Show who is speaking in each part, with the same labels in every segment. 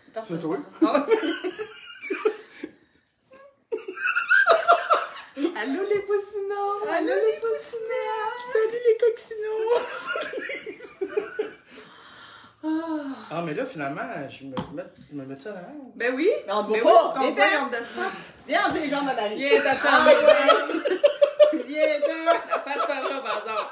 Speaker 1: C'est toi?
Speaker 2: Allô les poussinots!
Speaker 3: Allô les poussinots!
Speaker 1: Salut les coccinons! Ah, mais là, finalement, je me mets ça là.
Speaker 2: Ben oui!
Speaker 3: Mais on te
Speaker 2: Ben
Speaker 3: voit
Speaker 2: oui,
Speaker 3: pas!
Speaker 2: faut qu'on
Speaker 3: Viens-t'en.
Speaker 2: voie, on descend.
Speaker 3: Viens entre les jambes à Marie!
Speaker 2: Viens, t'as
Speaker 3: Ah
Speaker 2: fait
Speaker 3: ouais! Viens-t'en!
Speaker 2: la face par là, par exemple.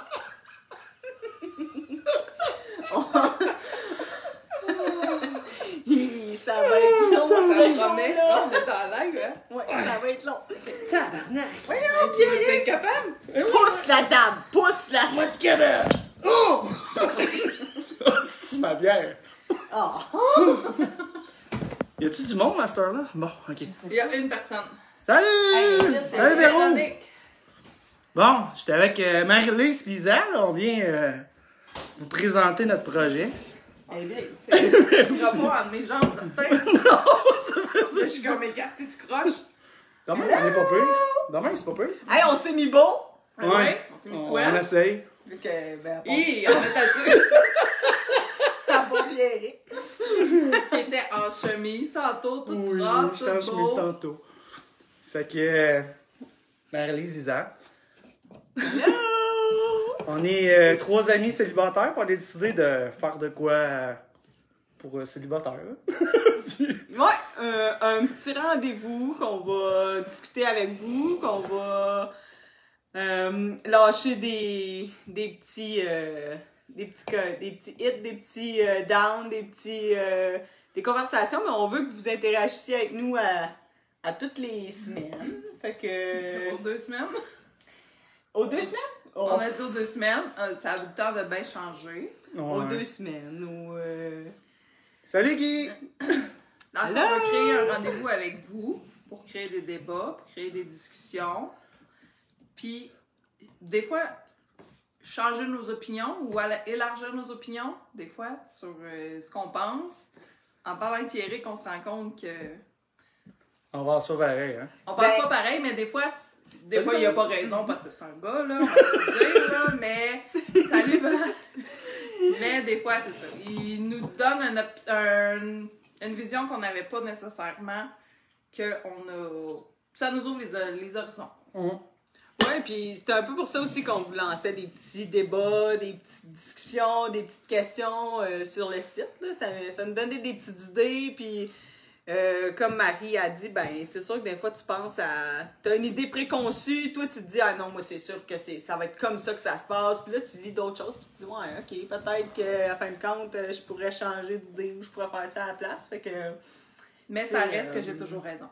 Speaker 3: Ça va être long,
Speaker 2: Ça
Speaker 3: ce
Speaker 2: me
Speaker 3: show,
Speaker 2: promet.
Speaker 3: là!
Speaker 2: On est en live, hein?
Speaker 3: Ouais, ça va être long!
Speaker 1: Tabarnak!
Speaker 3: Voyons,
Speaker 2: Vous êtes
Speaker 3: Pierre!
Speaker 2: capable?
Speaker 3: Pousse la table! Pousse la table!
Speaker 1: Moi de cabane! Oh! Oh, c'est ma bière!
Speaker 3: Ah!
Speaker 1: Y a-tu du monde, à cette heure-là? Bon, ok.
Speaker 2: Il y a une personne.
Speaker 1: Salut!
Speaker 3: Hey,
Speaker 1: Salut, Véro!
Speaker 2: Véronique.
Speaker 1: Bon, j'étais avec Marie-Lise Pisa, on vient vous présenter notre projet.
Speaker 3: Eh bien,
Speaker 2: Tu seras pas entre mes jambes, certain.
Speaker 1: Non, ça fait ça.
Speaker 2: Je suis comme mes casques que tu croches.
Speaker 1: Demain, on est pas pire. Demain, c'est pas pire.
Speaker 3: hey, on s'est mis beau!
Speaker 2: Ah ouais? On s'est mis
Speaker 1: On
Speaker 2: sweat.
Speaker 1: essaye.
Speaker 3: Vu que, ben, on
Speaker 2: Hi, on est à
Speaker 3: t'a pas Pierre.
Speaker 2: qui était en chemise tantôt, toute
Speaker 1: Oui,
Speaker 2: propre,
Speaker 1: je t'en
Speaker 2: tout
Speaker 1: chemise
Speaker 2: beau.
Speaker 1: tantôt. Fait que Marie-Lise Isa. On est 3 amis célibataires, puis on a décidé de faire de quoi pour célibataires. Hein?
Speaker 3: Ouais, un petit rendez-vous qu'on va discuter avec vous, qu'on va lâcher des petits hits, des petits downs, des conversations, mais on veut que vous interagissiez avec nous à toutes les semaines. Fait que...
Speaker 2: Pour 2 semaines.
Speaker 3: Aux 2 semaines? Oh,
Speaker 2: On a dit aux 2 semaines. Ça a eu le temps de bien changer.
Speaker 3: aux
Speaker 1: Ouais.
Speaker 3: 2 semaines.
Speaker 1: Salut Guy!
Speaker 2: Dans le fond, on va créer un rendez-vous avec vous pour créer des débats, pour créer des discussions. Puis, des fois, changer nos opinions ou élargir nos opinions, des fois, sur ce qu'on pense. En parlant avec Pierrick, on se rend compte que
Speaker 1: On va se faire pareil, hein?
Speaker 2: on pense
Speaker 3: Ben-
Speaker 2: pas pareil, mais des fois, des fois, il
Speaker 1: Salut,
Speaker 2: a pas raison parce que c'est un gars, là, on va le dire, là, mais salut, Ben. Mais des fois, c'est ça. Il nous donne une vision qu'on n'avait pas nécessairement, ça nous ouvre les horizons.
Speaker 3: Ouais, puis c'était un peu pour ça aussi qu'on vous lançait des petits débats, des petites discussions, des petites questions sur le site. Là. Ça nous donnait des petites idées, puis comme Marie a dit, ben c'est sûr que des fois tu penses à... T'as une idée préconçue, toi tu te dis, ah non, moi c'est sûr que ça va être comme ça que ça se passe, puis là tu lis d'autres choses, puis tu dis, ouais, ok, peut-être qu'à fin de compte, je pourrais changer d'idée ou je pourrais faire ça à la place, fait que...
Speaker 2: Mais ça reste que j'ai toujours raison.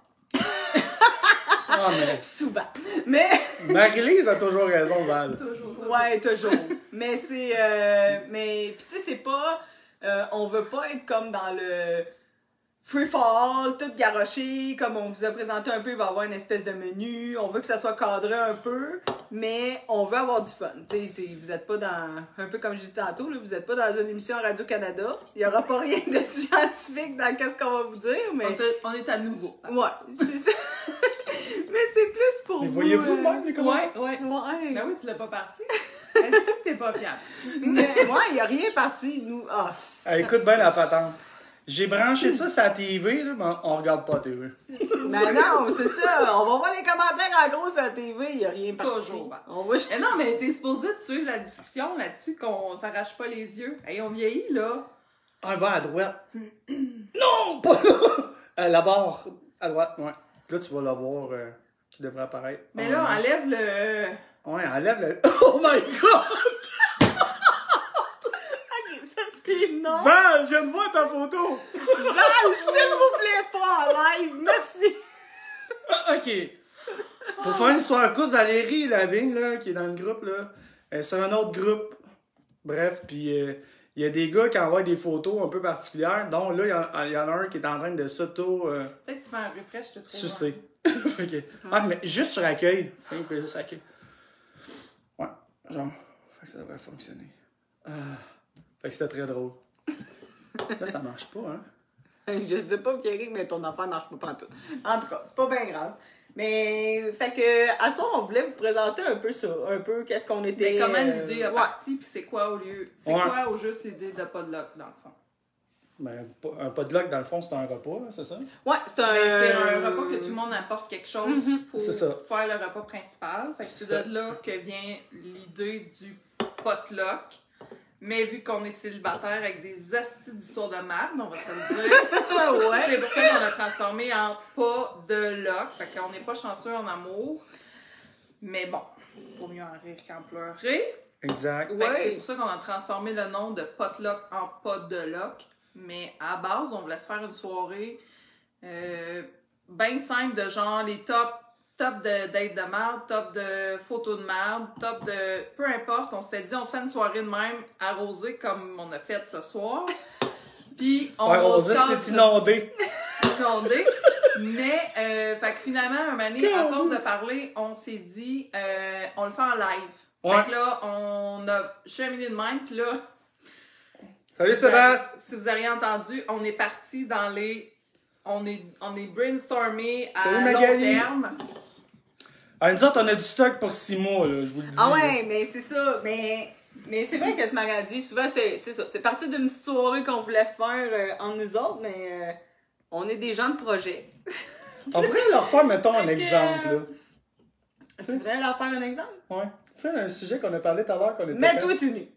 Speaker 1: Ah, mais
Speaker 3: Souvent. Mais...
Speaker 1: Marie-Lise a toujours raison, Val.
Speaker 2: Toujours.
Speaker 3: Ouais, toujours. Mais c'est... mais, pis tu sais, c'est pas... on veut pas être comme dans le free fall, tout garoché, comme on vous a présenté un peu, il va y avoir une espèce de menu. On veut que ça soit cadré un peu, mais on veut avoir du fun. Tu sais, vous êtes pas dans... Un peu comme j'ai dit tantôt, là, vous êtes pas dans une émission Radio-Canada. Il y aura pas rien de scientifique dans qu'est-ce qu'on va vous dire, mais...
Speaker 2: On est à nouveau.
Speaker 3: Ouais, c'est ça. Mais c'est plus pour
Speaker 1: Mais
Speaker 3: vous...
Speaker 1: voyez-vous même les commentaires?
Speaker 2: Ouais.
Speaker 3: Ouais.
Speaker 2: Ben oui, tu l'as pas parti. Est-ce que t'es pas fiable?
Speaker 3: Mais moi, il n'y a rien parti, nous. Ah,
Speaker 1: Ah, écoute bien la patente. J'ai branché ça sur la TV, là, mais on regarde pas la TV.
Speaker 3: Mais non, c'est ça. On va voir les commentaires en gros sur la TV, il n'y a rien parti.
Speaker 2: Toujours.
Speaker 3: On va...
Speaker 2: Eh non, mais t'es supposé de suivre la discussion là-dessus, qu'on s'arrache pas les yeux. Hey, on vieillit, là.
Speaker 1: Ah, va à droite. Non, pas là! La barre, à droite, ouais. Là, tu vas la voir qui devrait apparaître.
Speaker 2: Mais
Speaker 1: Oh,
Speaker 2: là,
Speaker 1: non.
Speaker 2: enlève le...
Speaker 1: Ouais, enlève le... Oh my God!
Speaker 3: Ok, ça c'est non.
Speaker 1: Val, je viens de voir ta photo!
Speaker 3: Val, s'il vous plaît, pas en live. Merci.
Speaker 1: Ah, OK. Pour faire une histoire courte, Valérie Lavigne, là, qui est dans le groupe, là, elle est sur un autre groupe. Bref, puis il y a des gars qui envoient des photos un peu particulières, dont là, il y en a un qui est en train de s'auto...
Speaker 2: Peut-être que tu fais un refresh, je te trouve.
Speaker 1: sucer. Fait que- Ah, mais juste sur accueil. Fais un plaisir sur accueil. Ouais, genre, fait que ça devrait fonctionner. Fait que c'était très drôle. Là, ça marche pas, hein?
Speaker 3: Je sais pas, Pierrick, mais ton affaire marche pas pantoute. En tout cas, c'est pas bien grave. Mais, fait que, à soir, on voulait vous présenter un peu ça. Un peu qu'est-ce qu'on était...
Speaker 2: Mais comment l'idée a
Speaker 3: ouais.
Speaker 2: parti, puis c'est quoi au lieu... C'est
Speaker 1: Ouais.
Speaker 2: quoi au juste l'idée de Podlock, dans le fond?
Speaker 1: Ben, un potluck, dans le fond, c'est un repas, là, c'est ça?
Speaker 3: Ouais, c'est un...
Speaker 2: Ben, c'est un repas que tout le monde apporte quelque chose pour
Speaker 1: C'est ça.
Speaker 2: faire le repas principal. Fait que c'est de là que vient l'idée du potluck. Mais vu qu'on est célibataire avec des hosties d'histoires de merde, on va se le dire.
Speaker 3: ouais.
Speaker 2: C'est pour ça qu'on a transformé en pas de loc. Fait qu'on n'est pas chanceux en amour. Mais bon, vaut mieux en rire qu'en pleurer.
Speaker 1: Exact.
Speaker 2: Fait que
Speaker 3: Ouais.
Speaker 2: c'est pour ça qu'on a transformé le nom de potluck en pas de loc. Mais à base, on voulait se faire une soirée bien simple de genre les top de date de merde, top de photos de merde, top de... Peu importe, on s'était dit on se fait une soirée de même arrosée comme on a fait ce soir. Puis on
Speaker 1: Ouais, on
Speaker 2: se
Speaker 1: dit
Speaker 2: casse
Speaker 1: c'est inondé.
Speaker 2: inondé. Mais, fait que finalement, un moment donné, à force de parler, on s'est dit, on le fait en live.
Speaker 1: Ouais.
Speaker 2: Fait que là, on a cheminé de même, puis là...
Speaker 1: Salut
Speaker 2: si vous
Speaker 1: Sébastien!
Speaker 2: avez- Si vous auriez entendu, on est parti dans les... On est brainstormé à
Speaker 1: Salut,
Speaker 2: long
Speaker 1: Magali.
Speaker 2: terme.
Speaker 1: Ah, nous autres, on a du stock pour 6 mois, là, je vous le dis.
Speaker 3: Ah
Speaker 1: là.
Speaker 3: ouais, mais c'est ça. Mais c'est vrai que ce maladie, souvent, c'est ça. C'est parti d'une petite soirée qu'on voulait se faire entre nous autres, mais on est des gens de projet.
Speaker 1: On pourrait leur faire, mettons, un exemple, là.
Speaker 3: Tu voudrais leur faire un exemple?
Speaker 1: Ouais. Tu sais, un sujet qu'on a parlé tout à l'heure, qu'on était...
Speaker 3: Mets-toi tout nu.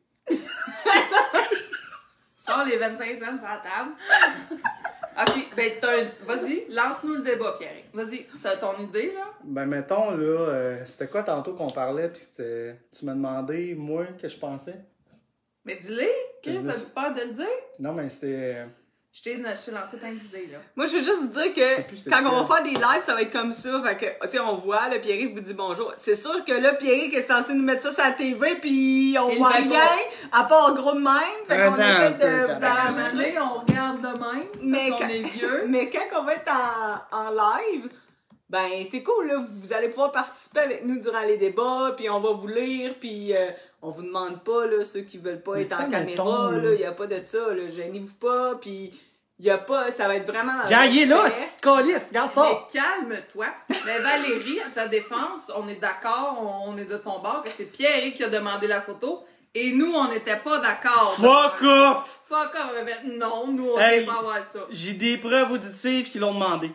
Speaker 2: Sors les 25 cents sur la table. OK, ben vas-y, lance-nous le débat, Pierre. Vas-y, t'as ton idée, là?
Speaker 1: Ben, mettons, là, c'était quoi tantôt qu'on parlait, puis c'était... Tu m'as demandé, moi, que je pensais?
Speaker 2: Mais dis-le, Chris,
Speaker 1: Je
Speaker 2: t'as
Speaker 1: sais.
Speaker 2: du peur de le dire?
Speaker 1: Non, mais c'était...
Speaker 2: Je t'ai lancé plein d'idées, là.
Speaker 3: Moi, je veux juste vous dire
Speaker 1: Je sais
Speaker 3: que
Speaker 1: plus c'était
Speaker 3: quand on va
Speaker 1: lequel.
Speaker 3: faire des lives, ça va être comme ça. Fait que, tu sais, on voit, là, Pierrick vous dit bonjour. C'est sûr que là, Pierrick est censé nous mettre ça sur la TV, puis on
Speaker 2: Il
Speaker 3: voit
Speaker 2: le fait
Speaker 3: rien, à part gros de même. Fait qu'on
Speaker 1: Attends
Speaker 3: essaie
Speaker 1: un peu,
Speaker 3: de vous
Speaker 1: quand
Speaker 2: À un
Speaker 3: arranger
Speaker 2: moment
Speaker 3: le truc.
Speaker 2: donné, on regarde de même,
Speaker 3: Mais
Speaker 2: parce qu'on
Speaker 3: quand-
Speaker 2: est vieux.
Speaker 3: Mais quand on va être en live, ben c'est cool, là. Vous allez pouvoir participer avec nous durant les débats, puis on va vous lire, puis on vous demande pas, là, ceux qui veulent pas
Speaker 1: Mais
Speaker 3: être en
Speaker 1: tiens,
Speaker 3: caméra,
Speaker 1: mettons,
Speaker 3: là,
Speaker 1: là.
Speaker 3: y a pas de ça, là. Gênez-vous pas, puis y a pas, ça va être vraiment dans le
Speaker 1: Gars, il est là,
Speaker 3: respect.
Speaker 1: c'est calice, regarde ça!
Speaker 2: Mais calme-toi. Mais Valérie, à ta défense, on est d'accord, on est de ton bord, que c'est Pierre qui a demandé la photo. Et nous, on n'était pas d'accord.
Speaker 1: Fuck off!
Speaker 2: Fuck off! On avait fait, non, nous, on ne
Speaker 1: Hey.
Speaker 2: peut pas avoir ça.
Speaker 1: J'ai des preuves auditives qui l'ont demandé.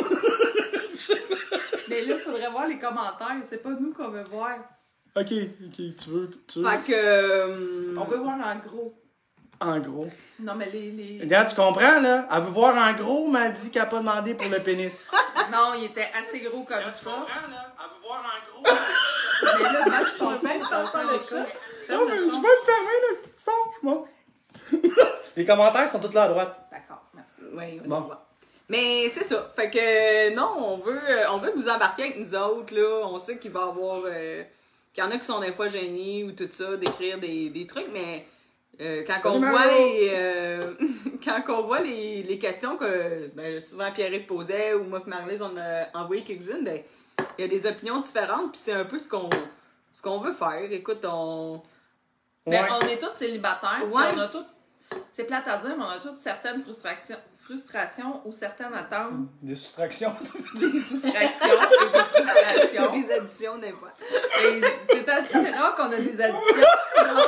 Speaker 2: Mais là, il faudrait voir les commentaires. C'est pas nous qu'on veut voir.
Speaker 1: Ok, tu veux...
Speaker 3: Fait que.
Speaker 2: On veut voir en gros.
Speaker 1: En gros.
Speaker 2: Non, mais les...
Speaker 1: Regarde, tu comprends, là? Elle veut voir en gros, m'a dit qu'elle n'a pas demandé pour le pénis.
Speaker 2: Non, il était assez gros comme ça.
Speaker 1: là? Elle veut voir en gros.
Speaker 2: Mais là, même son son,
Speaker 3: bien
Speaker 2: ça
Speaker 3: sortir
Speaker 2: fait
Speaker 3: de
Speaker 2: le
Speaker 3: ça.
Speaker 2: coup.
Speaker 1: Non, mais je vais le fermer, le petit son. Bon. Les commentaires sont tous là à droite.
Speaker 2: D'accord, merci.
Speaker 3: Oui,
Speaker 1: Bon.
Speaker 3: on voit. Mais c'est ça. Fait que non, on veut que vous embarquiez avec nous autres, là. On sait qu'il va y avoir. Qu'il y en a qui sont des fois gênés ou tout ça, d'écrire des trucs, mais quand
Speaker 1: Salut,
Speaker 3: on voit
Speaker 1: Mario!
Speaker 3: quand on voit les questions que souvent Pierrick posait ou moi que Marlise on a envoyé quelques-unes, ben il y a des opinions différentes, puis c'est un peu ce qu'on veut faire. Écoute,
Speaker 2: Mais
Speaker 1: Ouais.
Speaker 2: on est tous célibataires. puis
Speaker 3: Ouais.
Speaker 2: On a tous... C'est plate à dire, mais on a toutes certaines frustrations ou certaines attentes,
Speaker 1: Des soustractions.
Speaker 2: des soustractions et des frustrations.
Speaker 3: des additions des fois.
Speaker 2: Et c'est assez rare qu'on a des additions. Non.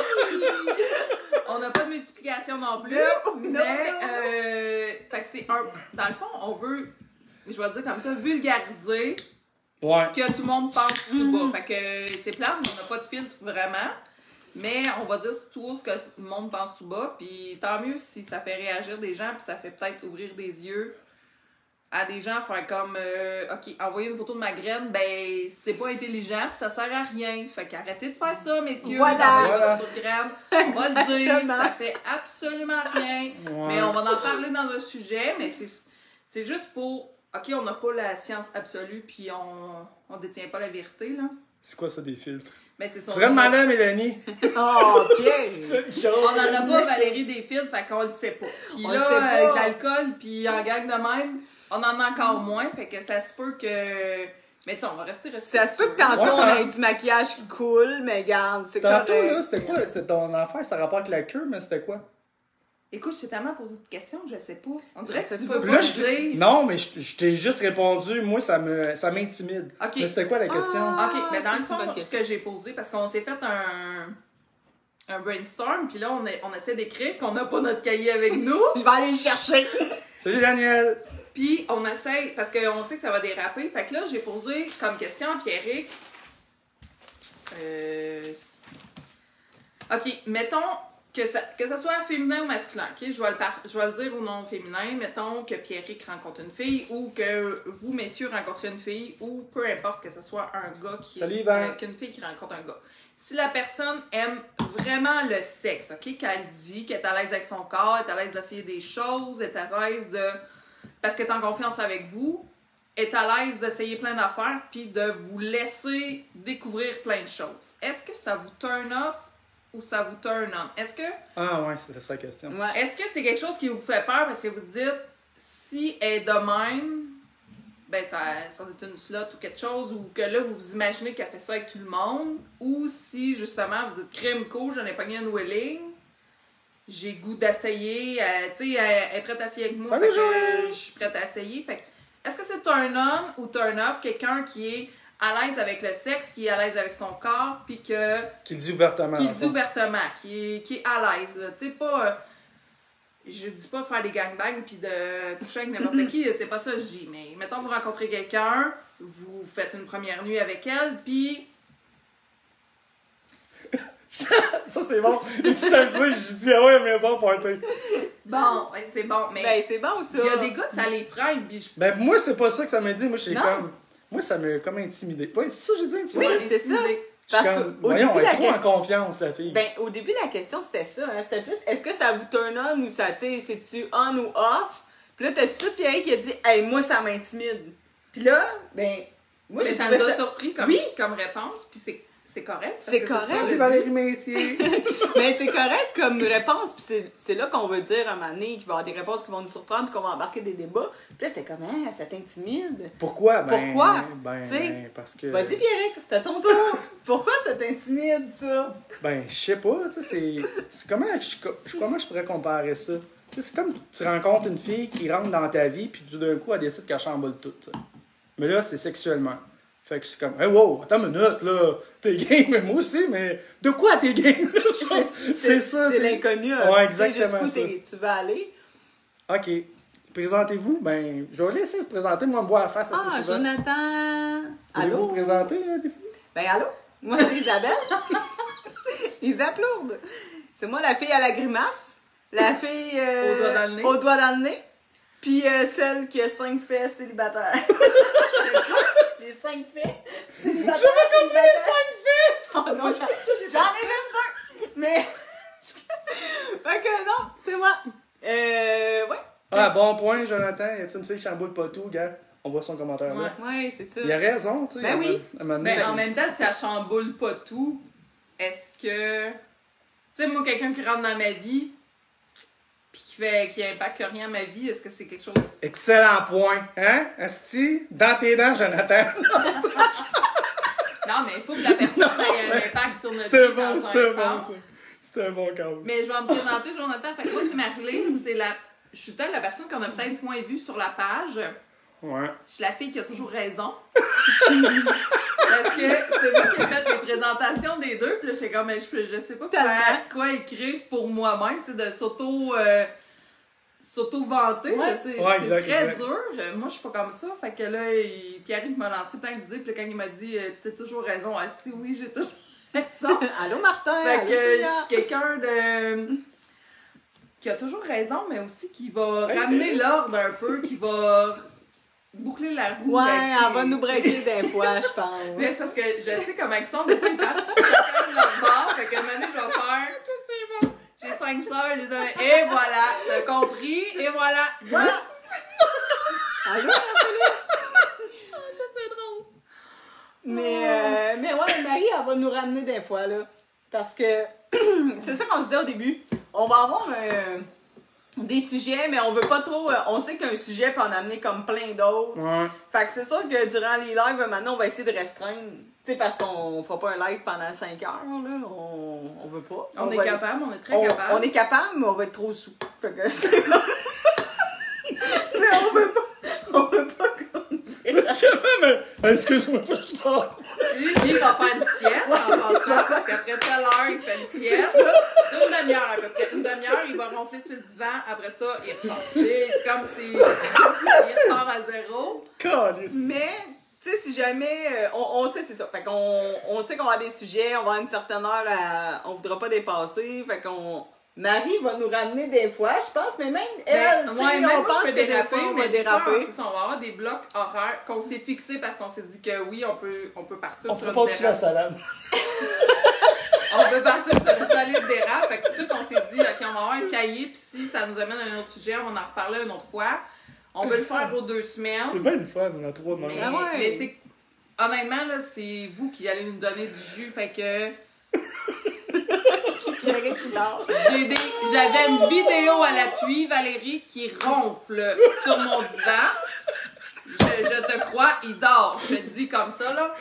Speaker 2: On n'a pas de multiplication non plus.
Speaker 3: Non,
Speaker 2: mais,
Speaker 3: non.
Speaker 2: fait que c'est un. Dans le fond, on veut, je vais dire comme ça, vulgariser
Speaker 1: Ouais.
Speaker 2: que tout le monde pense tout bas. Fait que c'est plate, mais on n'a pas de filtre vraiment. Mais on va dire tout ce que le monde pense tout bas. Puis tant mieux si ça fait réagir des gens, puis ça fait peut-être ouvrir des yeux à des gens, faire comme OK, envoyer une photo de ma graine, ben c'est pas intelligent, puis ça sert à rien. Fait qu'arrêtez de faire ça, messieurs.
Speaker 3: Voilà.
Speaker 2: d'envoyer
Speaker 1: Voilà.
Speaker 2: une photo de graine. On va le dire,
Speaker 3: Exactement.
Speaker 2: ça fait absolument rien.
Speaker 1: Ouais.
Speaker 2: Mais on va en parler dans le sujet, mais c'est juste pour. OK, on n'a pas la science absolue, puis on détient pas la vérité, là.
Speaker 1: C'est quoi ça, des filtres?
Speaker 2: Mais c'est son.
Speaker 1: Faudrait demander à Mélanie.
Speaker 3: Oh, Pierre!
Speaker 1: C'est une chose.
Speaker 2: On n'en a pas, Valérie, des filtres, fait qu'on le sait pas. Puis
Speaker 3: On
Speaker 2: là,
Speaker 3: le sait pas.
Speaker 2: avec l'alcool, puis en gang de même, on en a encore moins, fait que ça se peut que... Mais tu sais, on va rester
Speaker 3: Ça se peut que tantôt
Speaker 1: Ouais,
Speaker 3: on ait du maquillage qui coule, mais garde, c'est
Speaker 1: Tantôt,
Speaker 3: correct.
Speaker 1: là, c'était quoi? C'était ton affaire, c'était rapport avec la queue, mais c'était quoi?
Speaker 2: Écoute, je t'ai tellement posé de questions, je sais pas. On dirait
Speaker 3: Je
Speaker 2: que
Speaker 3: sais
Speaker 2: tu
Speaker 3: pas.
Speaker 2: veux
Speaker 1: Puis
Speaker 2: pas
Speaker 1: là,
Speaker 2: le dire.
Speaker 1: Non, mais je t'ai juste répondu. Moi, ça m'intimide.
Speaker 2: Ok.
Speaker 1: Mais c'était quoi la question?
Speaker 3: Ah,
Speaker 2: OK, mais dans
Speaker 3: c'est
Speaker 2: le
Speaker 3: une bonne
Speaker 2: fond, ce
Speaker 3: question.
Speaker 2: que j'ai posé, parce qu'on s'est fait un brainstorm, puis là, on essaie d'écrire qu'on n'a pas notre cahier avec nous.
Speaker 3: Je vais aller le chercher.
Speaker 1: Salut Daniel!
Speaker 2: Puis on essaie, parce qu'on sait que ça va déraper. Fait que là, j'ai posé comme question à Pierrick. OK, mettons que ça soit féminin ou masculin. OK, je vais le dire au nom féminin. Mettons que Pierrick rencontre une fille ou que vous, messieurs, rencontrez une fille ou peu importe que ce soit un gars qu'une fille qui rencontre un gars. Si la personne aime vraiment le sexe, OK, qu'elle dit qu'elle est à l'aise avec son corps, est à l'aise d'essayer des choses, est à l'aise de... parce qu'elle est en confiance avec vous, est à l'aise d'essayer plein d'affaires puis de vous laisser découvrir plein de choses. Est-ce que ça vous turn off ou ça vous turn on? Est-ce que...
Speaker 1: Ah ouais, c'était ça la question.
Speaker 3: Ouais.
Speaker 2: Est-ce que c'est quelque chose qui vous fait peur parce que vous dites, si elle est de même, ben ça est une slot ou quelque chose, ou que là, vous vous imaginez qu'elle fait ça avec tout le monde, ou si, justement, vous dites, crime cool, j'en ai pogné une willing, j'ai goût d'essayer, tu sais, elle est prête à essayer avec moi, fait que je suis prête à essayer. Fait que, est-ce que c'est turn on ou turn off, quelqu'un qui est à l'aise avec le sexe, qui est à l'aise avec son corps, puis que...
Speaker 1: Qui le dit ouvertement.
Speaker 2: qui est à l'aise, là, tu sais, pas... je dis pas faire des gangbangs puis de coucher avec n'importe qui, c'est pas ça que je dis, mais mettons vous rencontrez quelqu'un, vous faites une première nuit avec elle, puis...
Speaker 1: Ça c'est bon! Et si ça me dit, je dis ah ouais, maison party.
Speaker 2: Bon, ben c'est bon, mais...
Speaker 3: Ben, c'est bon, ça.
Speaker 2: Il y a des gars que ça les freine, puis je...
Speaker 1: Ben moi c'est pas ça que ça me dit, moi je suis
Speaker 3: Non.
Speaker 1: comme... Moi ça m'a comme intimidé. Ouais, c'est ça que j'ai dit intimidé?
Speaker 3: Oui, c'est ça.
Speaker 1: Je suis
Speaker 3: Parce
Speaker 1: comme,
Speaker 3: qu'au
Speaker 1: voyons,
Speaker 3: début,
Speaker 1: elle est
Speaker 3: la
Speaker 1: trop
Speaker 3: question...
Speaker 1: en confiance la fille.
Speaker 3: Ben, au début, la question, c'était ça. Hein? C'était plus, est-ce que ça vous turn on ou ça, tu sais, c'est-tu on ou off? Puis là, t'as dit ça, puis Eric, il a dit, hey, moi, ça m'intimide. Puis là, ben, moi,
Speaker 2: Mais
Speaker 3: j'ai
Speaker 2: ça
Speaker 3: trouvé
Speaker 2: nous a
Speaker 3: ça...
Speaker 2: surpris comme,
Speaker 3: Oui.
Speaker 2: comme réponse, puis c'est correct. parce
Speaker 3: C'est
Speaker 2: que
Speaker 3: correct.
Speaker 2: ça,
Speaker 1: Salut
Speaker 2: le
Speaker 1: Valérie
Speaker 2: but.
Speaker 1: Messier!
Speaker 3: Mais c'est correct comme réponse, puis c'est là qu'on veut dire à un moment donné qu'il va y avoir des réponses qui vont nous surprendre, qu'on va embarquer des débats. Puis là, c'était comme, ah, ça t'intimide.
Speaker 1: Pourquoi? Ben,
Speaker 3: Pourquoi?
Speaker 1: Ben,
Speaker 3: Tu sais,
Speaker 1: parce que...
Speaker 3: Vas-y, Pierrick, c'était ton tour. Pourquoi ça t'intimide, ça?
Speaker 1: Ben, je sais pas, tu sais, c'est... comment je pourrais comparer ça? Tu sais, c'est comme tu rencontres une fille qui rentre dans ta vie, puis tout d'un coup, elle décide qu'elle chamboule tout, tu sais. Mais là, c'est sexuellement. Fait que c'est comme, hey, wow, attends une minute, là, t'es game, mais moi aussi, mais de quoi t'es game? C'est ça,
Speaker 3: c'est l'inconnu. Hein.
Speaker 1: Ouais,
Speaker 3: Tu sais,
Speaker 1: exactement
Speaker 3: jusqu'où
Speaker 1: ça.
Speaker 3: tu vas aller.
Speaker 1: OK. Présentez-vous. Ben, je vais laisser vous présenter, moi, me voir face assez
Speaker 3: Ah,
Speaker 1: souvent.
Speaker 3: Jonathan!
Speaker 1: Voulez-vous
Speaker 3: Allô?
Speaker 1: vous présenter, des filles?
Speaker 3: Ben, allô? Moi, c'est Isabelle. Ils applaudissent. C'est moi, la fille à la grimace. La fille...
Speaker 2: Au doigt dans le nez.
Speaker 3: Au doigt dans le nez. Puis celle qui a 5 fesses célibataires. J'ai 5 fesses célibataires.
Speaker 1: J'avais compris les 5 fesses!
Speaker 3: Oh non, j'en ai juste 2! Mais... Fait que non, c'est moi. Ouais.
Speaker 1: Ah, bon point, Jonathan. Y a-t-il une fille qui chamboule pas tout, gars? On voit son commentaire là.
Speaker 2: Ouais.
Speaker 3: Ouais, c'est ça.
Speaker 1: Il a raison, tu sais.
Speaker 3: Ben oui.
Speaker 1: À un moment donné,
Speaker 2: Mais en
Speaker 1: c'est-
Speaker 2: même temps, si elle chamboule pas tout, est-ce que... Tu sais, moi, quelqu'un qui rentre dans ma vie, puis qui impacte rien à ma vie, est-ce que c'est quelque chose...
Speaker 1: Excellent point. Hein? Asti, dans tes dents, Jonathan.
Speaker 2: Non, mais il faut que la personne ait un impact sur notre
Speaker 1: C'était
Speaker 2: vie
Speaker 1: bon,
Speaker 2: dans
Speaker 1: c'était
Speaker 2: un
Speaker 1: bon,
Speaker 2: sens.
Speaker 1: ça. C'était un bon câble.
Speaker 2: Mais je vais me présenter, Jonathan. Fait que moi, c'est Marie-Lise. Je suis peut-être la personne qu'on a peut-être moins vue sur la page.
Speaker 1: Ouais.
Speaker 2: Je suis la fille qui a toujours raison. Parce que c'est moi qui ai fait les présentations des deux. Puis là, j'étais comme, mais je sais pas quoi écrire pour moi-même, tu sais, de s'auto-vanter.
Speaker 3: Ouais.
Speaker 2: C'est
Speaker 1: Ouais,
Speaker 2: très
Speaker 1: exact.
Speaker 2: dur. Moi, je suis pas comme ça. Fait que là, Pierre m'a lancé plein d'idées. Puis là, quand il m'a dit, t'as toujours raison. Ah, si, oui, j'ai toujours raison.
Speaker 3: Allô, Martin!
Speaker 2: Fait
Speaker 3: Allô,
Speaker 2: que je
Speaker 3: Sonia?
Speaker 2: suis quelqu'un de... qui a toujours raison, mais aussi qui va
Speaker 1: Hey,
Speaker 2: ramener
Speaker 1: t'es-
Speaker 2: l'ordre un peu, qui va boucler la roue.
Speaker 3: Ouais,
Speaker 2: avec
Speaker 3: elle va nous breaker des fois, je pense.
Speaker 2: Mais c'est parce que je sais comment ils sont, des fois ils partent chacun de leur bord, fait que une année je vais faire... C'est bon. J'ai 5 sœurs, les uns... Et voilà, t'as compris, et voilà.
Speaker 3: Voilà! Allô, Jean-Philippe?
Speaker 2: Ça c'est drôle.
Speaker 3: Mais ouais, Marie, elle va nous ramener des fois, là. Parce que c'est ça qu'on se dit au début. On va avoir des sujets, mais on veut pas trop. On sait qu'un sujet peut en amener comme plein d'autres.
Speaker 1: Ouais.
Speaker 3: Fait que c'est sûr que durant les lives, maintenant, on va essayer de restreindre. Tu sais, parce qu'on fera pas un live pendant 5 heures, là. On veut pas.
Speaker 2: On est
Speaker 3: va-
Speaker 2: capable, on est très capable.
Speaker 3: On est capable, mais on va être trop sous. Fait que c'est comme ça. Mais on veut pas. On veut pas qu'on.
Speaker 1: Je sais pas, mais... Excuse-moi, je suis tard.
Speaker 2: là-dessus. Lui, il va faire une sieste en passant, parce qu'après telle heure, il fait une sieste. Une demi-heure à peu près. Une demi-heure, il va ronfler sur le divan. Après ça, il repart. C'est comme si il repart à zéro.
Speaker 3: Mais, tu sais, si jamais... on sait, c'est ça. Fait qu'on on sait qu'on va avoir des sujets, on va avoir une certaine heure on voudra pas dépasser. Fait qu'on... Marie va nous ramener des fois, je pense, mais même elle, tu sais, on pense que des fois, on va déraper.
Speaker 2: On va avoir des blocs horaires qu'on s'est fixés parce qu'on s'est dit que oui, on peut partir
Speaker 1: on
Speaker 2: sur
Speaker 1: peut
Speaker 2: une
Speaker 1: pas tuer la salade.
Speaker 2: On peut partir sur une solide dérape. Fait que c'est tout qu'on s'est dit, OK, on va avoir un cahier, puis si ça nous amène à un autre sujet, on va en reparler une autre fois. On veut le faire aux 2 semaines.
Speaker 1: C'est bien une fois, on a 3 de
Speaker 2: Mais,
Speaker 1: même.
Speaker 2: mais c'est... Honnêtement, là, c'est vous qui allez nous donner du jus, fait que...
Speaker 3: J'avais
Speaker 2: une vidéo à l'appui, Valérie, qui ronfle sur mon divan. Je te crois, il dort. Je te dis comme ça, là.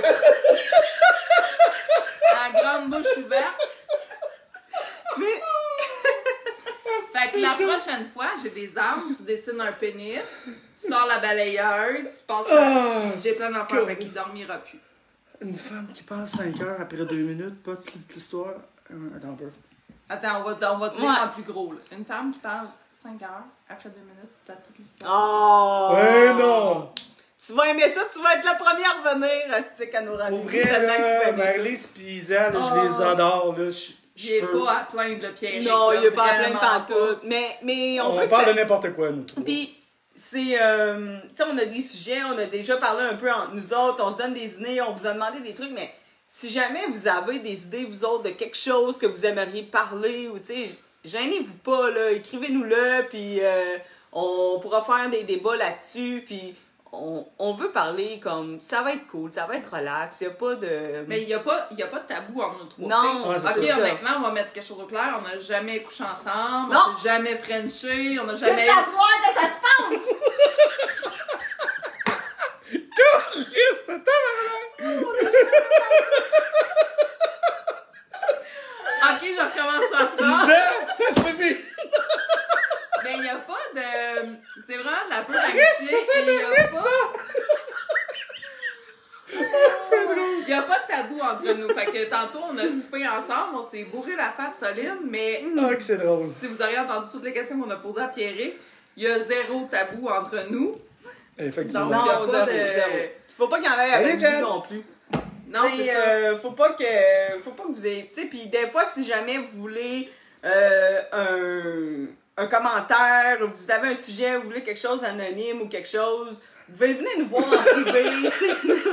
Speaker 2: La grande bouche ouverte.
Speaker 3: Mais...
Speaker 2: Fait que la prochaine fois, j'ai des armes, tu dessines un pénis, tu sors la balayeuse, tu passes j'ai plein d'enfants, fait qu'il dormira plus.
Speaker 1: Une femme qui passe 5 heures après 2 minutes, pas toute l'histoire. Attends un peu.
Speaker 2: Attends, on va te lire en plus gros, là. Une femme qui parle 5 heures, après 2 minutes, t'as toute l'histoire.
Speaker 3: Oh!
Speaker 1: Ouais, non!
Speaker 3: Tu vas aimer ça, tu vas être la première à venir, Astic, à nous ramener.
Speaker 1: Pour vrai, là, Marie-Lise pis Isa, là, je les adore, là.
Speaker 2: J'ai pas à plaindre le Pierre.
Speaker 3: Non, il n'y a pas à plaindre pantoute. Mais on peut
Speaker 1: parle de n'importe quoi, nous trois.
Speaker 3: Puis, c'est... tu sais, on a des sujets, on a déjà parlé un peu entre nous autres, on se donne des idées, on vous a demandé des trucs, mais si jamais vous avez des idées, vous autres, de quelque chose que vous aimeriez parler, ou tu sais, gênez-vous pas, là, écrivez-nous-le, puis on pourra faire des débats là-dessus, puis... On veut parler comme ça va être cool, ça va être relax, il n'y a pas de...
Speaker 2: Mais il n'y a pas de tabou entre nous trois.
Speaker 3: Non,
Speaker 1: ouais,
Speaker 2: ok, honnêtement, on va mettre quelque chose au clair. On n'a jamais couché ensemble,
Speaker 3: non.
Speaker 2: on s'est jamais frenché, on n'a jamais...
Speaker 3: C'est à soir que ça se passe!
Speaker 2: Ok, je recommence en France.
Speaker 1: Ça suffit!
Speaker 2: Mais il n'y a pas de... C'est vraiment de la pure amitié.
Speaker 1: C'est drôle!
Speaker 2: Il n'y a pas de tabou entre nous. Fait que tantôt, on a soupé ensemble, on s'est bourré la face solide, mais...
Speaker 1: Ah, que c'est drôle!
Speaker 2: Si vous auriez entendu toutes les questions qu'on a posées à Pierrick, il y a 0 tabou entre nous.
Speaker 1: Effectivement.
Speaker 2: Donc, il y a pas de...
Speaker 3: Faut pas qu'il y en ait avec
Speaker 1: Jen.
Speaker 3: vous non plus.
Speaker 2: Non, c'est ça.
Speaker 3: Faut pas que vous ayez... Tu sais, puis des fois, si jamais vous voulez un commentaire, vous avez un sujet, vous voulez quelque chose anonyme ou quelque chose, vous pouvez venir nous voir en privé, tu sais.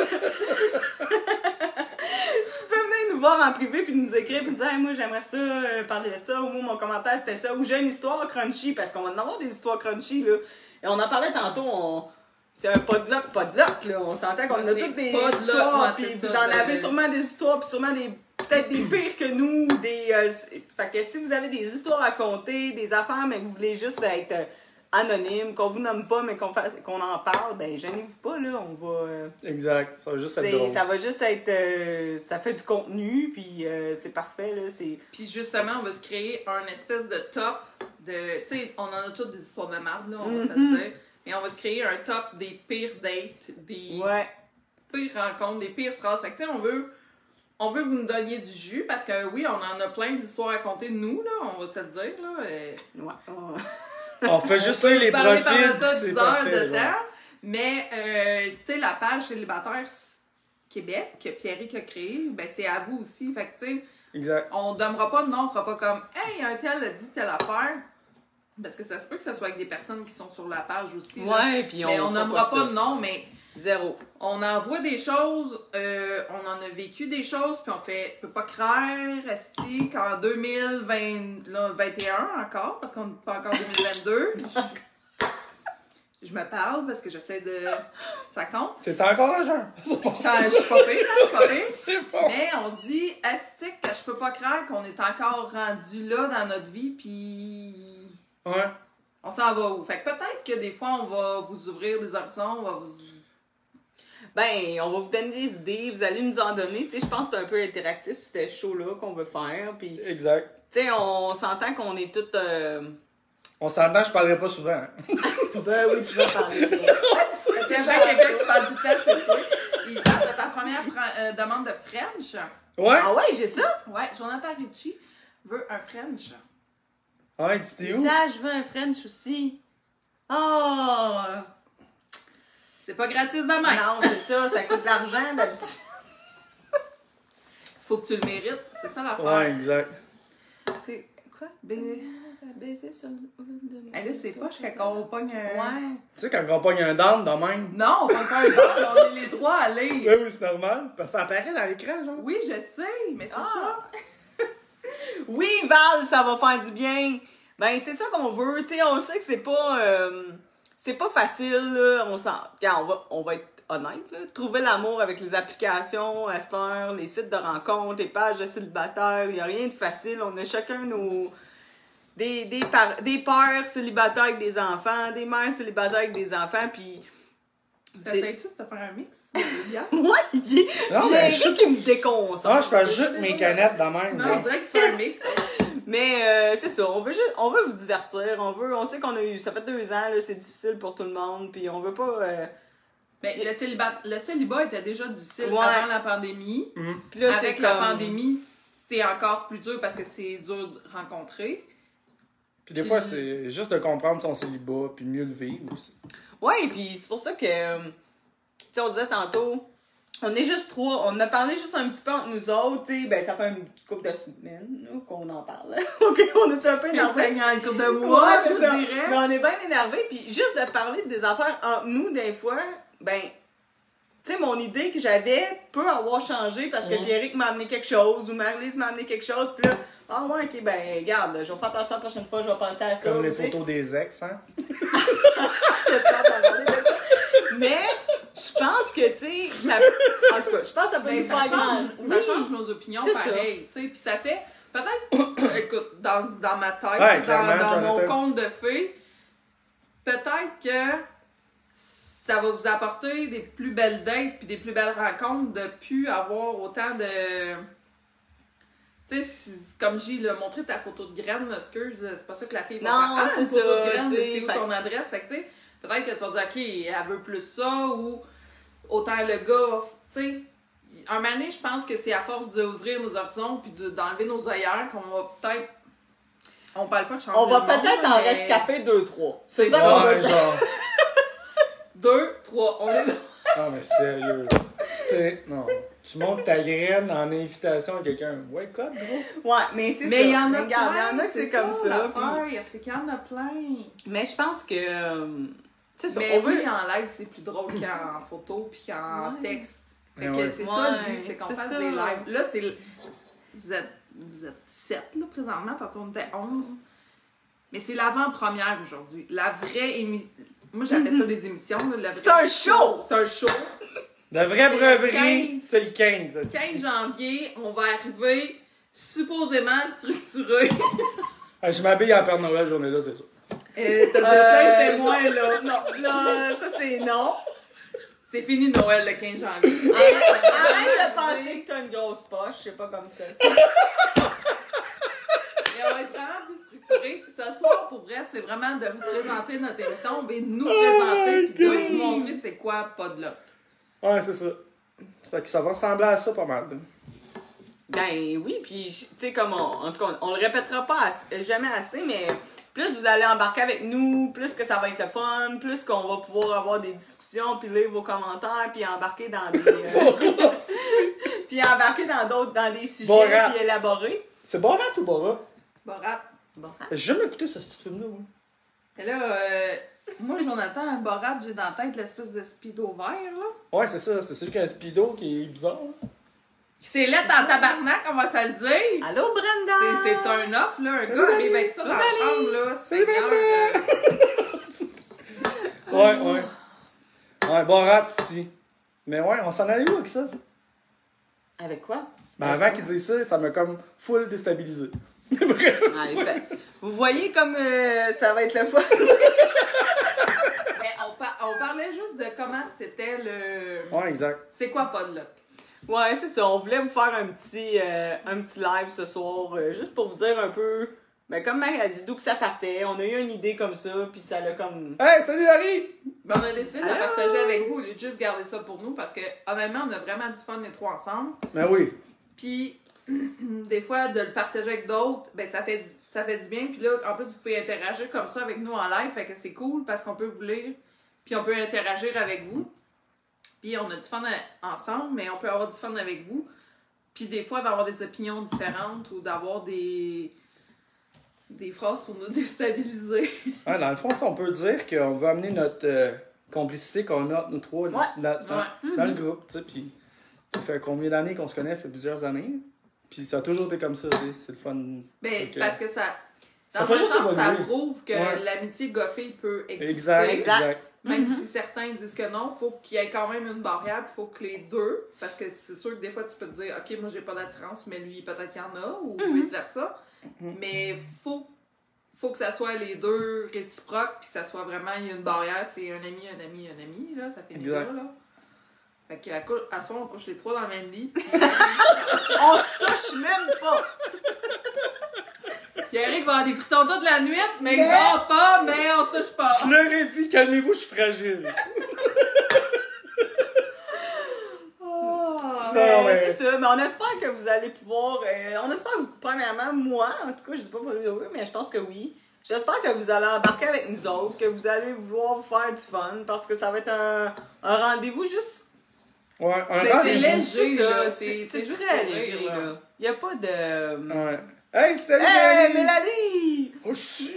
Speaker 3: Tu peux venir nous voir en privé puis nous écrire puis nous dire hey, moi j'aimerais ça parler de ça, ou moi mon commentaire c'était ça, ou j'ai une histoire crunchy, parce qu'on va en avoir des histoires crunchy, là. Et on en parlait tantôt, c'est un podlock, là. On s'entend qu'on a toutes des histoires, puis vous en avez sûrement des histoires, puis sûrement peut-être des pires que nous, fait que si vous avez des histoires à conter, des affaires, mais que vous voulez juste être anonyme, qu'on vous nomme pas, mais qu'on en parle, ben gênez-vous pas, là, on va...
Speaker 1: Exact, ça va juste être drôle.
Speaker 3: Ça va juste être... ça fait du contenu, puis c'est parfait, là, c'est...
Speaker 2: Puis justement, on va se créer un espèce de top de... Tu sais, on en a toutes des histoires de marde, là, on va se le dire. Mais on va se créer un top des pires dates, des pires rencontres, des pires phrases. Fait que tu sais, on veut vous nous donniez du jus, parce que oui, on en a plein d'histoires à compter de nous, là, on va se le dire, là.
Speaker 1: On fait juste là les profils, c'est parfait.
Speaker 2: Dedans, mais, tu sais, la page Célibataire Québec que Pierrick a créée, ben c'est à vous aussi. Fait que, tu sais,
Speaker 1: exact.
Speaker 2: On donnera pas de nom, on fera pas comme « Hey, un tel a dit telle affaire ». Parce que ça se peut que ce soit avec des personnes qui sont sur la page aussi.
Speaker 3: Ouais, puis
Speaker 2: on nommera pas de nom, mais...
Speaker 3: 0. On
Speaker 2: envoie des choses, on en a vécu des choses, puis on fait, peut pas croire, rester qu'en 2021 encore, parce qu'on n'est pas encore 2022. Je me parle parce que j'essaie de... Ça compte.
Speaker 1: T'es encore un jeune.
Speaker 2: Je suis pas pire, hein, je suis pas pire.
Speaker 1: C'est bon.
Speaker 2: Mais on se dit, astique, que je peux pas croire qu'on est encore rendu là dans notre vie, puis...
Speaker 1: Ouais.
Speaker 2: On s'en va où? Fait que peut-être que des fois, on va vous ouvrir des horizons, on va vous...
Speaker 3: Ben, on va vous donner des idées, vous allez nous en donner. Tu sais, je pense que c'est un peu interactif, c'était show-là qu'on veut faire. Puis,
Speaker 1: exact.
Speaker 3: Tu sais, on s'entend qu'on est toutes...
Speaker 1: On s'entend, je parlerai pas souvent.
Speaker 3: Ben oui, tu vas parler.
Speaker 2: S'il y a quelqu'un qui parle tout le temps, c'est toi. Ça, ta première demande de French.
Speaker 1: Ouais?
Speaker 3: Ah ouais, j'ai ça?
Speaker 2: Ouais, Jonathan Ritchie veut un French.
Speaker 1: Ouais, tu t'es où?
Speaker 3: Ça, je veux un French aussi. Oh!
Speaker 2: C'est pas gratis de même.
Speaker 3: Non, c'est ça coûte de l'argent d'habitude.
Speaker 2: Faut que tu le mérites, c'est ça l'affaire.
Speaker 1: Ouais, exact.
Speaker 3: C'est quoi? Ça a baissé sur le haut de mon
Speaker 2: Là, c'est pas quand on pogne un...
Speaker 3: Ouais.
Speaker 1: Tu sais, quand on pogne un down de même.
Speaker 2: Non, on pogne pas un gars, on est les trois à lire.
Speaker 1: Oui, oui, c'est normal. Parce que ça apparaît dans l'écran, genre.
Speaker 2: Oui, je sais, mais c'est ça.
Speaker 3: Oui, Val, ça va faire du bien. Ben, c'est ça qu'on veut. Tu sais, on sait que c'est pas facile, là. Regarde, on va être honnête, là. Trouver l'amour avec les applications, à cette heure, les sites de rencontres, les pages de célibataires, il n'y a rien de facile. On a chacun nos... Des pères célibataires avec des enfants, des mères célibataires avec des enfants, puis...
Speaker 2: T'essayes-tu de te faire un mix?
Speaker 3: Ouais, il dit...
Speaker 1: Non,
Speaker 3: J'ai
Speaker 1: mais
Speaker 3: Eric qui me déconcentre.
Speaker 1: Non, je fais juste mes canettes de même.
Speaker 2: Non, on dirait que c'est un mix.
Speaker 3: Mais c'est ça, on veut vous divertir, on sait qu'on a eu, ça fait 2 ans, là, c'est difficile pour tout le monde, puis on veut pas...
Speaker 2: Mais le célibat était déjà difficile
Speaker 3: Ouais.
Speaker 2: avant la pandémie.
Speaker 3: Puis là,
Speaker 2: Avec
Speaker 3: c'est
Speaker 2: la
Speaker 3: comme-
Speaker 2: pandémie, c'est encore plus dur parce que c'est dur de rencontrer.
Speaker 1: Puis des fois, c'est juste de comprendre son célibat, puis mieux le vivre aussi.
Speaker 3: Ouais, puis c'est pour ça que, tu sais, on disait tantôt, on est juste 3, on a parlé juste un petit peu entre nous autres, tu sais, ben ça fait une couple de semaines là, qu'on en parle. OK, on est un peu énervés.
Speaker 2: Une couple de mois,
Speaker 3: Ouais,
Speaker 2: je
Speaker 3: c'est
Speaker 2: vous
Speaker 3: ça.
Speaker 2: dirais.
Speaker 3: Mais on est bien énervés, puis juste de parler des affaires entre nous, des fois, ben, tu sais, mon idée que j'avais peut avoir changé parce que Pierrick m'a amené quelque chose ou Marie-Lise m'a amené quelque chose, puis là, ah ouais, ok, ben, regarde, je vais faire attention la prochaine fois, je vais penser à ça.
Speaker 1: Comme les
Speaker 3: tu sais.
Speaker 1: photos des ex, hein?
Speaker 3: Mais, je pense que, tu sais, ça... en tout cas, je pense que ça peut
Speaker 2: Ben,
Speaker 3: nous
Speaker 2: ça
Speaker 3: faire
Speaker 2: change,
Speaker 3: grand-
Speaker 2: ça
Speaker 3: Oui.
Speaker 2: change nos opinions
Speaker 3: C'est ça.
Speaker 2: pareil, tu sais, puis ça fait peut-être écoute dans ma tête,
Speaker 1: Ouais, clairement,
Speaker 2: dans mon
Speaker 1: Jonathan.
Speaker 2: conte de fées, peut-être que ça va vous apporter des plus belles dates puis des plus belles rencontres de plus avoir autant de tu sais, comme j'ai montré ta photo de graine, excuse, c'est pas ça que la fille va
Speaker 3: Non,
Speaker 2: faire. Ah,
Speaker 3: c'est
Speaker 2: une photo
Speaker 3: ça,
Speaker 2: de graine,
Speaker 3: tu sais,
Speaker 2: c'est où
Speaker 3: fait-
Speaker 2: ton adresse, fait que tu sais, peut-être que tu vas dire, ok, elle veut plus ça, ou autant le gars, tu sais, un moment donné, je pense que c'est à force d'ouvrir nos horizons puis d'enlever nos œillères qu'on va peut-être. On parle pas de changer
Speaker 3: On va
Speaker 2: le monde,
Speaker 3: peut-être en
Speaker 2: mais
Speaker 3: rescaper 2-3. C'est
Speaker 2: C'est
Speaker 3: ça
Speaker 2: ça.
Speaker 3: qu'on va
Speaker 1: Ouais,
Speaker 3: dire.
Speaker 1: genre.
Speaker 2: 2, 3, on est.
Speaker 1: Non, mais sérieux. Non. Tu montes ta graine en invitation à quelqu'un. Wake up, gros.
Speaker 3: Ouais, mais c'est ça.
Speaker 2: Mais il y en a
Speaker 3: Regarde,
Speaker 2: plein.
Speaker 3: il y en a que c'est comme ça.
Speaker 2: l'affaire, c'est qu'il y en a plein.
Speaker 3: puis- Mais je pense que. C'est ça,
Speaker 2: Mais
Speaker 3: on veut.
Speaker 2: oui, en live, c'est plus drôle qu'en photo puis qu'en
Speaker 3: Ouais.
Speaker 2: texte. Fait
Speaker 1: Mais
Speaker 2: que
Speaker 1: ouais.
Speaker 2: c'est ça le but,
Speaker 3: Ouais,
Speaker 2: c'est qu'on
Speaker 3: c'est
Speaker 2: fasse
Speaker 3: ça.
Speaker 2: des lives. Là, c'est. Vous êtes 7 là, présentement, tantôt on était 11. Mais c'est l'avant-première aujourd'hui. La vraie émission. Moi, j'appelle ça des émissions. Là,
Speaker 3: C'est un show!
Speaker 2: C'est un show.
Speaker 1: La vraie
Speaker 2: C'est
Speaker 1: breverie,
Speaker 2: 15.
Speaker 1: c'est le 15.
Speaker 2: 15 janvier, on va arriver supposément structuré.
Speaker 1: Ah, je m'habille en Père Noël, journée-là, c'est ça.
Speaker 2: T'as plein de témoins, là.
Speaker 3: Non, là, ça c'est non.
Speaker 2: C'est fini Noël le 15 janvier.
Speaker 3: Arrête de penser que t'as une grosse poche, c'est pas comme ça.
Speaker 2: Et on va être vraiment plus structuré. Ce soir, pour vrai, c'est vraiment de vous présenter notre émission, mais de nous présenter puis de vous montrer c'est quoi pas de luck.
Speaker 1: Ouais, c'est ça. Fait que ça va ressembler à ça pas mal. là.
Speaker 3: Ben oui, puis tu sais, comme en tout cas, on le répétera pas jamais assez, mais plus vous allez embarquer avec nous, plus que ça va être le fun, plus qu'on va pouvoir avoir des discussions, puis lire vos commentaires, puis embarquer dans des... puis embarquer dans d'autres, dans des sujets,
Speaker 1: Borat.
Speaker 3: puis élaborer.
Speaker 1: C'est Borat ou Borat?
Speaker 2: Borat.
Speaker 1: J'ai jamais écouté ce petit film-là, moi.
Speaker 2: Et là, moi, Jonathan, Borat, j'ai dans la tête l'espèce de speedo vert, là.
Speaker 1: Ouais, c'est ça. C'est celui qui a un speedo qui est bizarre. là.
Speaker 2: C'est lettre en tabarnak, on va se le dire.
Speaker 3: Allô, Brenda!
Speaker 2: C'est un off, là. Un
Speaker 1: Salut,
Speaker 2: gars
Speaker 1: Dani.
Speaker 2: arrive avec ça dans la
Speaker 3: Salut,
Speaker 2: chambre, là.
Speaker 1: Salut,
Speaker 2: Seigneur.
Speaker 1: Ouais. Ouais, Borat, Titi. Mais ouais, on s'en allait où avec ça?
Speaker 3: Avec quoi?
Speaker 1: Ben avant qu'il dise ça, ça m'a comme full déstabilisé. Mais bref.
Speaker 3: Ouais, vous voyez comme ça va être le fun.
Speaker 2: Mais on parlait juste de comment c'était le...
Speaker 1: Ouais, exact.
Speaker 2: C'est quoi pas de luck?
Speaker 3: Ouais, c'est ça. On voulait vous faire un petit live ce soir, juste pour vous dire un peu Ben, comme Marie a dit, d'où que ça partait, on a eu une idée comme ça, puis ça l'a comme...
Speaker 1: Hey, salut Harry!
Speaker 2: Ben, on a décidé de la partager avec vous, au lieu de juste garder ça pour nous, parce que, honnêtement, on a vraiment du fun les trois ensemble.
Speaker 1: Ben oui.
Speaker 2: Puis, des fois, de le partager avec d'autres, ben, ça fait du bien. Puis là, en plus, vous pouvez interagir comme ça avec nous en live, fait que c'est cool, parce qu'on peut vous lire, puis on peut interagir avec vous. Puis on a du fun ensemble, mais on peut avoir du fun avec vous. Puis des fois, d'avoir des opinions différentes ou d'avoir des phrases pour nous déstabiliser.
Speaker 1: Ouais, dans le fond, on peut dire qu'on veut amener notre complicité qu'on a, nous trois, dans le groupe. Tu sais, puis ça fait combien d'années qu'on se connaît? Ça fait plusieurs années. Puis ça a toujours été comme ça, c'est le fun.
Speaker 2: Ben, c'est parce que ça...
Speaker 1: Ça
Speaker 2: Dans
Speaker 1: fait
Speaker 2: un
Speaker 1: juste
Speaker 2: sens, ça
Speaker 1: évoluer.
Speaker 2: prouve que
Speaker 1: Ouais.
Speaker 2: l'amitié goffée peut exister.
Speaker 1: Exact.
Speaker 2: Même si certains disent que non, faut qu'il y ait quand même une barrière, il faut que les deux, parce que c'est sûr que des fois tu peux te dire, ok, moi j'ai pas d'attirance, mais lui peut-être qu'il y en a, ou vice versa. Mais faut que ça soit les deux réciproques, puis que ça soit vraiment, il y a une barrière, c'est un ami, là, ça fait des gars, là. Fait qu'à soir, on couche les trois dans le même lit.
Speaker 3: On se touche même pas!
Speaker 2: Pierrick va avoir des frissons toute la nuit, mais il dort pas, mais on se touche pas.
Speaker 1: Je leur ai dit, calmez-vous, je suis fragile.
Speaker 3: Mais c'est ça, mais on espère que vous allez pouvoir... on espère, premièrement, moi, en tout cas, je sais pas pour eux, mais je pense que oui. J'espère que vous allez embarquer avec nous autres, que vous allez vouloir vous faire du fun, parce que ça va être un rendez-vous juste...
Speaker 1: Ouais,
Speaker 2: Mais c'est léger, là.
Speaker 3: C'est
Speaker 2: C'est juste
Speaker 3: très
Speaker 2: pour
Speaker 3: léger,
Speaker 2: rire, là.
Speaker 3: là. Il y a pas de...
Speaker 1: Ouais. Hey, salut
Speaker 3: Hey,
Speaker 1: Mélanie!
Speaker 3: Mélanie!
Speaker 1: Oh, je suis...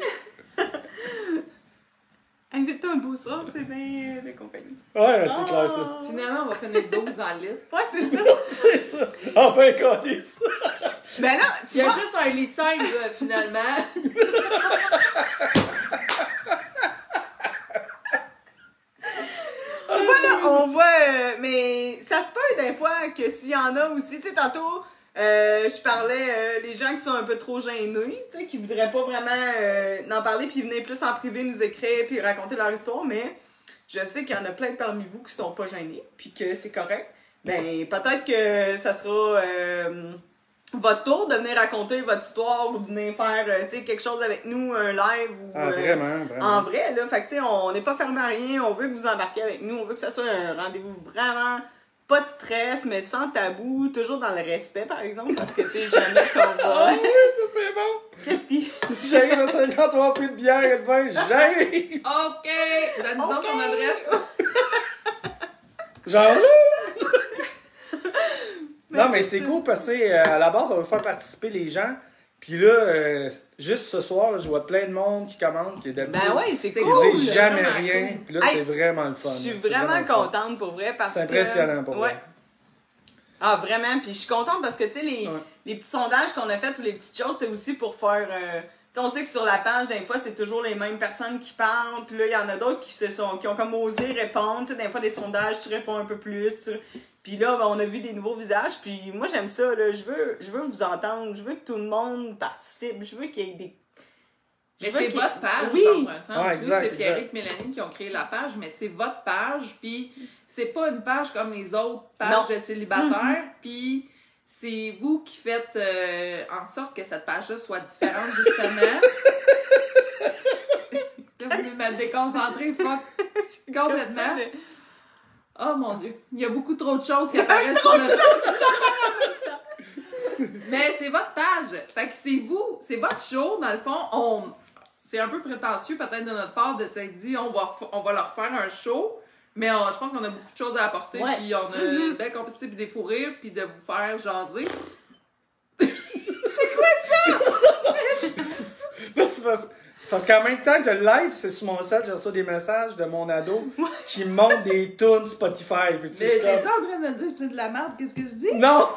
Speaker 3: Invite-toi un beau soir, c'est bien de compagnie.
Speaker 1: Ouais, c'est clair ça.
Speaker 2: Finalement, on va finir 12 dans le lit.
Speaker 3: Ouais, c'est ça.
Speaker 1: C'est ça. Enfin, coller ça.
Speaker 3: Ben là,
Speaker 2: Il
Speaker 3: tu
Speaker 2: y a
Speaker 3: vois...
Speaker 2: juste un lit simple, finalement.
Speaker 3: Tu vois, là, on voit... mais ça se peut, des fois, que s'il y en a aussi... Tu sais, tantôt, je parlais des gens qui sont un peu trop gênés, tu sais, qui voudraient pas vraiment en parler, puis venir plus en privé nous écrire, puis raconter leur histoire, mais je sais qu'il y en a plein parmi vous qui sont pas gênés, puis que c'est correct. Ben, peut-être que ça sera... votre tour de venir raconter votre histoire ou de venir faire tu sais, quelque chose avec nous, un live ou
Speaker 1: Vraiment.
Speaker 3: en vrai là, fait que tu sais, on n'est pas fermé à rien, on veut que vous embarquiez avec nous, on veut que ça soit un rendez-vous vraiment pas de stress mais sans tabou, toujours dans le respect par exemple parce que tu sais jamais qu'on va.
Speaker 1: Ah oui, ça c'est bon.
Speaker 3: Qu'est-ce qui
Speaker 1: J'arrive à 53 prix de bière et de vin, j'arrive.
Speaker 2: OK! Donne-nous donc ton adresse.
Speaker 1: Genre là. Non, mais c'est cool parce que à la base, on veut faire participer les gens. Puis là, juste ce soir, là, je vois plein de monde qui commande, qui est d'habitude.
Speaker 3: Ben oui, c'est
Speaker 2: C'est
Speaker 3: cool.
Speaker 2: cool.
Speaker 1: Ils disent jamais
Speaker 2: vraiment
Speaker 1: rien.
Speaker 2: cool.
Speaker 1: Puis là,
Speaker 3: Hey,
Speaker 1: c'est vraiment le fun.
Speaker 3: Je suis
Speaker 1: là. C'est
Speaker 3: vraiment
Speaker 1: le fun.
Speaker 3: contente pour vrai parce que...
Speaker 1: C'est impressionnant pour
Speaker 3: ouais.
Speaker 1: vrai.
Speaker 3: Ah, vraiment. Puis je suis contente parce que, tu sais, les petits sondages qu'on a fait ou les petites choses, c'était aussi pour faire... tu sais, on sait que sur la page, des fois, c'est toujours les mêmes personnes qui parlent. Puis là, il y en a d'autres qui ont comme osé répondre. Tu sais, des fois, des sondages, tu réponds un peu plus. Puis là, ben, on a vu des nouveaux visages. Puis moi, j'aime ça. Là. Je veux vous entendre. Je veux que tout le monde participe. Je veux qu'il y ait des...
Speaker 2: Mais c'est votre page,
Speaker 3: oui.
Speaker 2: dans un sens.
Speaker 1: Ouais,
Speaker 2: Oui,
Speaker 1: exact,
Speaker 2: c'est Pierrick et Mélanie qui ont créé la page, mais c'est votre page, puis c'est pas une page comme les autres pages de célibataires, puis c'est vous qui faites en sorte que cette page-là soit différente, justement. Là, vous voulez me déconcentrer, fuck, complètement. Oh mon Dieu, il y a beaucoup trop de choses qui apparaissent sur notre Mais c'est votre page. Fait que c'est vous, c'est votre show, dans le fond. C'est un peu prétentieux peut-être de notre part de se dire on va leur faire un show, mais je pense qu'on a beaucoup de choses à apporter, puis on a une belle complicité, puis des fous rires, puis de vous faire jaser. C'est quoi ça?
Speaker 1: Là, c'est parce qu'en même temps que le live, c'est sur mon site, je reçois des messages de mon ado qui me montre des tunes Spotify. Puis, tu sais,
Speaker 2: Mais
Speaker 1: je suis
Speaker 2: t'es-tu
Speaker 1: comme...
Speaker 2: en train de me dire que je dis de la merde? Qu'est-ce que je dis?
Speaker 1: Non!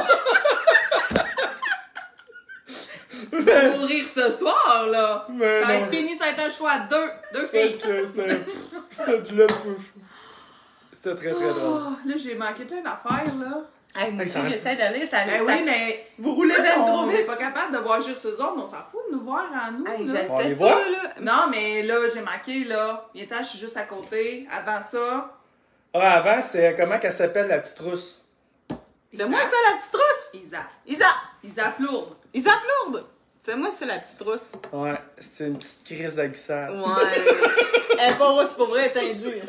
Speaker 2: Tu vas mourir ce soir, là!
Speaker 1: Mais
Speaker 2: Ça va
Speaker 1: non.
Speaker 2: être fini, ça va être un choix à deux filles!
Speaker 1: C'était de C'était très très drôle.
Speaker 2: Oh, là, j'ai manqué plein d'affaires, là.
Speaker 3: Hey, moi
Speaker 1: Hey, ça
Speaker 3: aussi,
Speaker 1: va-
Speaker 3: j'essaie d'aller, ça
Speaker 2: Ben oui, mais
Speaker 3: Vous roulez bien trop
Speaker 2: on n'est
Speaker 3: vite.
Speaker 2: pas capable de voir juste eux autres, on s'en fout de nous voir à nous,
Speaker 3: Hey,
Speaker 2: là.
Speaker 1: On les
Speaker 3: j'essaie
Speaker 1: voit?
Speaker 3: pas, là.
Speaker 2: Non, mais là, j'ai manqué, là. Bientôt, je suis juste à côté. Avant ça...
Speaker 1: Ah, avant, c'est comment qu'elle s'appelle la petite rousse?
Speaker 3: C'est moi ça, la petite rousse.
Speaker 2: Isa.
Speaker 3: Isa.
Speaker 2: Isa Plourde.
Speaker 3: Isa Plourde. sais, moi, c'est la petite rousse.
Speaker 1: Ouais, c'est une petite crise d'aguissage.
Speaker 3: Ouais. Elle est pas rousse, pour vrai, elle est tendue.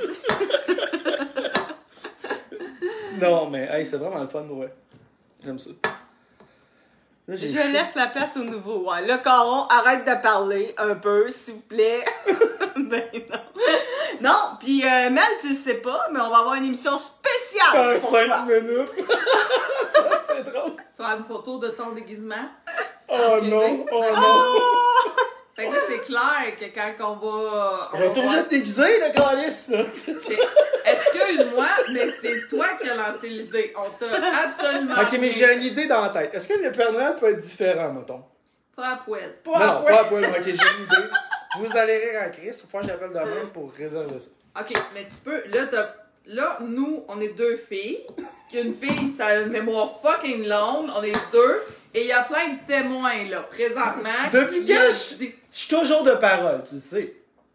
Speaker 1: Non, mais hey, c'est vraiment le fun, ouais. J'aime ça. Là,
Speaker 3: Je laisse la place au nouveau. Ouais. Là, Caron, arrête de parler un peu, s'il vous plaît. Ben non. Non, puis Mel, tu le sais pas, mais on va avoir une émission spéciale.
Speaker 1: 5 minutes. Ça, c'est drôle.
Speaker 2: Tu vas une photo de ton déguisement.
Speaker 1: Oh non, oh non.
Speaker 2: Fait que là, c'est clair que quand on va...
Speaker 1: Je vais toujours être déguisé, le calice, là.
Speaker 2: Excuse-moi, mais c'est toi qui as lancé l'idée. On t'a absolument...
Speaker 1: Ok, mais j'ai une idée dans la tête. Est-ce que le Père Noël peut être différent, mettons?
Speaker 2: Pas à poil.
Speaker 1: Non, pas à poil. Ok, j'ai une idée. Vous allez rire en crise. Faut que j'appelle demain pour réserver ça.
Speaker 2: Ok, mais tu peux... Là, nous, on est 2 filles. Une fille, ça a une mémoire fucking longue. On est 2. Et il y a plein de témoins, là, présentement.
Speaker 1: Depuis quand je suis toujours de parole, tu le sais.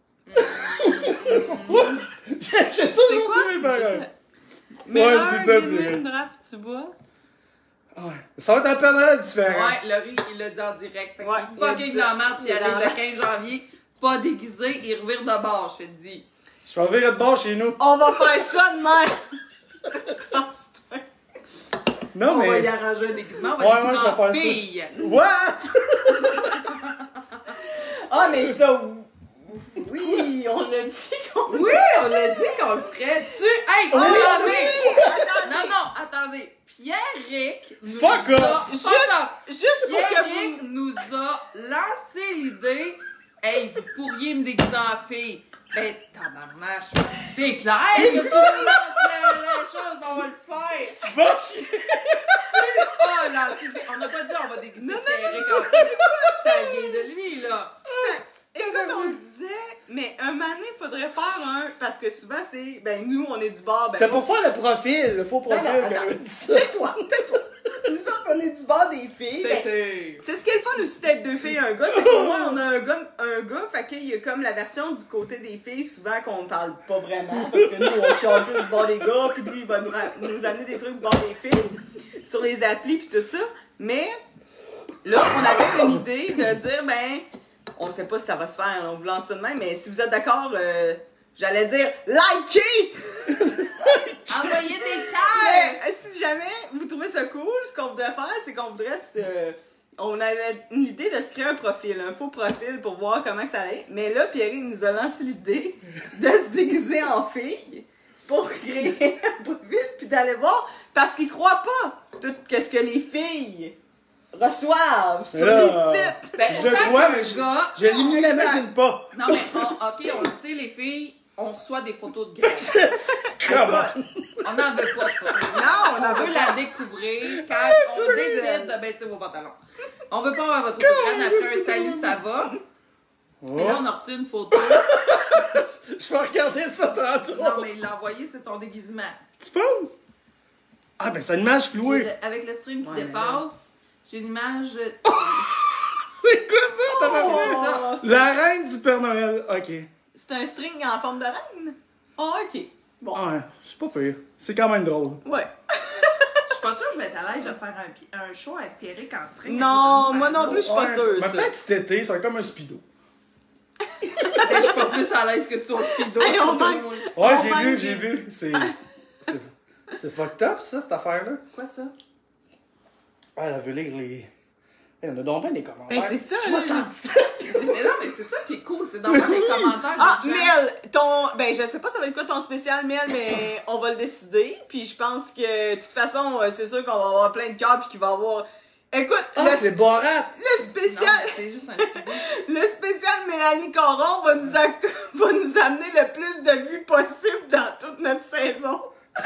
Speaker 1: J'ai toujours dit mes paroles.
Speaker 3: Mais
Speaker 1: Ouais, je l'ai dit à
Speaker 3: dis
Speaker 1: direct.
Speaker 3: une draft, tu bois.
Speaker 1: Ouais. Ça va être un Père Noël différent.
Speaker 2: Ouais, Laurie, il l'a dit en direct. Fait
Speaker 3: Ouais,
Speaker 2: qu'il
Speaker 3: il a
Speaker 2: fucking
Speaker 3: dit
Speaker 2: dans
Speaker 3: ça.
Speaker 2: la merde s'il
Speaker 3: Il est dans
Speaker 2: arrive
Speaker 3: la-
Speaker 2: le 15 janvier, pas déguisé, il revire de bord, je te dis.
Speaker 1: Je vais virer de bord chez nous.
Speaker 3: On va faire ça de même. Tasse-toi.
Speaker 1: Non,
Speaker 2: On va y
Speaker 1: mais.
Speaker 2: arranger un déguisement, on va
Speaker 1: Ouais,
Speaker 2: déguiser
Speaker 1: je vais
Speaker 2: en
Speaker 1: faire ça.
Speaker 2: fille.
Speaker 1: What?
Speaker 3: Ah, mais ça. Oui, on l'a dit qu'on.
Speaker 2: Oui, on l'a dit qu'on le ferait. Hey,
Speaker 1: Oui,
Speaker 2: attendez! Non, attendez. Pierrick nous
Speaker 1: Fuck
Speaker 2: a...
Speaker 1: off.
Speaker 3: Juste pour que
Speaker 2: Pierrick
Speaker 3: vous.
Speaker 2: nous a lancé l'idée. Hey, vous pourriez me déguiser en fille. Ben, tabarnache. C'est clair que tu nous lances la chose, on va le faire.
Speaker 1: Va chier.
Speaker 2: Ah, lancé l'idée. On n'a pas dit on va déguiser Pierrick en fille. Ça vient de lui, là.
Speaker 3: Écoute, on se disait, mais un matin, il faudrait faire un. Parce que souvent, c'est. Ben, nous, on est du bar. Ben,
Speaker 1: C'était pour faire le profil, le faux profil.
Speaker 3: Non,
Speaker 1: qu'elle
Speaker 3: attends.
Speaker 1: avait dit ça.
Speaker 3: Tais-toi. Nous autres, on est du bar des filles. Ben, c'est ce qui est le fun aussi d'être 2 filles et un gars, c'est que moi, on a un gars, fait qu'il y a comme la version du côté des filles, souvent qu'on parle pas vraiment, parce que nous, on chante plus du bord des gars, puis lui, il va nous amener des trucs du bord des filles, sur les applis, puis tout ça. Mais, là, on avait une idée de dire, ben, on sait pas si ça va se faire, on vous lance ça de même, mais si vous êtes d'accord, j'allais dire, likez!
Speaker 2: Envoyez des cartes!
Speaker 3: Mais si jamais vous trouvez ça cool, ce qu'on voudrait faire, c'est qu'on voudrait on avait une idée de se créer un profil, un faux profil pour voir comment ça allait. Mais là, Pierre nous a lancé l'idée de se déguiser en fille pour créer un profil puis d'aller voir parce qu'ils croient pas tout ce que les filles reçoivent sur
Speaker 1: Là,
Speaker 3: les sites.
Speaker 2: Ben,
Speaker 1: Je le
Speaker 2: autant
Speaker 1: crois,
Speaker 2: que
Speaker 1: mais
Speaker 2: le gars,
Speaker 1: je l'imagine pas.
Speaker 2: Non, mais ok, on le sait, les filles, on reçoit des photos de graisse.
Speaker 1: Comment?
Speaker 2: On n'en veut pas de photos.
Speaker 3: Non,
Speaker 2: On veut la découvrir quand on décide de baisser vos pantalons. On veut pas avoir votre autogramme après un salut, ça va. Mais là, on a reçu une photo.
Speaker 1: Je vais regarder ça tantôt.
Speaker 2: Non, mais il l'a envoyé, c'est ton déguisement.
Speaker 1: Tu penses? Ah, ben c'est une image flouée.
Speaker 2: Avec le stream qui
Speaker 3: Ouais, mais
Speaker 2: dépasse, j'ai une image.
Speaker 1: C'est quoi ça? T'as pas vu?
Speaker 2: ça.
Speaker 1: La reine du Père Noël. Ok.
Speaker 3: C'est un string en forme de reine? Ah, ok. Bon.
Speaker 1: Ouais, c'est pas pire. C'est quand même drôle.
Speaker 3: Ouais.
Speaker 2: Je suis pas sûre que je vais être à l'aise de faire un show avec Pierrick en string.
Speaker 3: Non, moi non plus, je suis pas
Speaker 1: Ouais,
Speaker 3: sûre.
Speaker 1: mais
Speaker 3: ça.
Speaker 1: peut-être cet été, c'est comme un speedo.
Speaker 2: Ben, je suis pas plus à l'aise que tu au speedo.
Speaker 3: Hey, on
Speaker 2: Toi,
Speaker 3: manque-
Speaker 2: moi.
Speaker 1: Ouais,
Speaker 3: Oh
Speaker 1: j'ai
Speaker 3: my
Speaker 1: vu. C'est fucked up, ça, cette affaire-là.
Speaker 2: Quoi ça?
Speaker 1: Ah, elle veut lire les. Hey, on a donc bien des commentaires.
Speaker 3: Ben, c'est ça, là.
Speaker 1: 67!
Speaker 2: Mais non, mais c'est ça qui est cool, c'est dans les commentaires.
Speaker 3: Ah,
Speaker 2: des gens.
Speaker 3: Mel, ben je sais pas ça va être quoi ton spécial, Mel, mais on va le décider. Puis je pense que, de toute façon, c'est sûr qu'on va avoir plein de cœurs puis qu'il va y avoir... Écoute,
Speaker 1: Ah, c'est Borat!
Speaker 3: le
Speaker 2: Non,
Speaker 3: spécial...
Speaker 2: mais c'est juste un speedo.
Speaker 3: Le spécial Mélanie Caron va nous amener le plus de vues possible dans toute notre saison.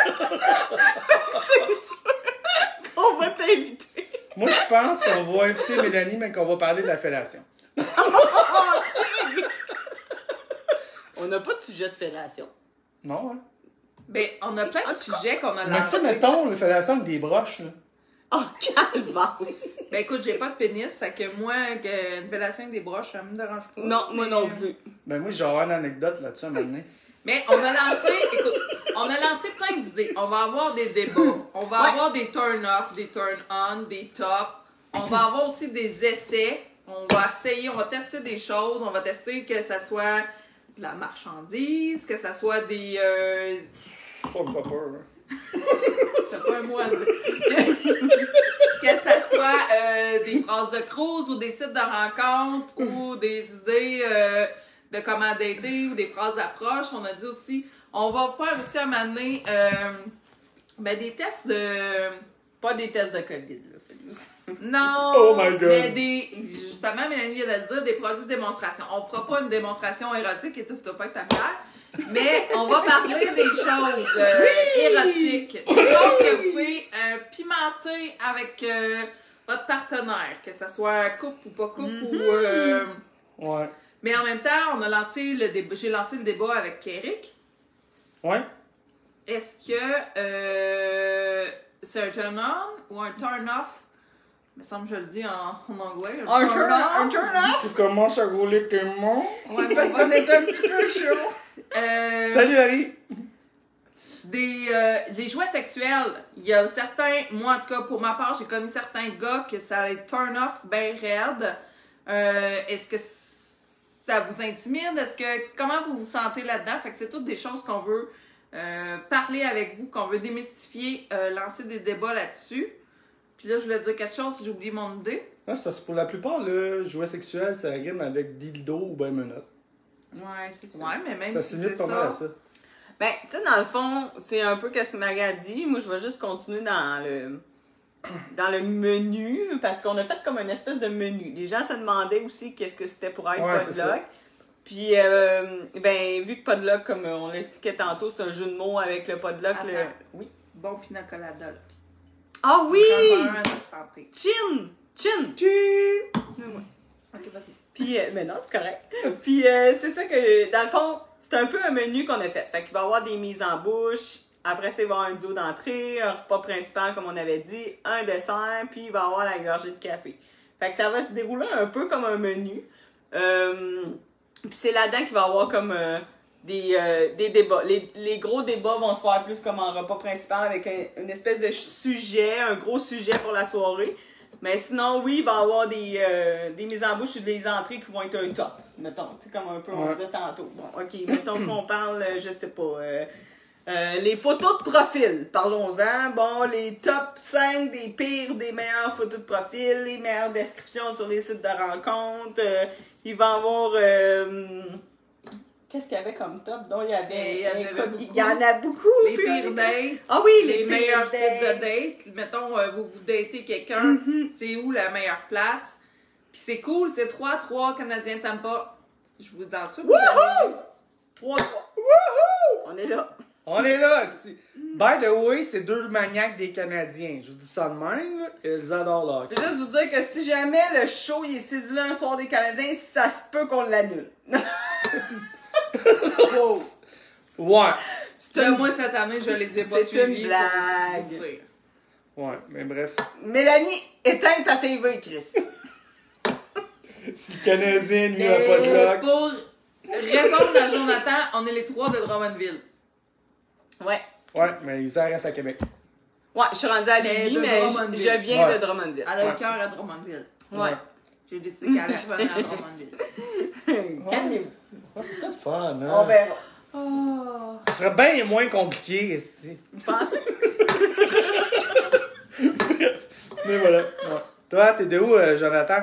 Speaker 3: C'est sûr qu'on va t'inviter.
Speaker 1: Moi, je pense qu'on va inviter Mélanie, mais qu'on va parler de la fellation.
Speaker 3: Oh, Thierry! On n'a pas de sujet de fellation.
Speaker 1: Non, hein?
Speaker 2: Ben, on a plein de sujets qu'on a
Speaker 1: Mais tu sais,
Speaker 2: lancés.
Speaker 1: mettons, la fellation avec des broches, là.
Speaker 3: Oh, calvasse!
Speaker 2: Ben, écoute, j'ai pas de pénis, fait que moi, une fellation avec des broches, ça me dérange pas.
Speaker 3: Non, moi
Speaker 2: Mais,
Speaker 3: non plus.
Speaker 1: Ben, moi, j'ai avoir une anecdote là-dessus à un moment donné.
Speaker 2: Mais on a lancé, écoute, on a lancé plein d'idées. On va avoir des débats, on va
Speaker 3: Ouais.
Speaker 2: avoir des turn-off, des turn-on, des tops. On va avoir aussi des essais. On va essayer, on va tester des choses. On va tester que ça soit de la marchandise, que ça soit des...
Speaker 1: Ça me fait peur, là.
Speaker 2: C'est pas un mot à dire. Que ça soit des phrases de cruise ou des sites de rencontres ou des idées de comment dater ou des phrases d'approche. On a dit aussi, on va faire aussi un moment donné des tests de...
Speaker 3: Pas des tests de COVID, là.
Speaker 2: Non,
Speaker 1: Oh my God.
Speaker 2: mais justement, Mélanie vient de le dire, des produits de démonstration. On fera pas une démonstration érotique, étouffe-toi pas avec ta bière, mais on va parler des choses érotiques, des choses que vous pouvez pimenter avec votre partenaire, que ça soit couple ou pas couple ou...
Speaker 1: Ouais.
Speaker 2: Mais en même temps, on a lancé le débat, j'ai lancé le débat avec Eric.
Speaker 1: Ouais.
Speaker 2: Est-ce que c'est un turn-on ou un turn-off? Il me semble que je le dis en anglais.
Speaker 3: Un turn-off?
Speaker 1: Tu commences à rouler tes mains.
Speaker 2: Ouais,
Speaker 3: C'est parce qu'on est un petit peu chaud.
Speaker 1: Salut, Harry!
Speaker 2: Des jouets sexuels. Il y a certains, moi en tout cas pour ma part, j'ai connu certains gars que ça allait turn-off bien raide. Est-ce que ça vous intimide? Comment vous vous sentez là-dedans? Fait que c'est toutes des choses qu'on veut parler avec vous, qu'on veut démystifier, lancer des débats là-dessus. Puis là, je voulais dire quelque chose, j'ai oublié mon idée.
Speaker 1: Non, c'est parce que pour la plupart, le jouet sexuel, ça rime avec dildo ou ben menottes.
Speaker 3: Ouais, c'est ça.
Speaker 2: Ouais, mais même
Speaker 1: Ça
Speaker 2: si
Speaker 1: s'imite
Speaker 2: c'est
Speaker 1: pas mal à
Speaker 2: ça.
Speaker 1: ça.
Speaker 3: Ben, tu sais, dans le fond, c'est un peu ce que Marie a dit. Moi, je vais juste continuer dans le menu, parce qu'on a fait comme une espèce de menu. Les gens se demandaient aussi qu'est-ce que c'était pour être
Speaker 1: Ouais, c'est ça.
Speaker 3: podlock. Puis, ben, vu que podlock, comme on l'expliquait tantôt, c'est un jeu de mots avec le podlock.
Speaker 2: Attends.
Speaker 3: Oui.
Speaker 2: Bon pina colada, là.
Speaker 3: Ah oui!
Speaker 2: Prends-en un à notre santé.
Speaker 3: Chin! Chin!
Speaker 2: Ok, vas-y.
Speaker 3: Puis, mais non, c'est correct. Puis, c'est ça que, dans le fond, c'est un peu un menu qu'on a fait. Fait qu'il va y avoir des mises en bouche. Après ça, il va y avoir un duo d'entrée, un repas principal, comme on avait dit, un dessert, puis il va y avoir la gorgée de café. Fait que ça va se dérouler un peu comme un menu. Puis c'est là-dedans qu'il va y avoir comme des débats. Les gros débats vont se faire plus comme un repas principal avec une espèce de sujet, un gros sujet pour la soirée. Mais sinon, oui, il va y avoir des mises en bouche ou des entrées qui vont être un top, mettons. Tu sais, comme un peu on disait tantôt. Bon, OK, mettons qu'on parle, je sais pas, les photos de profil, parlons-en. Bon, les top 5 des pires, des meilleures photos de profil, les meilleures descriptions sur les sites de rencontres. Il va y avoir... qu'est-ce qu'il y avait comme top? Donc, il y avait... Il y en a beaucoup.
Speaker 2: Les pires dates.
Speaker 3: Ah oui,
Speaker 2: les
Speaker 3: pires
Speaker 2: meilleurs
Speaker 3: dates.
Speaker 2: sites de date. Mettons, vous datez quelqu'un, c'est où la meilleure place? Puis c'est cool, c'est 3-3 Canadiens Tampa. Je vous dans ça.
Speaker 3: Wouhou! 3-3. Wouhou! On est là.
Speaker 1: On est là! By the way, c'est deux maniaques des Canadiens. Je vous dis ça de même, là. Ils adorent le hockey.
Speaker 3: Je vais juste vous dire que si jamais le show il est cédulé un soir des Canadiens, ça se peut qu'on l'annule.
Speaker 2: Wow.
Speaker 1: Ouais.
Speaker 2: Là, moi, cette année, je les ai pas
Speaker 3: C'est une
Speaker 2: suivis.
Speaker 3: blague.
Speaker 2: pour vous dire.
Speaker 1: Ouais, mais bref.
Speaker 3: Mélanie, éteins ta TV, Chris.
Speaker 1: Si le Canadien, lui, a pas de
Speaker 2: Mais
Speaker 1: lock.
Speaker 2: pour répondre à Jonathan, on est les trois de Drummondville.
Speaker 3: Ouais.
Speaker 1: Ouais, mais ils restent à Québec.
Speaker 3: Ouais, je suis rendue à Lévis,
Speaker 2: de
Speaker 3: mais
Speaker 2: Drummondville.
Speaker 3: je viens
Speaker 1: Ouais.
Speaker 3: de Drummondville.
Speaker 2: Elle a
Speaker 1: Ouais.
Speaker 2: le cœur à Drummondville.
Speaker 3: Ouais.
Speaker 2: J'ai décidé qu'elle allait revenir à Drummondville.
Speaker 3: Calmez-vous.
Speaker 1: Ah, c'est ça le fun, hein?
Speaker 3: On verra.
Speaker 2: Oh.
Speaker 1: Ce serait bien moins compliqué, esti.
Speaker 3: Vous pensez?
Speaker 1: Mais voilà. Ouais. Toi, t'es de où, Jonathan?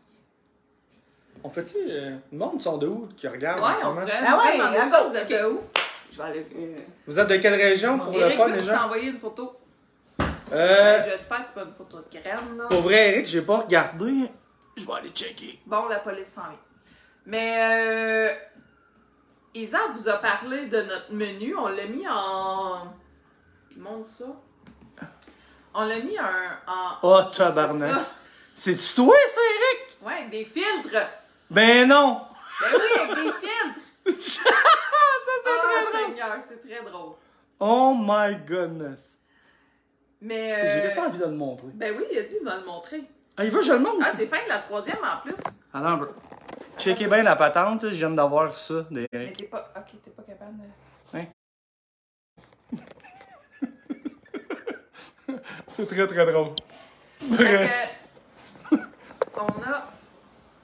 Speaker 1: On fait-tu... le monde sont de où qui regardent en
Speaker 2: Ouais,
Speaker 1: ce
Speaker 2: on
Speaker 1: moment?
Speaker 2: pourrait
Speaker 3: Ah ouais,
Speaker 2: demander
Speaker 3: ah
Speaker 2: ça,
Speaker 3: bon,
Speaker 2: vous êtes
Speaker 3: ok.
Speaker 2: de où?
Speaker 3: Je vais aller...
Speaker 1: Vous êtes de quelle région pour le
Speaker 2: Eric,
Speaker 1: fun,
Speaker 2: là, je
Speaker 1: les
Speaker 2: t'ai
Speaker 1: gens?
Speaker 2: envoyé une photo. J'espère que c'est pas une photo de crème, là.
Speaker 1: Pour vrai, Eric, j'ai pas regardé. Je vais aller checker.
Speaker 2: Bon, la police s'en vient. Mais, Isa vous a parlé de notre menu. On l'a mis en... Il montre ça. On l'a mis en...
Speaker 1: Oh, tabarnak.
Speaker 2: C'est
Speaker 1: C'est-tu toi, ça, Eric?
Speaker 2: ça. Ouais, des filtres.
Speaker 1: Ben non!
Speaker 2: Ben oui, avec des filtres.
Speaker 1: Ça, c'est
Speaker 2: Oh,
Speaker 1: très drôle.
Speaker 2: Seigneur, c'est très drôle.
Speaker 1: Oh my goodness.
Speaker 2: Mais,
Speaker 1: J'ai quasiment envie de le montrer.
Speaker 2: ben oui, il a dit de me le montrer.
Speaker 1: Ah, il veut que je le montre?
Speaker 2: Ah, c'est fin de la troisième en plus.
Speaker 1: Alors, bro. Checkez bien la patente, je viens d'avoir ça
Speaker 2: Mais
Speaker 1: d'Eric.
Speaker 2: t'es pas... Ok, t'es pas capable de...
Speaker 1: C'est très très drôle.
Speaker 2: Fait que, on a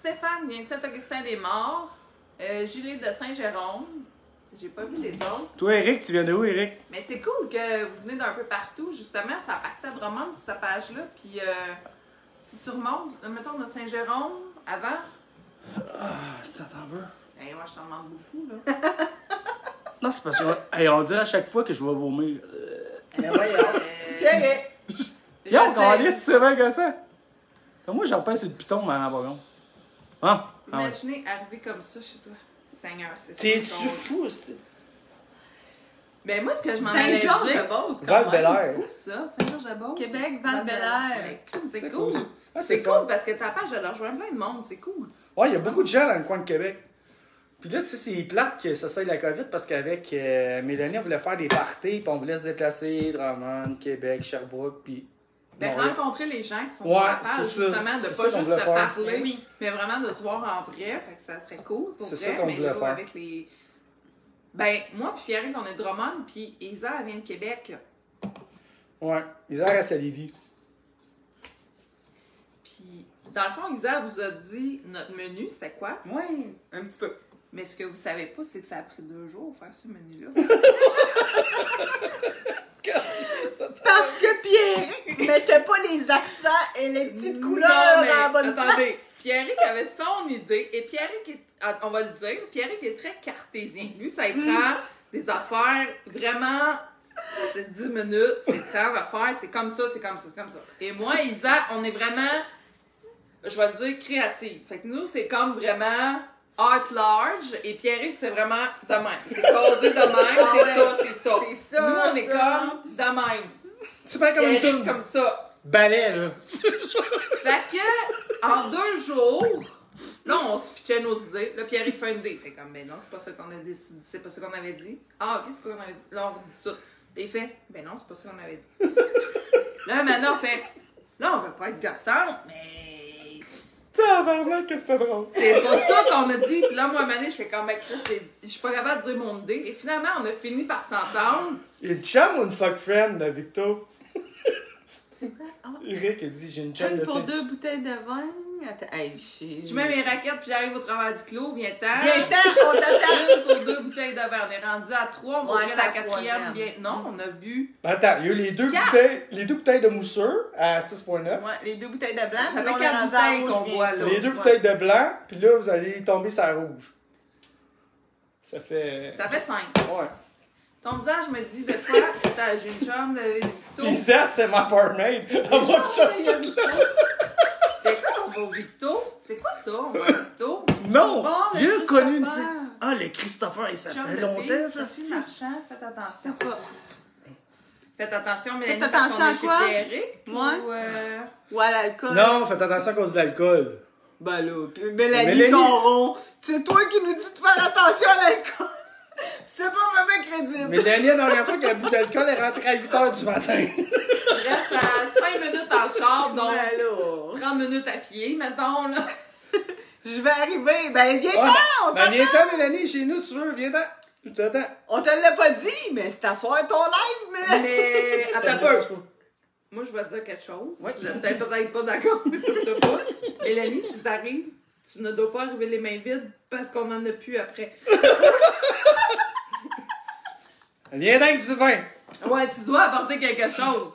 Speaker 2: Stéphane vient de Saint-Augustin-des-Morts. Julie de Saint-Jérôme. J'ai pas vu les autres.
Speaker 1: Toi, Eric, tu viens de où, Eric?
Speaker 2: Mais c'est cool que vous venez d'un peu partout. Justement, ça appartient à Drummond, cette page-là. Puis si tu remontes, mettons de Saint-Jérôme, avant.
Speaker 1: Ah, ça t'en veut?
Speaker 2: Hey, moi, je t'en demande beaucoup, là.
Speaker 1: Non, c'est parce que hey, on dirait à chaque fois que je vais vomir.
Speaker 3: Tiens,
Speaker 1: Yo,
Speaker 2: Je sais.
Speaker 1: Calice, c'est vrai que ça. Moi, j'en passe sur le piton, mais en pas Hein? Ah ouais.
Speaker 2: Imaginez arriver comme ça chez toi. Seigneur, c'est ça.
Speaker 1: T'es-tu fou, c'est
Speaker 2: Ben moi, ce que je m'en allais dire...
Speaker 3: Saint-Georges-de-Beauce, quand même.
Speaker 1: Val-Bélair.
Speaker 2: Où ça? Saint-Georges-de-Beauce?
Speaker 3: Québec, Val-Bélair.
Speaker 2: Ouais, c'est
Speaker 1: C'est
Speaker 2: cool.
Speaker 1: cool. Ah,
Speaker 2: C'est
Speaker 1: fun.
Speaker 2: cool parce que ta page, elle rejoint plein de monde. C'est cool.
Speaker 1: Ouais, il y a beaucoup de gens dans le coin de Québec. Puis là, tu sais, c'est plate que ça soit la COVID parce qu'avec Mélanie, on voulait faire des parties, puis on voulait se déplacer, Drummond, Québec, Sherbrooke, puis.
Speaker 2: Ben,
Speaker 1: Montréal.
Speaker 2: rencontrer les gens qui sont
Speaker 1: Ouais,
Speaker 2: sur la page,
Speaker 1: c'est ça.
Speaker 2: justement, de
Speaker 1: C'est ça
Speaker 2: pas
Speaker 1: qu'on
Speaker 2: juste
Speaker 1: voulait
Speaker 2: se
Speaker 1: faire.
Speaker 2: parler,
Speaker 3: Ben oui.
Speaker 2: mais vraiment de se voir en vrai. Fait que ça serait cool pour
Speaker 1: C'est
Speaker 2: vrai.
Speaker 1: ça qu'on
Speaker 2: mais
Speaker 1: voulait
Speaker 2: là,
Speaker 1: faire.
Speaker 2: avec les. Ben, moi, puis Pierre, on est de Drummond, puis Isa, elle vient de Québec.
Speaker 1: Ouais, Isère à Salivi.
Speaker 2: Puis, dans le fond, Isa vous a dit notre menu, c'était quoi?
Speaker 3: Oui, un petit peu.
Speaker 2: Mais ce que vous savez pas, c'est que ça a pris 2 jours faire ce menu-là.
Speaker 3: Parce que Pierre mettait pas les accents et les petites couleurs
Speaker 2: Non, mais
Speaker 3: dans la bonne
Speaker 2: attendez,
Speaker 3: place.
Speaker 2: Pierrick avait son idée, et Pierrick est, on va le dire, Pierrick est très cartésien. Lui, ça il prend des affaires vraiment, c'est 10 minutes, c'est 30 affaires, c'est comme ça, c'est comme ça, c'est comme ça. Et moi, Isa, on est vraiment, je vais le dire, créative. Fait que nous, c'est comme vraiment art large, et Pierrick, c'est vraiment de même. C'est causé de même, c'est
Speaker 3: ouais.
Speaker 2: ça, c'est ça.
Speaker 3: C'est ça,
Speaker 2: Nous, on est
Speaker 3: ça.
Speaker 2: comme de même.
Speaker 1: C'est pas comme une
Speaker 2: Pierrick,
Speaker 1: toune.
Speaker 2: comme ça.
Speaker 1: Balai, là.
Speaker 2: Fait que, en 2 jours, là, on se pitchait nos idées. Là, Pierre, il fait une idée. Fait comme, ben non, c'est pas ça qu'on a décidé, c'est pas ça qu'on avait dit. Ah, ok, c'est quoi qu'on avait dit? Là, on dit tout. Puis il fait, ben non, c'est pas ça qu'on avait dit. Là, maintenant, on fait, là, on veut pas être gossante, mais
Speaker 1: Tabarnak, qu'est-ce que c'est drôle.
Speaker 2: c'est pas ça qu'on a dit. Puis là, moi, à un moment donné, je fais comme, ben, Chris, je suis pas capable de dire mon idée. Et finalement, on a fini par s'entendre.
Speaker 1: Une chum ou une fuck friend, là, Victor?
Speaker 3: C'est quoi? Ah.
Speaker 1: Eric a dit, j'ai une chum
Speaker 3: Une
Speaker 1: de
Speaker 3: pour
Speaker 1: fille.
Speaker 3: 2 bouteilles de vin. Attends, hey,
Speaker 2: Je mets mes raquettes, puis j'arrive au travers du clos, viens-t'en.
Speaker 3: Viens-t'en, on t'attend!
Speaker 2: Une pour 2 bouteilles de vin. On est rendu à 3, on va
Speaker 3: Ouais,
Speaker 2: ouvrir
Speaker 3: c'est
Speaker 2: la
Speaker 3: la
Speaker 2: 4e.
Speaker 3: troisième.
Speaker 2: Bien... Non, on a bu.
Speaker 1: Ben, attends, il y a eu les deux bouteilles de mousseux à 6,9.
Speaker 3: Ouais, les 2 bouteilles de blanc.
Speaker 2: Ça
Speaker 3: puis
Speaker 2: fait
Speaker 3: on est
Speaker 2: 4
Speaker 3: rendu à
Speaker 2: bouteilles
Speaker 3: rouge
Speaker 2: qu'on
Speaker 3: bientôt.
Speaker 2: boit, là.
Speaker 1: Les 2
Speaker 3: Ouais.
Speaker 1: bouteilles de blanc, puis là, vous allez tomber sur la rouge. Ça fait.
Speaker 2: Ça fait 5.
Speaker 1: Ouais.
Speaker 2: Ton visage me dit, de quoi? Attends, j'ai une chambre de Victo.
Speaker 1: Puis ça, c'est ma barmaid. Elle va me changer.
Speaker 2: C'est quoi, on va au Victo? C'est quoi ça, on va au Victo?
Speaker 1: Non!
Speaker 3: Bon, mais
Speaker 1: il a
Speaker 3: Christopher.
Speaker 1: connu une fille. Ah, le Christopher, ça
Speaker 2: Chambre
Speaker 1: fait
Speaker 2: de
Speaker 1: longtemps,
Speaker 2: fille,
Speaker 1: ça,
Speaker 2: Sophie
Speaker 1: c'est
Speaker 2: Marchand, faites attention.
Speaker 3: C'est pas.
Speaker 2: Faites attention, Mélanie,
Speaker 3: Faites
Speaker 2: parce qu'on
Speaker 3: attention à
Speaker 2: est chez
Speaker 3: quoi?
Speaker 2: Pierrick.
Speaker 3: Ouais.
Speaker 2: Ou
Speaker 3: Ou à l'alcool.
Speaker 1: Non, faites attention à cause de l'alcool.
Speaker 3: Ben là, puis Mélanie
Speaker 1: Mélanie.
Speaker 3: Caron, c'est toi qui nous dis de faire attention à l'alcool. C'est pas vraiment crédible.
Speaker 1: Mélanie, la dernière fois qu'elle a bu d'alcool, elle est rentrée à 8h du matin.
Speaker 2: Je reste à 5 minutes en char, donc
Speaker 3: Ben là,
Speaker 2: 30 minutes à pied, mettons, là.
Speaker 3: je vais arriver. Ben viens-t'en,
Speaker 1: Ouais,
Speaker 3: on
Speaker 1: ben,
Speaker 3: t'attend.
Speaker 1: viens-ten, Mélanie, chez nous, si tu veux, viens-ten. Je t'attends.
Speaker 3: On te l'a pas dit, mais c'est à soir ton live, Mélanie.
Speaker 2: Mais,
Speaker 1: Ça
Speaker 2: attends
Speaker 1: me
Speaker 2: un peu.
Speaker 1: dérange pas.
Speaker 2: Moi, je vais te dire quelque chose.
Speaker 1: Ouais.
Speaker 2: Vous êtes peut-être pas d'accord, mais tout pas. Mélanie, si t'arrives, tu ne dois pas arriver les mains vides parce qu'on en a plus après.
Speaker 1: Viens avec du vin.
Speaker 2: Ouais, tu dois apporter quelque chose.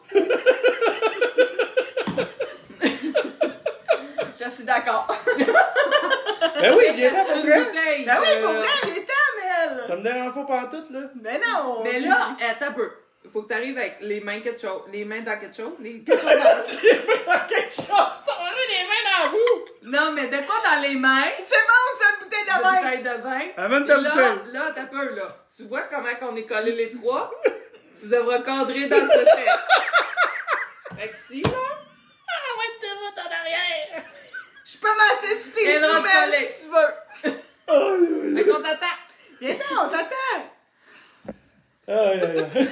Speaker 3: Je suis d'accord.
Speaker 1: Ben oui, viens-ten pour
Speaker 2: Une
Speaker 1: vrai.
Speaker 2: bouteille
Speaker 3: Ben oui,
Speaker 2: de-
Speaker 3: pour vrai, viens-t'en, Mel.
Speaker 1: Ça me dérange pas pantoute, là.
Speaker 3: Mais non.
Speaker 2: Mais là, attends un peu. Il faut que tu arrives avec les mains quelque chose. Les mains dans quelque chose. Quelque chose dans...
Speaker 1: Quelque chose, ça va mettre les mains dans la boue.
Speaker 2: Non, mais de quoi dans les mains?
Speaker 3: C'est bon, c'est une bouteille de
Speaker 2: Une
Speaker 3: vin.
Speaker 2: bouteille de vin.
Speaker 1: Amène ta
Speaker 2: Et là,
Speaker 1: bouteille.
Speaker 2: là, t'as peur, là. Tu vois comment on est collés les trois? Tu devras cadrer dans le secret. Fait que si, là... Ah, ouais, tu vas en arrière.
Speaker 3: Je peux m'asseoir sur tes
Speaker 2: Viendra
Speaker 3: genoux,
Speaker 2: te
Speaker 3: Mel,
Speaker 2: coller.
Speaker 3: si tu veux.
Speaker 2: Fait qu'on t'attend.
Speaker 3: Viens-t'en, on t'attend.
Speaker 1: Aïe, aïe, aïe.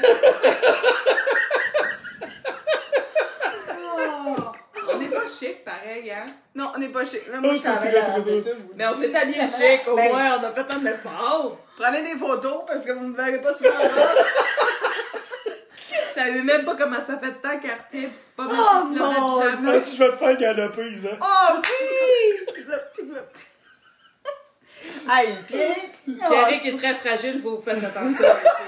Speaker 2: Oh, on n'est pas chic, pareil, hein?
Speaker 3: Non, on n'est pas chic. Là, moi,
Speaker 1: Oh,
Speaker 3: je
Speaker 1: c'est
Speaker 3: savais
Speaker 1: très,
Speaker 3: la
Speaker 1: très
Speaker 3: vaisselle,
Speaker 1: drôle.
Speaker 3: vous.
Speaker 2: Mais on s'est habillé chic, au
Speaker 3: Ben,
Speaker 2: moins, on a fait un effort.
Speaker 3: Prenez des photos parce que vous ne me verrez pas souvent là.
Speaker 2: Je savais même pas comment ça fait de temps quartier, pis c'est pas
Speaker 3: Oh,
Speaker 2: mal
Speaker 3: mon
Speaker 2: de
Speaker 1: Ah, je vais te faire galoper, Isa.
Speaker 3: Oh oui! Tic-là, tic-là. écoute. Hey,
Speaker 2: Pierrick est très fragile, vous faites attention.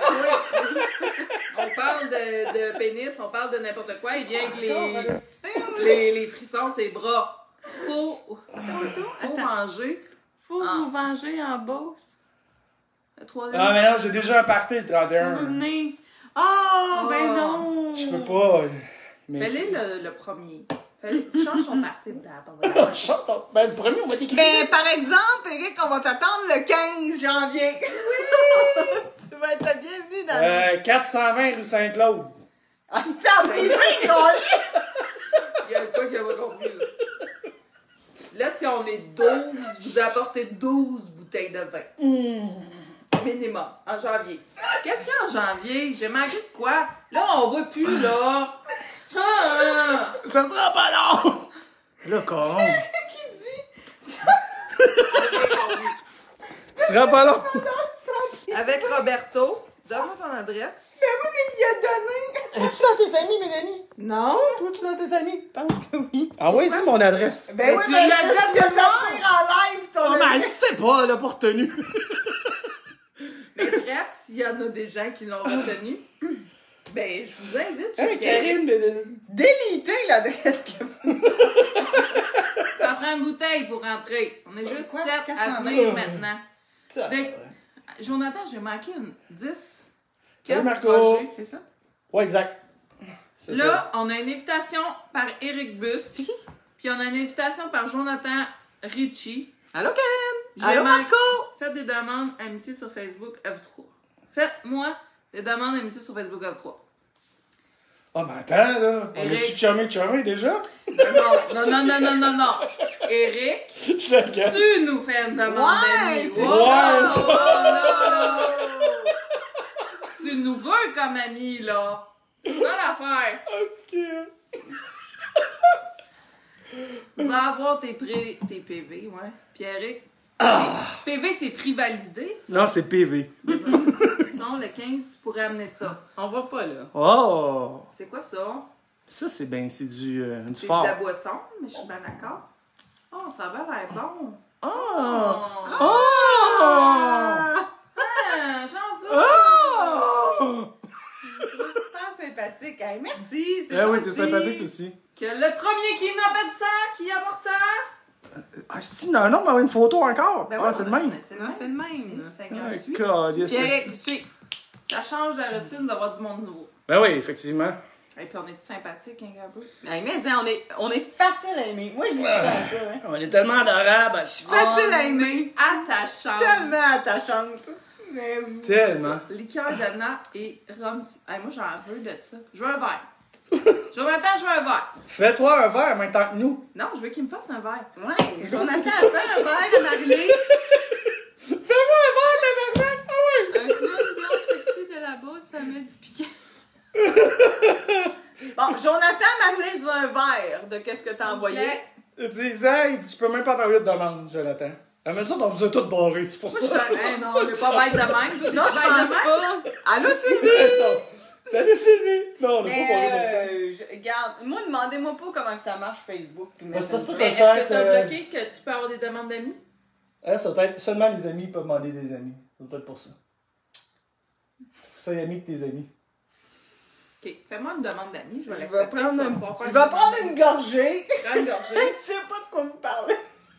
Speaker 2: On parle de pénis, on parle de n'importe quoi, il vient avec les frissons, ses bras. Faut manger.
Speaker 3: Faut vous venger en boss.
Speaker 2: Le troisième.
Speaker 1: Ah, mais non, j'ai déjà un party le 31.
Speaker 3: Vous venez. Oh, ben non.
Speaker 1: Je peux pas. Mais
Speaker 2: Fais-le le premier. Fallait que tu changes ton party de date.
Speaker 1: chante. Ben, le premier, on va décrire.
Speaker 3: Ben, par exemple, Eric, on va t'attendre le 15 janvier. Oui! Tu vas être le bienvenu dans le...
Speaker 1: 420 rue Saint-Claude.
Speaker 3: Ah, c'est ça, privé,
Speaker 2: Il y a pas qui a pas compris, là. Là, si on est 12, vous apportez 12 bouteilles de vin. Minimum, en janvier. Qu'est-ce qu'il y a en janvier? J'ai manqué de quoi? Là, on voit plus, là. Ah!
Speaker 1: Ça sera pas long! Là, con.
Speaker 3: Qui dit?
Speaker 1: Ça sera pas long.
Speaker 2: Avec Roberto. Donne-moi ton adresse.
Speaker 3: Ben oui, mais il a donné.
Speaker 1: Es-tu dans tes amis, Mélanie?
Speaker 2: Non?
Speaker 1: Toi, tu dans tes amis?
Speaker 3: Je pense que oui.
Speaker 1: Envoie-y mon adresse.
Speaker 3: Ben oui,
Speaker 2: tu
Speaker 3: mais
Speaker 2: l'as
Speaker 3: qu'est-ce
Speaker 2: déjà
Speaker 3: qu'il a de dire en live, ton
Speaker 1: Oh, mais elle
Speaker 3: adresse?
Speaker 1: sait pas, elle a pas retenu.
Speaker 2: Mais bref, s'il y en a des gens qui l'ont retenu, ben, je vous invite.
Speaker 1: Hey, Karine, mais...
Speaker 3: Délitez l'adresse que vous...
Speaker 2: Ça prend une bouteille pour rentrer. On est juste
Speaker 3: quoi?
Speaker 2: 7 à
Speaker 3: 400
Speaker 2: venir maintenant. Donc, Jonathan, j'ai manqué une 10.
Speaker 1: Salut, Marco.
Speaker 2: projets, c'est ça?
Speaker 1: Ouais, exact. C'est
Speaker 2: Là,
Speaker 1: ça.
Speaker 2: on a une invitation par Eric Buste.
Speaker 3: C'est qui?
Speaker 2: Puis on a une invitation par Jonathan Ricci.
Speaker 3: Allô, Karine?
Speaker 2: J'ai
Speaker 3: Allô,
Speaker 2: manqué-
Speaker 3: Marco?
Speaker 2: Faites des demandes amitié sur Facebook à vous trois. Faites-moi des demandes amitié sur Facebook à vous trois.
Speaker 1: Oh, mais attends, là. On
Speaker 2: Eric.
Speaker 1: est-tu chumé déjà?
Speaker 2: Non. Eric,
Speaker 1: Je la regarde.
Speaker 2: tu nous fais une demande
Speaker 3: Ouais,
Speaker 2: d'amie.
Speaker 3: c'est
Speaker 2: Oh,
Speaker 1: ça.
Speaker 2: oh, là. Tu nous veux comme ami, là. C'est ça l'affaire. Tu vas avoir tes PV, ouais. Puis Eric, PV, c'est prix validé, ça.
Speaker 1: Non, c'est PV.
Speaker 2: Sinon, le 15, tu pourrais amener ça.
Speaker 3: On va pas, là.
Speaker 1: Oh!
Speaker 2: C'est quoi ça?
Speaker 1: Ça, c'est du
Speaker 2: C'est
Speaker 1: fort.
Speaker 2: de la boisson, mais je suis bien d'accord. Oh, ça va l'air bon.
Speaker 1: Oh!
Speaker 2: Oh!
Speaker 1: Oh!
Speaker 2: Ah, j'en veux!
Speaker 1: Oh!
Speaker 3: Je trouve super sympathique. Hey, merci, c'est
Speaker 1: Ah oui,
Speaker 3: gentil.
Speaker 1: t'es sympathique aussi.
Speaker 2: Que le premier qui n'a pas de sang, qui apporte ça?
Speaker 1: Ah, si, non, mais une photo encore.
Speaker 2: Ben
Speaker 1: ah,
Speaker 2: ouais,
Speaker 1: c'est le même.
Speaker 2: C'est
Speaker 3: Non, c'est le même.
Speaker 2: Seigneur,
Speaker 1: Ah,
Speaker 2: suis.
Speaker 1: câlisse,
Speaker 3: Pierrick, suis.
Speaker 2: Ça change la routine d'avoir du monde nouveau.
Speaker 1: Ben oui, effectivement.
Speaker 2: Et puis on est sympathique, hein, Gabo?
Speaker 3: Hey, mais hein, on est facile à aimer. Moi, je dis ça, hein.
Speaker 1: On est tellement adorables.
Speaker 3: Facile à aimer.
Speaker 2: Attachant.
Speaker 3: Tellement attachante. Mais oui.
Speaker 1: Tellement.
Speaker 2: Liqueur de nappe et rhum. Hey, moi, j'en veux de ça. Je veux un verre. Jonathan, je veux un verre.
Speaker 1: Fais-toi un verre en même temps que nous.
Speaker 2: Non, je veux qu'il me fasse un verre.
Speaker 3: Ouais, Jonathan, fais un verre à Marie-Lise.
Speaker 1: Fais-moi un verre, tabarnak! Ah oui!
Speaker 3: Un clown blanc sexy de la base, ça met du piquant. Bon, Jonathan, Marie-Lise veut un verre de qu'est-ce que t'as envoyé.
Speaker 1: Il dit, je peux même pas t'envoyer de demande, Jonathan. La même chose, on vous a tous barrés, c'est pour
Speaker 2: Moi, je
Speaker 1: ça.
Speaker 2: suis hey, non, on n'est pas bête de même. Toi,
Speaker 3: Non,
Speaker 2: t'es
Speaker 3: je
Speaker 2: bête de
Speaker 3: pense
Speaker 2: même?
Speaker 3: pas. Allô, Sylvie?
Speaker 1: Non. Salut Sylvie! Non, on n'a pas
Speaker 3: Mais,
Speaker 1: barré comme ça.
Speaker 3: regarde, moi, demandez-moi pas comment que ça marche Facebook. Puis
Speaker 1: Ouais, c'est pas ça,
Speaker 2: Mais
Speaker 1: ça peut
Speaker 2: est-ce que t'as
Speaker 1: être,
Speaker 2: bloqué que tu peux avoir des demandes d'amis?
Speaker 1: Ah, ça peut être seulement les amis peuvent demander des amis. Ça peut être pour ça. Faut que ça ait ami que tes amis.
Speaker 2: Ok, fais-moi une demande d'amis. Je vais
Speaker 3: Je vais
Speaker 2: l'accepter.
Speaker 3: prendre,
Speaker 2: Tu vas me faire faire
Speaker 3: je vais prendre une gorgée.
Speaker 2: Prends une gorgée.
Speaker 3: Je sais pas de quoi vous parlez.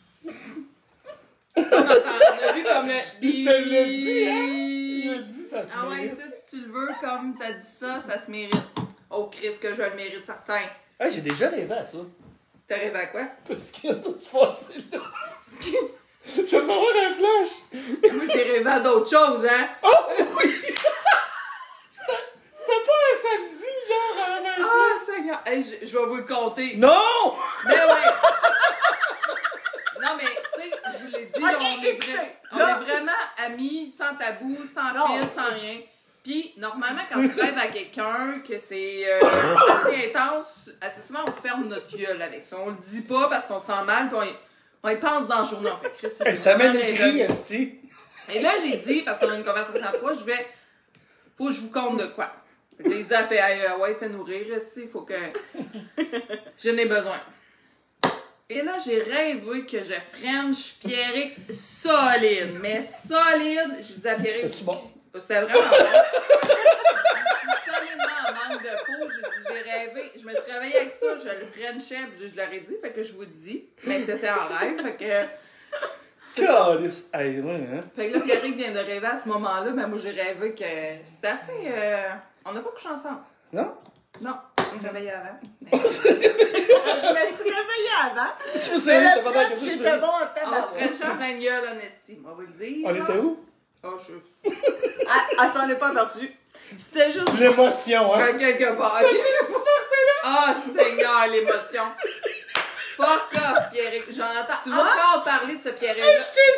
Speaker 2: On a vu comme le
Speaker 1: Il te l'a dit, hein? Il a dit, ça se
Speaker 2: Ah ouais,
Speaker 1: mérite.
Speaker 2: si tu le veux, comme t'as dit ça, ça se mérite. Oh, Chris, que je le mérite certain.
Speaker 1: Ah, j'ai déjà rêvé à ça.
Speaker 2: T'as rêvé à quoi?
Speaker 1: Parce qu'il y a tout se passer là. Je vais m'avoir un flash.
Speaker 2: Moi, j'ai rêvé à d'autres choses, hein?
Speaker 1: Oh oui! C'était pas un samedi, genre, à la
Speaker 2: Ah, Seigneur! Hey, je vais vous le compter.
Speaker 1: Non!
Speaker 2: Mais ouais! Non, mais, tu sais, je vous l'ai dit, là,
Speaker 3: Ok, écoutez,
Speaker 2: on
Speaker 3: là-
Speaker 2: est vraiment amis, sans tabou, sans
Speaker 3: Non.
Speaker 2: filtre, sans rien. Puis, normalement, quand tu rêves à quelqu'un, que c'est assez intense, assez souvent, on ferme notre gueule avec ça. On le dit pas parce qu'on se sent mal, puis on y pense dans le journal. En fait, Chris,
Speaker 1: Hey, ça m'a
Speaker 2: vraiment
Speaker 1: écrit,
Speaker 2: rêvé.
Speaker 1: esti.
Speaker 2: Et là, j'ai dit, parce qu'on a une conversation à trois, faut que je vous compte de quoi. Fait que les a fait, ouais, fais-nous rire, il faut que je n'ai besoin. Et là, j'ai rêvé que je French Pierrick solide. Mais solide, j'ai dit à Pierrick...
Speaker 1: C'est-tu bon?
Speaker 2: C'était vraiment bon. Solidement en manque de peau. J'ai rêvé. Je me suis réveillée avec ça. Je le Frenchais. Je leur ai dit. Fait que je vous le dis. Mais c'était en rêve. Fait que... C'est ça.
Speaker 1: Calice. Hey, ouais, hein?
Speaker 2: Fait que là, Pierrick vient de rêver à ce moment-là. Mais moi, j'ai rêvé que c'était assez... On n'a pas couché ensemble.
Speaker 1: Non?
Speaker 2: Non. On s'est réveillés avant.
Speaker 3: Je me suis réveillée avant.
Speaker 1: Je me suis
Speaker 3: Mais
Speaker 1: dit,
Speaker 3: le
Speaker 1: pendant que
Speaker 3: French
Speaker 1: je
Speaker 3: était bon en
Speaker 2: On se
Speaker 3: tabarouette.
Speaker 2: Frenchait en pleine gueule, honesty. On va le dire.
Speaker 1: On était où?
Speaker 2: Oh, je...
Speaker 3: Elle s'en est pas aperçue. C'était juste...
Speaker 1: L'émotion, hein?
Speaker 2: Quelque part. Ah, Seigneur, l'émotion. Fuck off, Pierrick. J'en entends
Speaker 3: Tu vois?
Speaker 2: encore parler de ce Pierrick-là.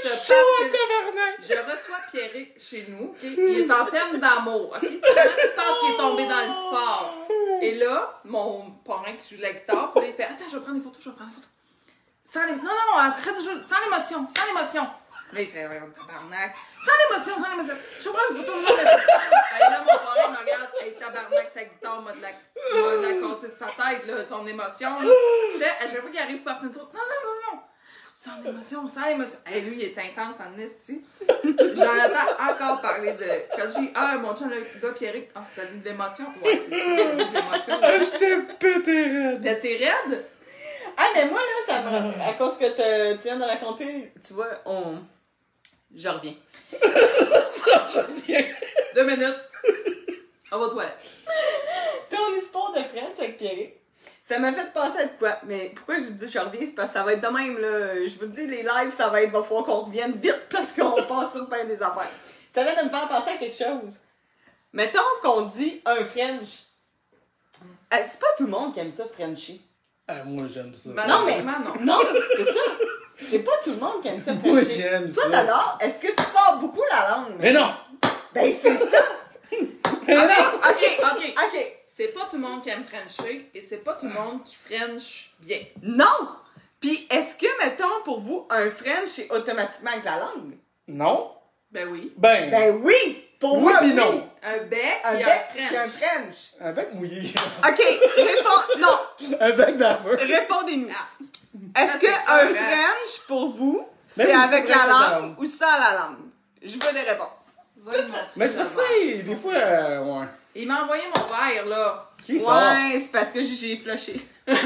Speaker 2: Je reçois Pierrick chez nous, OK? Il est en peine d'amour, OK? Tu penses qu'il est tombé dans le fort. Et là, mon parrain qui joue de la guitare, puis là, il fait « Attends, je vais prendre des photos, Sans l'émotion. Non, arrête de jouer. Sans l'émotion. Là, il fait « Tabarnak. Sans l'émotion. Je vais prendre des photos. » Et là, mon parrain me regarde « Hey, tabarnak, ta guitare m'a de la casser sa tête, là, son émotion. » Tu sais, à chaque fois qu'il arrive pour partir de trop, « Non. Sans l'émotion. Hey, lui, il est intense en esti. » J'en entends encore parler de... Quand je dis « Ah, mon chum, le gars Pierrick, oh, ça lui de l'émotion. » Ouais, c'est ça, ça lui de l'émotion.
Speaker 1: Je t'ai pété raide.
Speaker 2: T'es raide?
Speaker 3: Ah, mais moi, là, ça me... à cause que tu viens de raconter, tu vois, je reviens.
Speaker 1: Ça, je reviens.
Speaker 2: 2 minutes. On va aux toilettes.
Speaker 3: Ton histoire de French avec Pierrick, ça m'a fait penser à de quoi. Mais pourquoi je dis je reviens, c'est parce que ça va être de même, là. Je vous dis, les lives, ça va être, va falloir qu'on revienne vite parce qu'on passe sur plein des affaires. Ça vient de me faire penser à quelque chose. Mettons qu'on dit un French. C'est pas tout le monde qui aime ça, Frenchie.
Speaker 1: Ah, moi, j'aime ça.
Speaker 3: Non, mais.
Speaker 2: Non.
Speaker 3: Non, c'est ça. C'est pas tout le monde qui aime ça,
Speaker 1: Moi,
Speaker 3: Frenchie.
Speaker 1: j'aime
Speaker 3: Toi,
Speaker 1: ça.
Speaker 3: d'abord, est-ce que tu sors beaucoup la langue?
Speaker 1: Mais non!
Speaker 3: Ben, c'est ça!
Speaker 1: Mais non!
Speaker 2: OK. C'est pas tout le monde qui aime Frencher et c'est pas tout le monde qui French bien.
Speaker 3: Non! Puis, est-ce que, mettons, pour vous, un French, c'est automatiquement avec la langue?
Speaker 1: Non?
Speaker 2: Ben oui.
Speaker 3: Ben oui! Pour
Speaker 1: Oui,
Speaker 3: moi,
Speaker 1: pis
Speaker 3: oui!
Speaker 1: non.
Speaker 2: Un bec
Speaker 3: Un
Speaker 2: et
Speaker 3: bec
Speaker 2: un
Speaker 3: puis un
Speaker 2: French.
Speaker 3: French.
Speaker 1: Un bec mouillé.
Speaker 3: OK, non,
Speaker 1: Un bec baveux.
Speaker 3: répondez-nous.
Speaker 2: Ah.
Speaker 3: Est-ce
Speaker 2: Ça,
Speaker 3: que
Speaker 2: c'est
Speaker 3: un
Speaker 2: correct.
Speaker 3: French, pour vous,
Speaker 1: Mais
Speaker 3: c'est
Speaker 1: oui,
Speaker 3: avec
Speaker 1: c'est
Speaker 3: la
Speaker 1: vrai, c'est la
Speaker 3: langue ou sans la langue? Je veux des réponses.
Speaker 1: Mais c'est parce que, des fois, ouais.
Speaker 2: Il m'a envoyé mon verre, là.
Speaker 1: Qui ça?
Speaker 3: Ouais, c'est parce que j'ai flushé.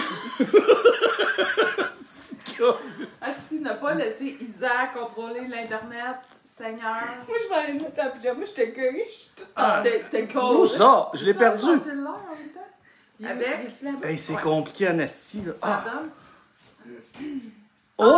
Speaker 2: Ah, si, n'a pas laissé Isaac contrôler l'Internet, Seigneur.
Speaker 3: Moi, je vais aller me mettre en pyjama, je te corrige.
Speaker 1: Ah,
Speaker 2: T'es
Speaker 1: où
Speaker 2: cold.
Speaker 1: ça? Je l'ai perdu.
Speaker 2: Ton cellulaire, en même temps? Avec?
Speaker 3: Il est-tu là-bas?
Speaker 1: Hey, c'est
Speaker 2: Ouais.
Speaker 1: compliqué, Anastie, là.
Speaker 2: Ça
Speaker 1: Ah!
Speaker 2: donne?
Speaker 1: Oh!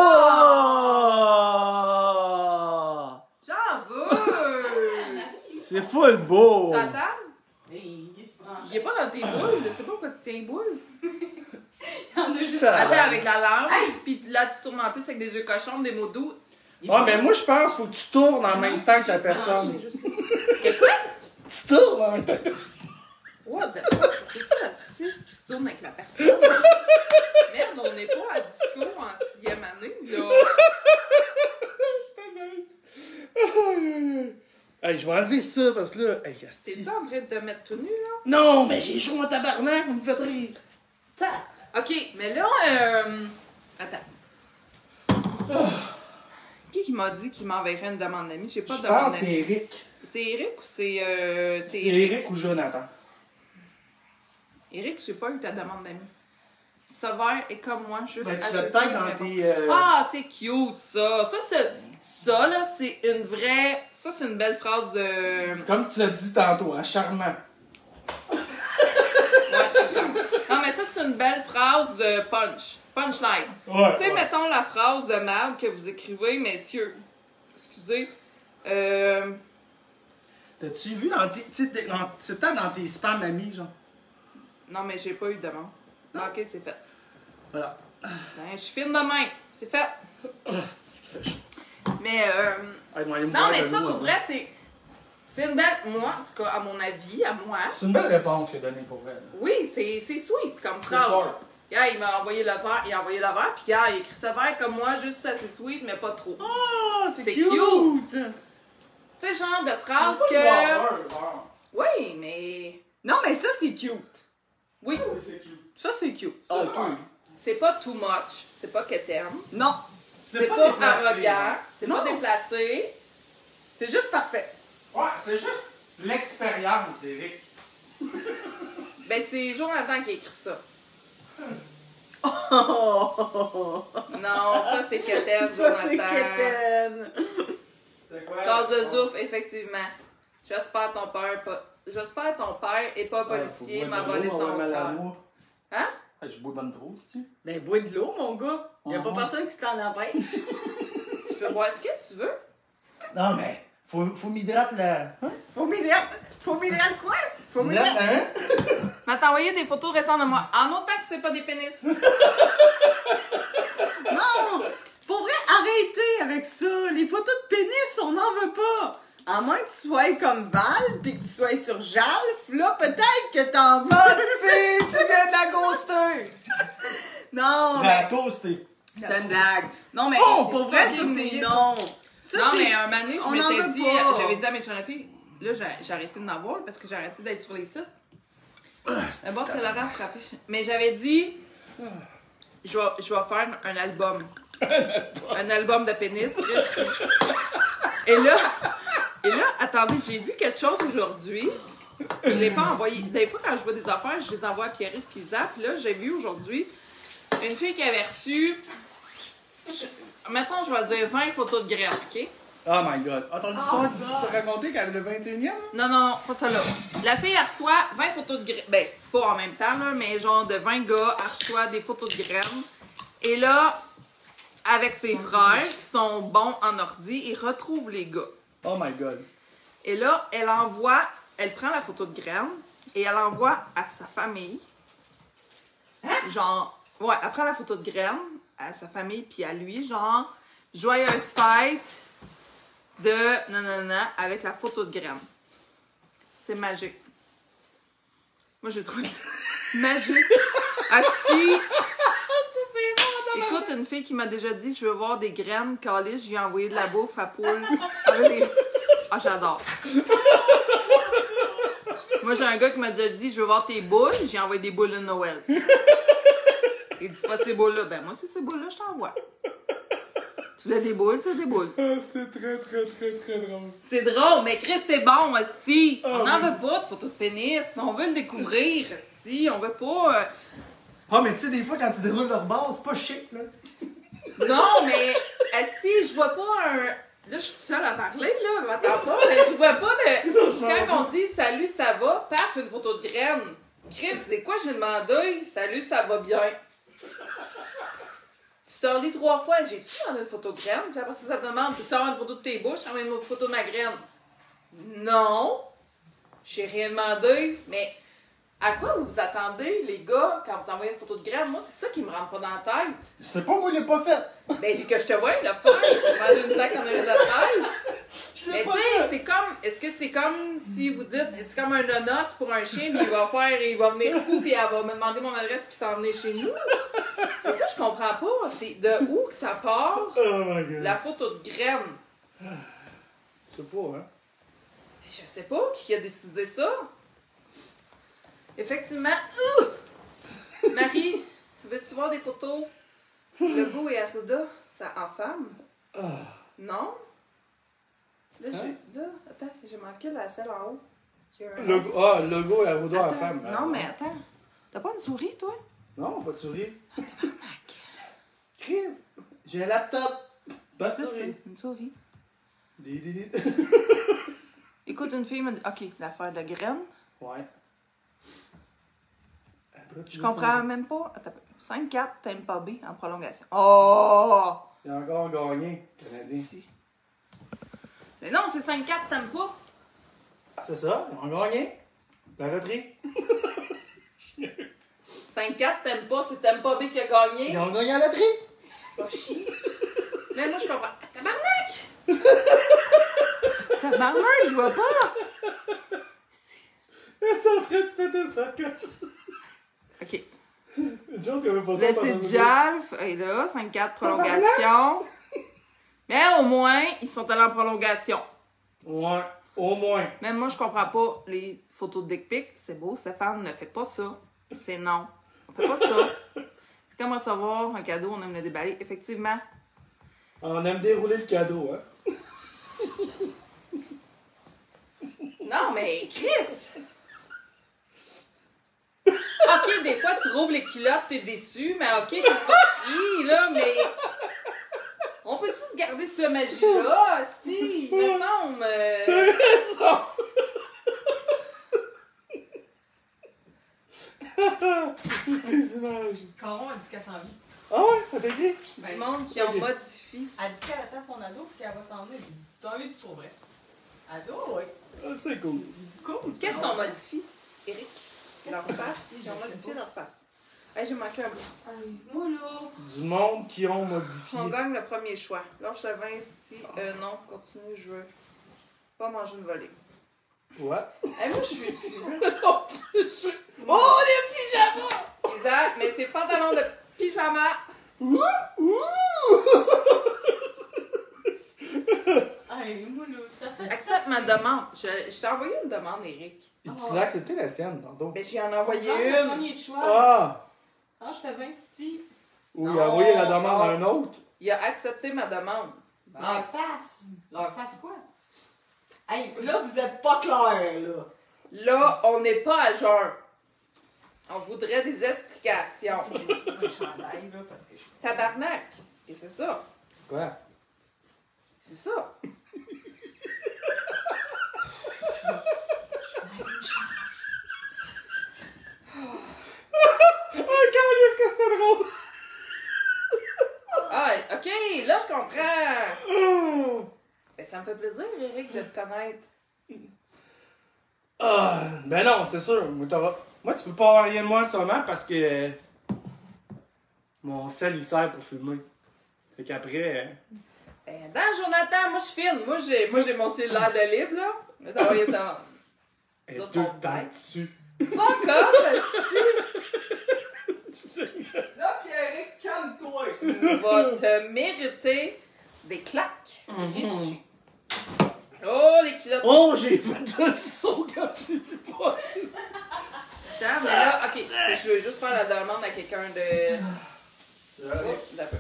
Speaker 2: J'en veux!
Speaker 1: C'est full beau!
Speaker 2: Ça table?
Speaker 3: Hey, il est-tu branché?
Speaker 2: Il est pas dans tes boules, je sais pas pourquoi tu tiens les boules.
Speaker 3: Il y en a juste...
Speaker 1: Ça-
Speaker 2: Attends, avec la langue, pis là tu tournes en plus avec des yeux cochons, des mots doux.
Speaker 1: Ouais, mais moi, je pense qu'il faut que tu tournes en même temps que la personne.
Speaker 2: Branché, juste- Que quoi?
Speaker 1: Tu tournes en même temps que...
Speaker 2: What the fuck? C'est ça, tu tu tournes avec la personne. Merde, on n'est pas à disco en 6e année, là.
Speaker 1: Hey, je vais enlever ça parce que là. Hey, asti.
Speaker 2: T'es-tu en train de te mettre tout nu, là?
Speaker 1: Non, mais j'ai joué en tabarnak, vous me faites rire.
Speaker 2: Ok, mais là, attends. Qui m'a dit qu'il m'enverrait une demande d'amis? J'ai pas de
Speaker 1: Je
Speaker 2: demande
Speaker 1: pense que c'est
Speaker 2: d'amis.
Speaker 1: Eric.
Speaker 2: C'est Eric ou c'est
Speaker 1: C'est Eric ou Jonathan.
Speaker 2: Eric, j'ai pas eu ta demande d'amis. Sévère et comme moi, juste
Speaker 1: Ben, tu
Speaker 2: assez
Speaker 1: l'as peut-être
Speaker 2: simple,
Speaker 1: dans
Speaker 2: mais bon.
Speaker 1: tes.
Speaker 2: Ah, c'est cute, ça. Ça, là, c'est une vraie... Ça, c'est une belle phrase de...
Speaker 1: C'est comme tu l'as dit tantôt, hein, charmant.
Speaker 2: Ouais, c'est ça. Non, mais ça, c'est une belle phrase de punch. Punchline.
Speaker 1: Ouais.
Speaker 2: Tu sais, mettons la phrase de merde que vous écrivez, messieurs. Excusez.
Speaker 1: T'as-tu vu dans tes. Tu sais, c'est peut-être dans tes spams amis, genre.
Speaker 2: Non, mais j'ai pas eu de demande.
Speaker 1: Non.
Speaker 2: Ok, c'est fait.
Speaker 1: Voilà.
Speaker 2: Ben, je suis fine demain. C'est fait.
Speaker 1: Ah, c'est qui fait chaud.
Speaker 2: Mais,
Speaker 1: Hey, moi, aller me
Speaker 2: non,
Speaker 1: boire
Speaker 2: mais
Speaker 1: de
Speaker 2: ça,
Speaker 1: l'eau
Speaker 2: pour
Speaker 1: avant.
Speaker 2: vrai, c'est une belle... Moi, en tout cas, à mon avis, à moi...
Speaker 1: C'est une belle réponse qu'il a donnée pour elle.
Speaker 2: Oui, c'est sweet comme
Speaker 1: C'est
Speaker 2: phrase.
Speaker 1: short.
Speaker 2: Gars, il m'a envoyé le verre, il a envoyé le verre, puis gars, il a écrit ça vert comme moi, juste assez sweet, mais pas trop.
Speaker 3: Oh,
Speaker 2: C'est
Speaker 3: c'est
Speaker 2: cute.
Speaker 3: cute!
Speaker 2: Tu sais, genre de phrase
Speaker 1: C'est
Speaker 2: que...
Speaker 1: pas le beurre.
Speaker 2: Oui, mais...
Speaker 3: Non, mais ça, c'est cute.
Speaker 2: Oui.
Speaker 1: Oui, c'est cute.
Speaker 3: Ça, c'est cute. Ah,
Speaker 1: C'est
Speaker 3: toi.
Speaker 2: C'est pas too much. C'est pas que t'aimes.
Speaker 3: Non.
Speaker 2: C'est pas
Speaker 1: déplacé,
Speaker 2: arrogant.
Speaker 1: hein.
Speaker 2: C'est
Speaker 3: Non.
Speaker 2: pas déplacé.
Speaker 3: C'est juste parfait.
Speaker 1: Ouais, c'est juste l'expérience, Eric.
Speaker 2: Ben, c'est Jonathan qui a écrit ça.
Speaker 3: Oh!
Speaker 2: Non, ça, c'est Keten,
Speaker 3: Ça, c'est
Speaker 2: Jonathan.
Speaker 3: quétaine.
Speaker 1: C'est quoi?
Speaker 2: Tasse de zouf, effectivement. J'espère ton père est pas policier m'a volé ton cœur. Hein?
Speaker 1: Je bois bonne trop, tu
Speaker 3: Ben, bois de l'eau, mon gars. Y a pas
Speaker 1: Mhm.
Speaker 3: personne qui t'en empêche.
Speaker 2: Tu peux boire ce que tu veux.
Speaker 1: Non, mais faut m'hydrater là. Hein?
Speaker 3: Faut m'hydrater quoi? Faut m'hydrater.
Speaker 1: Hein?
Speaker 2: M'a envoyé des photos récentes de moi. En autant que c'est pas des pénis.
Speaker 3: Non! Pour vrai, arrêtez avec ça. Les photos de pénis, on n'en veut pas. À moins que tu sois comme Val, puis que tu sois sur Jalf, là, peut-être que t'en vas.
Speaker 1: Tu viens de la ghoster!
Speaker 3: Non,
Speaker 1: La
Speaker 3: mais
Speaker 1: toaster.
Speaker 3: c'est une blague. Non, mais
Speaker 2: Oh!
Speaker 3: pour vrai, ça, c'est non. Ça,
Speaker 2: Non,
Speaker 3: c'est-
Speaker 2: mais un moment donné,
Speaker 3: on en veut
Speaker 2: dit,
Speaker 3: pas.
Speaker 2: j'avais dit à mes jeunes filles, là, j'ai arrêté de m'avoir parce que j'ai arrêté d'être sur les sites. Mais bon, c'est Laurent frappé. Mais j'avais dit, je vais faire un album. Un album de pénis, Chris. Et là, attendez, j'ai vu quelque chose aujourd'hui. Je l'ai pas envoyé. Des fois, quand je vois des affaires, je les envoie à Pierrick puis Zap. Puis là, j'ai vu aujourd'hui une fille qui avait reçu, mettons, je vais dire 20 photos de graines, OK?
Speaker 1: Oh my god. Attends, l'histoire que tu t'as raconté qu'elle avait le 21e?
Speaker 2: Non, pas ça là. La fille, elle reçoit 20 photos de graines. Ben, pas en même temps, là, mais genre de 20 gars, elle reçoit des photos de graines. Et là, avec ses frères, qui sont bons en ordi, ils retrouvent les gars.
Speaker 1: Oh my god.
Speaker 2: Et là, elle prend la photo de graines et elle envoie à sa famille. Genre, ouais, elle prend la photo de graines à sa famille puis à lui, genre, joyeuse fête de nanana avec la photo de graines. C'est magique. Moi, j'ai trouvé ça magique. Asti! Écoute, une fille qui m'a déjà dit je veux voir des graines calices, je lui ai envoyé de la bouffe à poule. Ah, j'adore. Moi, j'ai un gars qui m'a déjà dit je veux voir tes boules, j'ai envoyé des boules de Noël. Il dit c'est pas ces boules-là. Ben, moi, c'est ces boules-là, je t'envoie. Tu veux des boules, c'est des boules.
Speaker 1: C'est très drôle.
Speaker 2: C'est drôle, mais Chris, c'est bon, asti. On n'en
Speaker 1: oui.
Speaker 2: veut pas de photos de pénis. On veut le découvrir, asti. On veut pas.
Speaker 1: Ah, mais tu sais, des fois, quand tu déroules leur base, c'est pas chic, là.
Speaker 2: Non, mais asti, je vois pas un. Là, je suis toute seule à parler, là. Attends pas, mais je vois pas de. Quand on dit salut, ça va, paf, une photo de graine. Chris, c'est quoi j'ai demandé? Salut, ça va bien. Tu t'en lis 3 fois, j'ai-tu demandé une photo de graine? Puis après ça te demande, peux-tu avoir une photo de tes bouches? Envoie une photo de ma graine. Non. J'ai rien demandé, mais à quoi vous vous attendez, les gars, quand vous envoyez une photo de graine? Moi, c'est ça qui me rentre pas dans la tête.
Speaker 1: Je sais pas, moi, il l'a pas fait.
Speaker 2: Ben, vu que je te vois le faire, tu manges une plaque en arrière de la tête.
Speaker 1: Je
Speaker 2: Mais
Speaker 1: l'ai
Speaker 2: tu
Speaker 1: pas
Speaker 2: sais,
Speaker 1: fait.
Speaker 2: c'est comme, est-ce que c'est comme si vous dites, c'est comme un nonos pour un chien, puis il va venir fou, puis elle va me demander mon adresse, puis s'en venir chez nous? C'est ça, je comprends pas. C'est de où que ça part,
Speaker 1: Oh my god.
Speaker 2: la photo de graine?
Speaker 1: Je sais pas, hein.
Speaker 2: Je sais pas qui a décidé ça. Effectivement. Marie, veux-tu voir des photos? Legault et Arruda, ça en femme? Non? Là, attends, j'ai manqué la selle en haut. Qui a un-
Speaker 1: Le logo et Arruda en
Speaker 2: Attends,
Speaker 1: femme.
Speaker 2: non, mais attends. T'as pas une souris, toi?
Speaker 1: Non, pas de souris. Crime. J'ai un laptop. Pas de
Speaker 2: Ça,
Speaker 1: souris.
Speaker 2: c'est une souris.
Speaker 1: Di.
Speaker 2: Écoute, une fille m'a dit, OK, l'affaire de graine.
Speaker 1: Ouais. Après, tu
Speaker 2: Je
Speaker 1: dis
Speaker 2: comprends
Speaker 1: ça.
Speaker 2: même pas. Attends, 5-4, Tampa Bay en prolongation. Oh!
Speaker 1: Il a encore gagné, Canadien.
Speaker 2: Si. Mais non, c'est 5-4, t'aimes pas?
Speaker 1: C'est ça, ils ont gagné. La retraite.
Speaker 2: 5-4, t'aimes pas, c'est Tampa Bay qui a gagné.
Speaker 1: Ils ont gagné la loterie.
Speaker 2: Pas chier. Mais moi, je comprends. Ah, tabarnak! Tabarnak, je vois pas!
Speaker 1: Ils sont en train de péter ça.
Speaker 2: OK.
Speaker 1: Une chose qu'on veut pas ça.
Speaker 2: Là, c'est Jalf. Et là, 5-4, prolongation. Mais au moins, ils sont allés en prolongation.
Speaker 1: Ouais, au moins.
Speaker 2: Même moi, je comprends pas les photos de dick pic. C'est beau, Stéphane, ne fais pas ça. C'est non. On fait pas ça. C'est Comme recevoir un cadeau, on aime le déballer. Effectivement.
Speaker 1: On aime dérouler le cadeau, hein.
Speaker 2: Non, mais Chris! OK, des fois, tu rouvres les culottes, t'es déçu, mais OK, t'es surpris, là, mais... On peut tous garder cette magie-là, si, il me semble.
Speaker 1: T'as raison! Tes images.
Speaker 3: Caron a dit qu'elle s'en vient.
Speaker 1: Ah ouais, t'as dit?
Speaker 2: Du monde qui en modifie.
Speaker 3: Elle dit qu'elle attend son ado et qu'elle va s'en venir. J'ai dit, tu t'en veux du pour vrai? Elle dit, oh ouais.
Speaker 1: Ah, c'est cool.
Speaker 3: Cool.
Speaker 2: Qu'est-ce qu'on modifie, Eric? Leur face? J'ai modifié leur face. Hey, j'ai manqué un bout.
Speaker 3: Moi là.
Speaker 1: Du monde qui ont modifié.
Speaker 2: On gagne le premier choix. Lâche le vin ici. Non, continue, je veux pas manger une volée.
Speaker 1: What?
Speaker 2: Hey, moi, je suis plus. Oh, des pyjamas! Isaac, mais c'est pantalon de pyjama.
Speaker 3: Hey, moi là, ça fait.
Speaker 2: Accepte ma demande. Je t'ai envoyé une demande, Eric.
Speaker 1: Et tu l'as accepté la sienne, tantôt.
Speaker 2: Mais j'y en ai envoyé
Speaker 3: Le
Speaker 2: une.
Speaker 3: premier choix.
Speaker 1: Ah!
Speaker 3: Ah, je t'avais investi.
Speaker 1: Ou il a envoyé la demande à un autre.
Speaker 2: Il a accepté ma demande.
Speaker 3: Leur face. Leur face quoi? Hey, là, vous êtes pas clair, là.
Speaker 2: Là, on n'est pas à jeun. On voudrait des explications.
Speaker 3: J'ai trouvé un chandail, là, parce que je.
Speaker 2: Tabarnak. Et c'est ça.
Speaker 1: Quoi?
Speaker 2: C'est ça.
Speaker 1: Ah, est-ce que c'était drôle?
Speaker 2: Ah, OK, là, je comprends.
Speaker 1: Oh.
Speaker 2: Ben, ça me fait plaisir, Eric, de te connaître.
Speaker 1: Ah, ben non, c'est sûr. Moi, tu peux pas avoir rien de moi en ce moment parce que mon sel, il sert pour filmer. Fait qu'après...
Speaker 2: Ben, dans Jonathan, moi, je filme. Moi, j'ai mon cellulaire de libre, là. Mais t'as envoyé ta...
Speaker 1: Elle
Speaker 2: Les
Speaker 1: est
Speaker 2: autres
Speaker 1: tout
Speaker 2: sont
Speaker 1: le temps
Speaker 2: bêtes.
Speaker 1: dessus.
Speaker 2: Fuck off,
Speaker 3: Là, Pierrick, calme-toi.
Speaker 2: tu vas te mériter des claques. Oh, les culottes.
Speaker 1: Oh, j'ai fait un saut quand j'ai vu passer ça.
Speaker 2: Attends, mais là, OK, je veux juste faire la demande à quelqu'un de...
Speaker 1: Allez.
Speaker 2: Oh, d'un peu.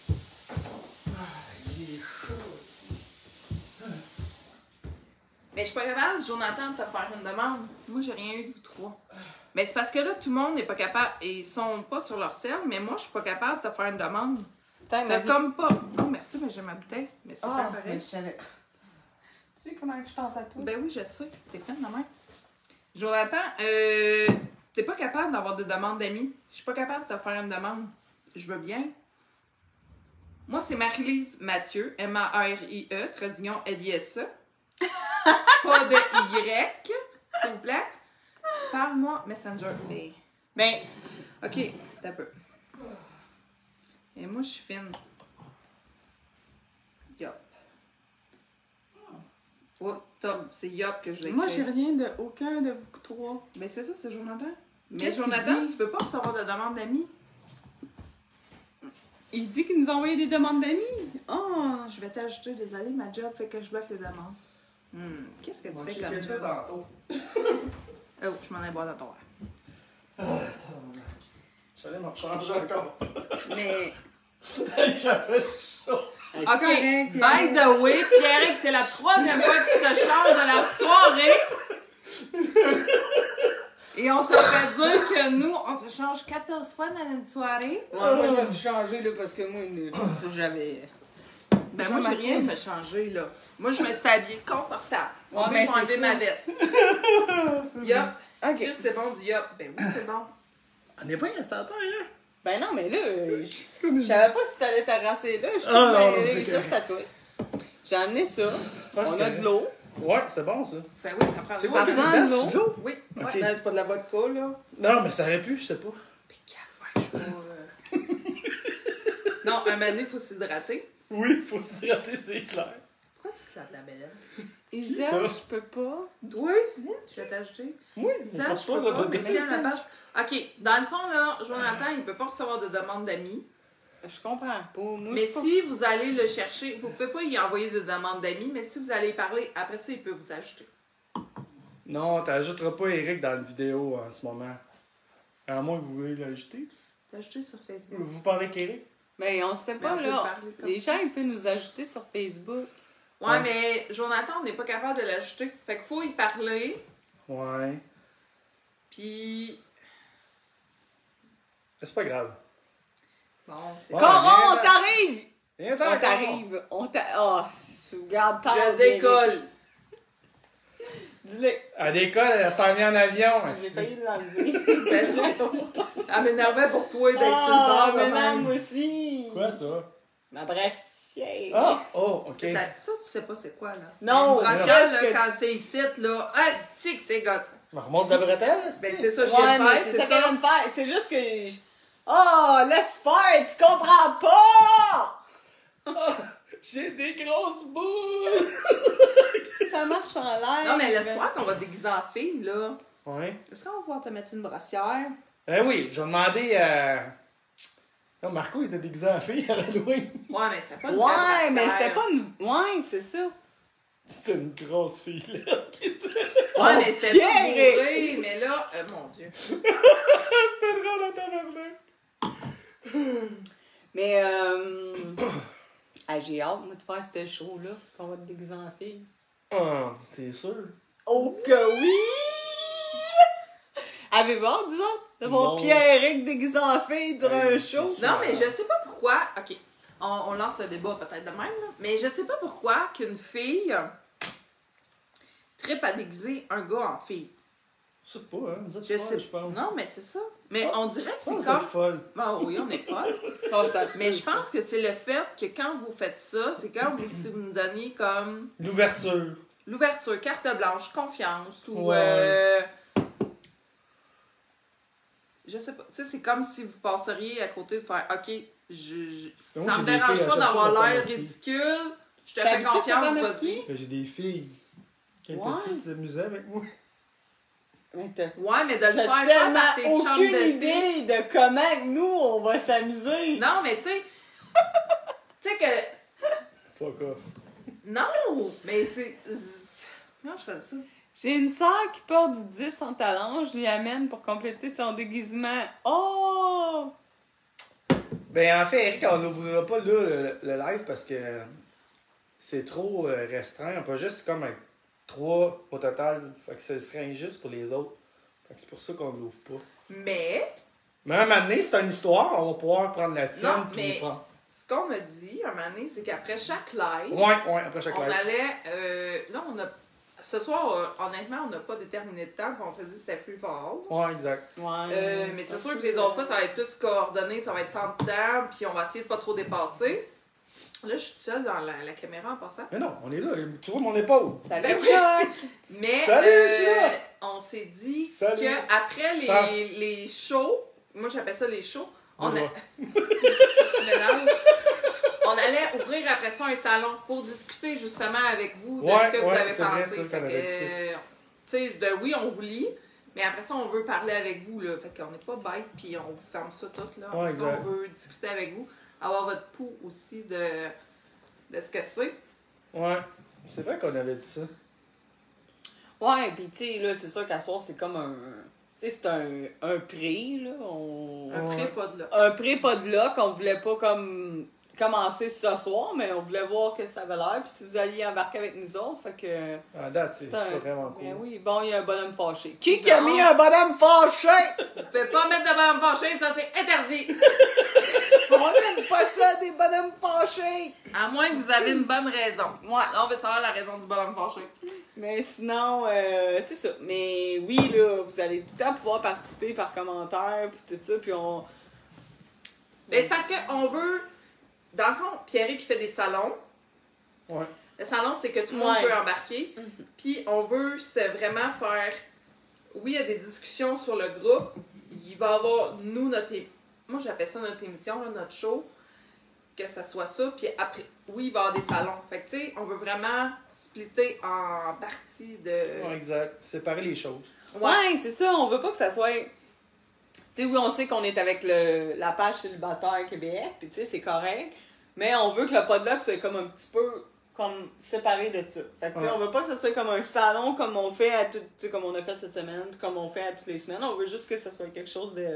Speaker 2: Mais je suis pas capable, Jonathan, de te faire une demande. Moi, j'ai rien eu de vous trois. Mais c'est parce que là, tout le monde n'est pas capable. Et ils sont pas sur leur selle, mais moi, je suis pas capable de te faire une demande. T'as comme pas. Oh, merci, mais j'ai ma bouteille. Mais c'est pas pareil.
Speaker 3: Je savais. Tu sais comment je pense à toi?
Speaker 2: Ben oui, je sais. T'es fine, maman. Jonathan, t'es pas capable d'avoir de demande d'amis. Je suis pas capable de te faire une demande. Je veux bien. Moi, c'est Marie-Lise Mathieu, M-A-R-I-E, tradition L-I-S-E. Pas de Y, s'il vous plaît. Parle-moi Messenger.
Speaker 3: Ben,
Speaker 2: OK, t'as peu. Et moi, je suis fine. Yop. Oh, Tom, c'est Yop que je l'ai
Speaker 4: Moi,
Speaker 2: écrit.
Speaker 4: j'ai rien de aucun de vous trois.
Speaker 2: Ben c'est ça, c'est Jonathan. Mais
Speaker 3: Qu'est-ce qu'il
Speaker 2: Jonathan,
Speaker 3: dit?
Speaker 2: tu peux pas recevoir de demande d'amis.
Speaker 4: Il dit qu'il nous a envoyé des demandes d'amis. Oh!
Speaker 2: Je vais t'ajouter, désolé, ma job fait que je bloque les demandes. Qu'est-ce que tu fais comme ça?
Speaker 1: tantôt.
Speaker 2: Oh, je m'en ai boire dans ton verre.
Speaker 1: J'allais me rechanger encore.
Speaker 2: Mais,
Speaker 1: J'avais chaud.
Speaker 2: OK,
Speaker 4: correct,
Speaker 2: by the way, Pierrick, c'est la 3e fois que tu te changes de la soirée. Et on se fait dire que nous, on se change 14 fois dans une soirée.
Speaker 3: ouais, moi, je me suis changé, là, parce que moi, j'avais.
Speaker 2: Ben moi, j'ai rien fait changer, là. Moi, je me suis habillée confortable.
Speaker 3: Ouais,
Speaker 2: On peut
Speaker 3: mais
Speaker 2: enlever
Speaker 3: c'est
Speaker 2: ma
Speaker 3: ça.
Speaker 2: veste. Yup.
Speaker 3: Ok.
Speaker 2: Chris, c'est bon du yup. Ben oui, c'est bon.
Speaker 1: On n'est pas instantané, hein?
Speaker 3: Ben non, mais là, je
Speaker 1: comme
Speaker 3: savais pas si t'allais t'arraser là. Je
Speaker 1: Ah, non,
Speaker 3: ben,
Speaker 1: non, c'est
Speaker 3: ça,
Speaker 1: correct.
Speaker 3: c'est à toi. J'ai amené ça.
Speaker 1: Parce
Speaker 3: On
Speaker 1: que-
Speaker 3: a de l'eau.
Speaker 1: Ouais, c'est bon, ça.
Speaker 2: Ben oui, ça prend
Speaker 1: C'est
Speaker 2: de
Speaker 1: quoi
Speaker 2: l'eau.
Speaker 1: que
Speaker 3: prend
Speaker 1: dedans,
Speaker 3: de l'eau.
Speaker 1: c'est de l'eau?
Speaker 2: Oui. Ouais,
Speaker 1: Ok.
Speaker 2: ben c'est pas de la vodka, là.
Speaker 1: Non, mais ça aurait pu, je sais pas.
Speaker 2: Mais calme, je vais... Non, un moment donné, il faut s'hydrater.
Speaker 1: Oui, faut se hydrater, c'est clair.
Speaker 2: Pourquoi tu te laves la belle?
Speaker 4: Isa,
Speaker 1: ça?
Speaker 4: je peux pas.
Speaker 2: Oui. Je vais t'ajouter.
Speaker 1: Oui,
Speaker 2: Ça,
Speaker 1: faut
Speaker 2: je peux pas.
Speaker 1: de
Speaker 2: Mais c'est à la page. OK, dans le fond, là, Jonathan, il peut pas recevoir de demande d'amis.
Speaker 3: Je comprends pas. Moi,
Speaker 2: Mais
Speaker 3: je pas-
Speaker 2: si vous allez le chercher, vous pouvez pas y envoyer de demande d'amis, mais si vous allez y parler, après ça, il peut vous ajouter.
Speaker 1: Non, t'ajouteras pas Eric dans la vidéo en ce moment. À moins que vous voulez l'ajouter.
Speaker 2: t'ajouter sur Facebook.
Speaker 1: Vous parlez Kéry?
Speaker 3: Mais on sait
Speaker 2: Mais
Speaker 3: pas,
Speaker 2: on peut
Speaker 3: là.
Speaker 2: parler comme
Speaker 3: Les
Speaker 2: ça.
Speaker 3: gens, ils peuvent nous ajouter sur Facebook.
Speaker 2: Ouais, mais Jonathan, on n'est pas capable de l'ajouter. Fait qu'il faut y parler,
Speaker 1: Ouais.
Speaker 2: puis...
Speaker 1: C'est pas grave.
Speaker 2: Bon, c'est...
Speaker 1: Ouais.
Speaker 3: Coron,
Speaker 1: viens,
Speaker 3: on t'arrive!
Speaker 1: Viens,
Speaker 3: On t'arrive! Oh, regarde, parle.
Speaker 2: Je décolle!
Speaker 3: Dis-le.
Speaker 1: À l'école, elle s'en vient en avion.
Speaker 3: J'ai essayé de l'enlever.
Speaker 2: Ben là, elle m'énervait pour toi d'être sur le
Speaker 3: Ah,
Speaker 2: bord de
Speaker 3: mais
Speaker 2: même.
Speaker 3: moi aussi.
Speaker 1: Quoi ça?
Speaker 3: Ma brassière.
Speaker 1: Ah! Oh, ok.
Speaker 2: Ça, tu sais pas c'est quoi, là.
Speaker 3: Non,
Speaker 2: Une brassière,
Speaker 3: mais
Speaker 2: là,
Speaker 3: qu'est-ce que
Speaker 2: quand c'est ici, là, c'est que c'est gosse.
Speaker 1: On remonte la bretelle?
Speaker 2: Ben, c'est ça, je
Speaker 3: Ouais,
Speaker 2: viens de
Speaker 3: mais
Speaker 2: faire,
Speaker 3: c'est ça qu'elle vient de faire. C'est juste que... Oh, laisse faire, tu comprends pas!
Speaker 1: J'ai des grosses boules!
Speaker 3: Ça marche en l'air.
Speaker 2: Non, mais le soir qu'on va te déguiser en fille, là,
Speaker 1: Ouais.
Speaker 2: est-ce qu'on va pouvoir te mettre une brassière?
Speaker 1: Oui, je vais demander à. Non, Marco, il était déguisé en fille à l'Halloween.
Speaker 2: Ouais, mais c'est pas une vraie
Speaker 3: Ouais, mais
Speaker 2: brassière.
Speaker 3: c'était pas une... Ouais, c'est ça.
Speaker 1: C'était une grosse fille, là.
Speaker 2: Ouais, mais c'était pas
Speaker 3: Pierre!
Speaker 2: bourré, mais là, mon Dieu.
Speaker 1: C'était drôle en tabarnak.
Speaker 3: Mais, ah, j'ai hâte, moi, de faire ce show-là, qu'on va te déguiser en fille.
Speaker 1: Ah, t'es sûr?
Speaker 3: Oh que oui! Avez-vous hâte, vous autres, de voir
Speaker 1: Non.
Speaker 3: Pierre-Éric déguisé en fille durant un show?
Speaker 2: Non, mais je sais pas pourquoi. Ok, on lance le débat peut-être de même, là. Mais je sais pas pourquoi qu'une fille trippe à déguiser un gars en fille.
Speaker 1: Je sais pas, hein. Vous êtes
Speaker 2: Je
Speaker 1: folle,
Speaker 2: sais
Speaker 1: je pense.
Speaker 2: Non, mais c'est ça. Mais on dirait que
Speaker 1: Je pense
Speaker 2: c'est
Speaker 1: que vous
Speaker 2: comme.
Speaker 1: êtes folle.
Speaker 2: Bon, oui, on est folle.
Speaker 3: Oh, ça se
Speaker 2: Mais
Speaker 3: peut,
Speaker 2: je pense que c'est le fait que quand vous faites ça, c'est comme si vous nous donniez comme
Speaker 1: L'ouverture.
Speaker 2: l'ouverture, carte blanche, confiance ou.
Speaker 1: Ouais.
Speaker 2: Je sais pas. Tu sais, c'est comme si vous passeriez à côté de faire OK,
Speaker 1: Donc,
Speaker 2: ça
Speaker 1: j'ai
Speaker 2: me
Speaker 1: des
Speaker 2: dérange
Speaker 1: filles, à
Speaker 2: pas
Speaker 1: chaque
Speaker 2: d'avoir
Speaker 1: fois, on
Speaker 2: l'air
Speaker 1: fait notre
Speaker 2: ridicule. Je te
Speaker 3: T'as
Speaker 2: fais
Speaker 3: habitué de
Speaker 2: confiance,
Speaker 3: faire notre
Speaker 2: vas-y.
Speaker 3: fille?
Speaker 1: J'ai des filles qui étaient
Speaker 3: Ouais.
Speaker 1: petites, qui s'amusaient avec moi.
Speaker 3: Mais t'as
Speaker 2: Ouais, mais de le faire
Speaker 3: t'as
Speaker 2: faire par tes
Speaker 3: tellement
Speaker 2: chums
Speaker 3: aucune
Speaker 2: de filles.
Speaker 3: idée de comment que nous, on va s'amuser.
Speaker 2: Non, mais tu sais. Tu sais que.
Speaker 1: Fuck off.
Speaker 2: Non! Mais c'est. Non, je ferais ça.
Speaker 3: J'ai une sœur qui porte du 10 en talon, je lui amène pour compléter son déguisement. Oh!
Speaker 1: Ben, en fait, Eric, on n'ouvrira pas là le live parce que c'est trop restreint. On peut juste comme être 3 au total. Fait que ce serait injuste pour les autres. Fait que c'est pour ça qu'on ne l'ouvre pas.
Speaker 2: Mais,
Speaker 1: Mais à un moment donné, c'est une histoire. On va pouvoir prendre la tienne
Speaker 2: Non,
Speaker 1: puis
Speaker 2: mais-
Speaker 1: prendre.
Speaker 2: ce qu'on a dit un moment donné, c'est qu'après chaque live,
Speaker 1: Ouais, après chaque
Speaker 2: on
Speaker 1: live.
Speaker 2: allait. Là, on a. Ce soir, honnêtement, on n'a pas déterminé de temps, puis on s'est dit que c'était plus fort.
Speaker 1: Ouais, exact.
Speaker 3: Ouais.
Speaker 2: Mais c'est sûr que les autres fois, ça va être plus coordonné, ça va être tant de temps, puis on va essayer de pas trop dépasser. Là, je suis toute seule dans la caméra en passant.
Speaker 1: Mais non, on est là. Tu vois mon épaule.
Speaker 3: Salut,
Speaker 2: Ben oui.
Speaker 3: Chuck!
Speaker 2: Mais
Speaker 1: Salut, Chia!
Speaker 2: on s'est dit
Speaker 1: Salut.
Speaker 2: qu'après
Speaker 1: Ça.
Speaker 2: les shows, moi j'appelle ça les shows, on,
Speaker 1: Ouais.
Speaker 2: Tu m'énerves. On allait ouvrir après ça un salon pour discuter justement avec vous de
Speaker 1: Ouais,
Speaker 2: ce que vous
Speaker 1: ouais,
Speaker 2: avez
Speaker 1: c'est vrai,
Speaker 2: pensé.
Speaker 1: ça, qu'on
Speaker 2: Fait que,
Speaker 1: avait dit ça.
Speaker 2: tu sais, oui, on vous lit, mais après ça, on veut parler avec vous. Là. Fait qu'on n'est pas bête, puis on vous ferme ça tout. Là.
Speaker 1: Ouais,
Speaker 2: Après ça,
Speaker 1: exact.
Speaker 2: on veut discuter avec vous, avoir votre pouls aussi de ce que c'est.
Speaker 1: Ouais. C'est vrai qu'on avait dit ça.
Speaker 3: Ouais, pis tu sais, là, c'est sûr qu'à soir, c'est comme un. Tu sais, c'est un prix, là.
Speaker 2: Un
Speaker 1: Ouais.
Speaker 2: pré pas de là.
Speaker 3: Un prix pas de là, qu'on voulait pas comme commencer ce soir, mais on voulait voir que ça avait l'air, puis si vous alliez embarquer avec nous autres, fait que.
Speaker 1: À date, c'est
Speaker 3: un-
Speaker 1: vraiment cool.
Speaker 3: Ben oui, bon, il y a un bonhomme fâché. Qui a
Speaker 2: Non.
Speaker 3: mis un bonhomme fâché?
Speaker 2: Vous pouvez pas mettre de bonhomme fâché, ça c'est interdit!
Speaker 3: On n'aime pas ça, des bonhommes fâchés!
Speaker 2: À moins que vous avez une bonne raison.
Speaker 3: Ouais.
Speaker 2: Là, on veut savoir la raison du bonhomme fâché.
Speaker 3: Mais sinon, c'est ça. Mais oui, là, vous allez tout le temps pouvoir participer par commentaire, puis tout ça, puis on.
Speaker 2: Ben, c'est parce qu'on veut. Dans le fond, Pierre qui fait des salons.
Speaker 1: Ouais.
Speaker 2: Le salon, c'est que tout le monde
Speaker 3: Ouais.
Speaker 2: peut embarquer. Puis on veut vraiment faire. Oui, il y a des discussions sur le groupe. Il va y avoir, nous, moi, j'appelle ça notre émission, là, notre show. Que ça soit ça. Puis après, oui, il va y avoir des salons. Fait que, tu sais, on veut vraiment splitter en parties de.
Speaker 1: Ouais, exact. Séparer les choses.
Speaker 3: Ouais, c'est ça. On veut pas que ça soit. Tu sais, oui, on sait qu'on est avec la page célibataire Québec, puis tu sais, c'est correct. Mais on veut que le podlock soit comme un petit peu comme séparé de ça. Fait que, tu sais,
Speaker 1: Ouais.
Speaker 3: on veut pas que ça soit comme un salon comme on fait à tout, tu sais, comme on a fait cette semaine, puis comme on fait à toutes les semaines. On veut juste que ça soit quelque chose de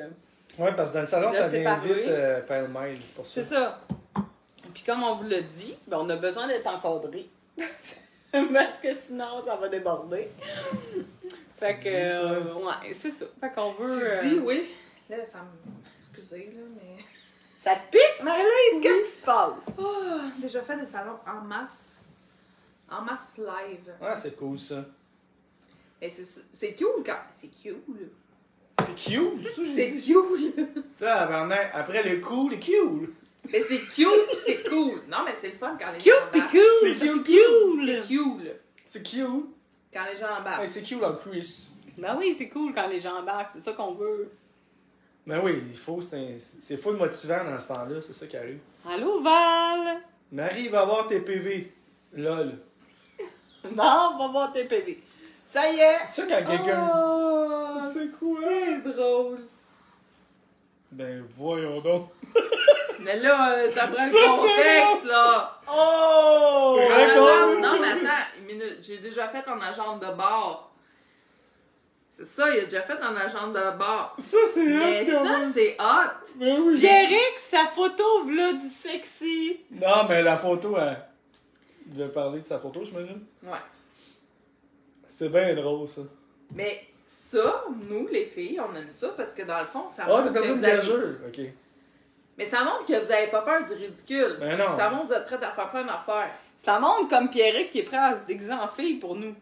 Speaker 1: Ouais, parce que dans le salon,
Speaker 3: Là,
Speaker 1: ça
Speaker 3: c'est
Speaker 1: vient
Speaker 3: pareil.
Speaker 1: vite pêle-mêle, c'est pour ça.
Speaker 3: C'est ça. Puis comme on vous l'a dit, ben, on a besoin d'être encadré. Parce que sinon, ça va déborder. Fait que, ouais, c'est ça. Fait qu'on veut...
Speaker 2: Tu dis, oui. Là, ça me... Excusez, là, mais...
Speaker 3: Ça te pique, Marie-Lise? Qu'est-ce qui se passe?
Speaker 2: Oh, déjà fait des salons en masse. En masse live.
Speaker 1: Ouais, c'est cool, ça.
Speaker 2: Mais c'est cool quand... C'est cool.
Speaker 1: C'est cute, ça, j'ai
Speaker 2: C'est
Speaker 1: dit.
Speaker 2: cool.
Speaker 1: Là, après le cool, le cute.
Speaker 2: Mais c'est cute pis c'est cool. Non, mais c'est le fun quand les
Speaker 3: Cute
Speaker 2: gens
Speaker 3: pis
Speaker 2: embarquent.
Speaker 3: cool!
Speaker 1: C'est
Speaker 3: C'est
Speaker 1: cute.
Speaker 3: cool!
Speaker 2: C'est cool
Speaker 1: C'est cute.
Speaker 2: quand les gens embarquent.
Speaker 1: Ouais, c'est cute en Chris.
Speaker 3: Ben oui, c'est cool quand les gens embarquent, c'est ça qu'on veut.
Speaker 1: Ben oui, il faut, c'est full motivant dans ce temps-là, c'est ça qui arrive.
Speaker 3: Allô, Val?
Speaker 1: Marie va avoir tes PV. Lol.
Speaker 3: Non, on va voir tes PV. Ça y est!
Speaker 1: C'est ça quand quelqu'un
Speaker 2: Oh,
Speaker 1: C'est quoi?
Speaker 2: C'est drôle.
Speaker 1: Ben voyons donc.
Speaker 2: Mais là, ça prend le
Speaker 1: Ça, c'est
Speaker 2: contexte, là.
Speaker 3: Oh!
Speaker 2: En
Speaker 1: Raconte-nous.
Speaker 2: agente- Non, mais attends, une minute. J'ai déjà fait en agente de bar. C'est ça, il a déjà fait en agente de bar.
Speaker 1: Ça, c'est
Speaker 2: Mais
Speaker 1: hot, quand
Speaker 2: ça,
Speaker 1: même.
Speaker 2: c'est hot.
Speaker 1: Ben oui.
Speaker 3: Pierrick, sa photo, v'là du sexy.
Speaker 1: Non, mais la photo, elle... Il devait parler de sa photo, j'imagine.
Speaker 2: Ouais.
Speaker 1: C'est bien drôle, ça.
Speaker 2: Mais ça, nous, les filles, on aime ça parce que dans le fond, ça
Speaker 1: Ah,
Speaker 2: montre
Speaker 1: t'as perdu
Speaker 2: que
Speaker 1: une
Speaker 2: vous avez...
Speaker 1: gageure. OK.
Speaker 2: Mais ça montre que vous avez pas peur du ridicule.
Speaker 1: Ben non.
Speaker 2: Ça montre que vous êtes prêts à faire plein d'affaires.
Speaker 3: Ça montre comme Pierrick qui est prêt à se déguiser en fille pour nous.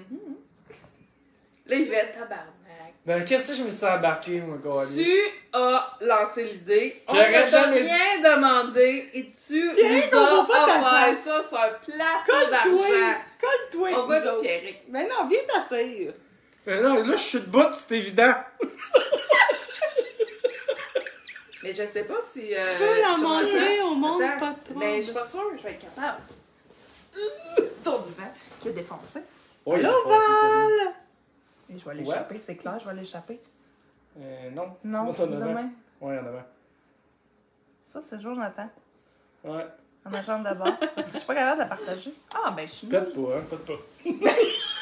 Speaker 2: Là, il fait tabarnak.
Speaker 1: Ben, qu'est-ce que je me suis embarqué, moi, gars?
Speaker 2: Tu as lancé l'idée. On
Speaker 1: J'aurais
Speaker 2: t'a
Speaker 1: jamais
Speaker 2: rien demandé et tu
Speaker 3: Pierrick,
Speaker 2: nous
Speaker 3: on voit pas
Speaker 2: as
Speaker 3: ta
Speaker 2: offert
Speaker 3: face.
Speaker 2: ça sur un plateau
Speaker 3: Colle-toi!
Speaker 2: d'argent.
Speaker 3: Colle-toi!
Speaker 2: On
Speaker 3: vous
Speaker 2: va
Speaker 3: autres.
Speaker 2: Pierrick.
Speaker 3: Mais non, viens t'asseoir.
Speaker 1: Ben non, là, je suis debout, c'est évident.
Speaker 2: Mais je sais pas si.
Speaker 3: Tu peux la montrer au monde,
Speaker 2: Attends,
Speaker 3: pas trop.
Speaker 2: Mais je suis pas sûre que je vais être capable. Ton divan qui est défoncé.
Speaker 1: Ouais,
Speaker 3: Allô,
Speaker 1: il a foncé,
Speaker 3: Val?
Speaker 2: Et je vais l'échapper, c'est clair, je vais l'échapper.
Speaker 1: non.
Speaker 2: Non,
Speaker 1: Tu montes en avant.
Speaker 2: demain.
Speaker 1: Ouais, en avant.
Speaker 2: Ça, c'est Jonathan.
Speaker 1: Ouais.
Speaker 2: En agent de bord. Parce que je suis pas capable de la partager. Ah, ben, je suis
Speaker 1: Pète
Speaker 2: nulle.
Speaker 1: pas, hein, pète pas.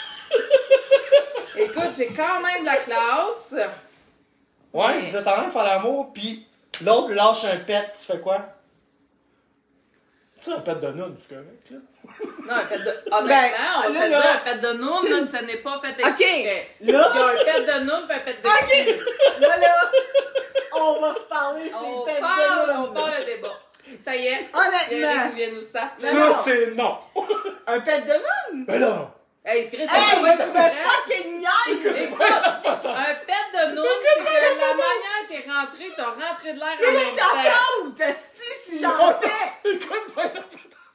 Speaker 2: Écoute, j'ai quand même de la classe.
Speaker 1: Ouais,
Speaker 2: Mais-
Speaker 1: vous êtes en train de faire l'amour, pis l'autre lâche un pet, tu fais quoi? Tu sais, un pet de noun, c'est correct, là?
Speaker 2: Non, un pet de. Honnêtement, on va
Speaker 3: là,
Speaker 2: se
Speaker 3: là.
Speaker 2: dire un pet de noun, là, ça n'est pas fait exprès.
Speaker 3: OK,
Speaker 2: Il y
Speaker 3: là,
Speaker 2: a un pet de noun et un pet de.
Speaker 3: OK, là, on va se parler,
Speaker 2: On
Speaker 3: c'est pète
Speaker 2: parle,
Speaker 3: de
Speaker 2: on
Speaker 3: noun.
Speaker 2: parle le débat. Ça y est.
Speaker 3: Honnêtement.
Speaker 2: Pierrick vient nous staff.
Speaker 3: Mais
Speaker 1: Ça,
Speaker 3: non.
Speaker 1: c'est non!
Speaker 3: Un pète de noun?
Speaker 1: Ben non!
Speaker 2: Hey, Chris,
Speaker 3: Hey,
Speaker 2: c'est
Speaker 3: tu
Speaker 2: pas
Speaker 3: me
Speaker 2: vrai.
Speaker 3: fucking niaise!
Speaker 2: Écoute, un pet de noun, c'est que la manière que t'es rentré, t'as rentré de l'air en même
Speaker 3: C'est ta
Speaker 2: temps.
Speaker 3: faute, esti, si j'en fais!
Speaker 1: Écoute, ben la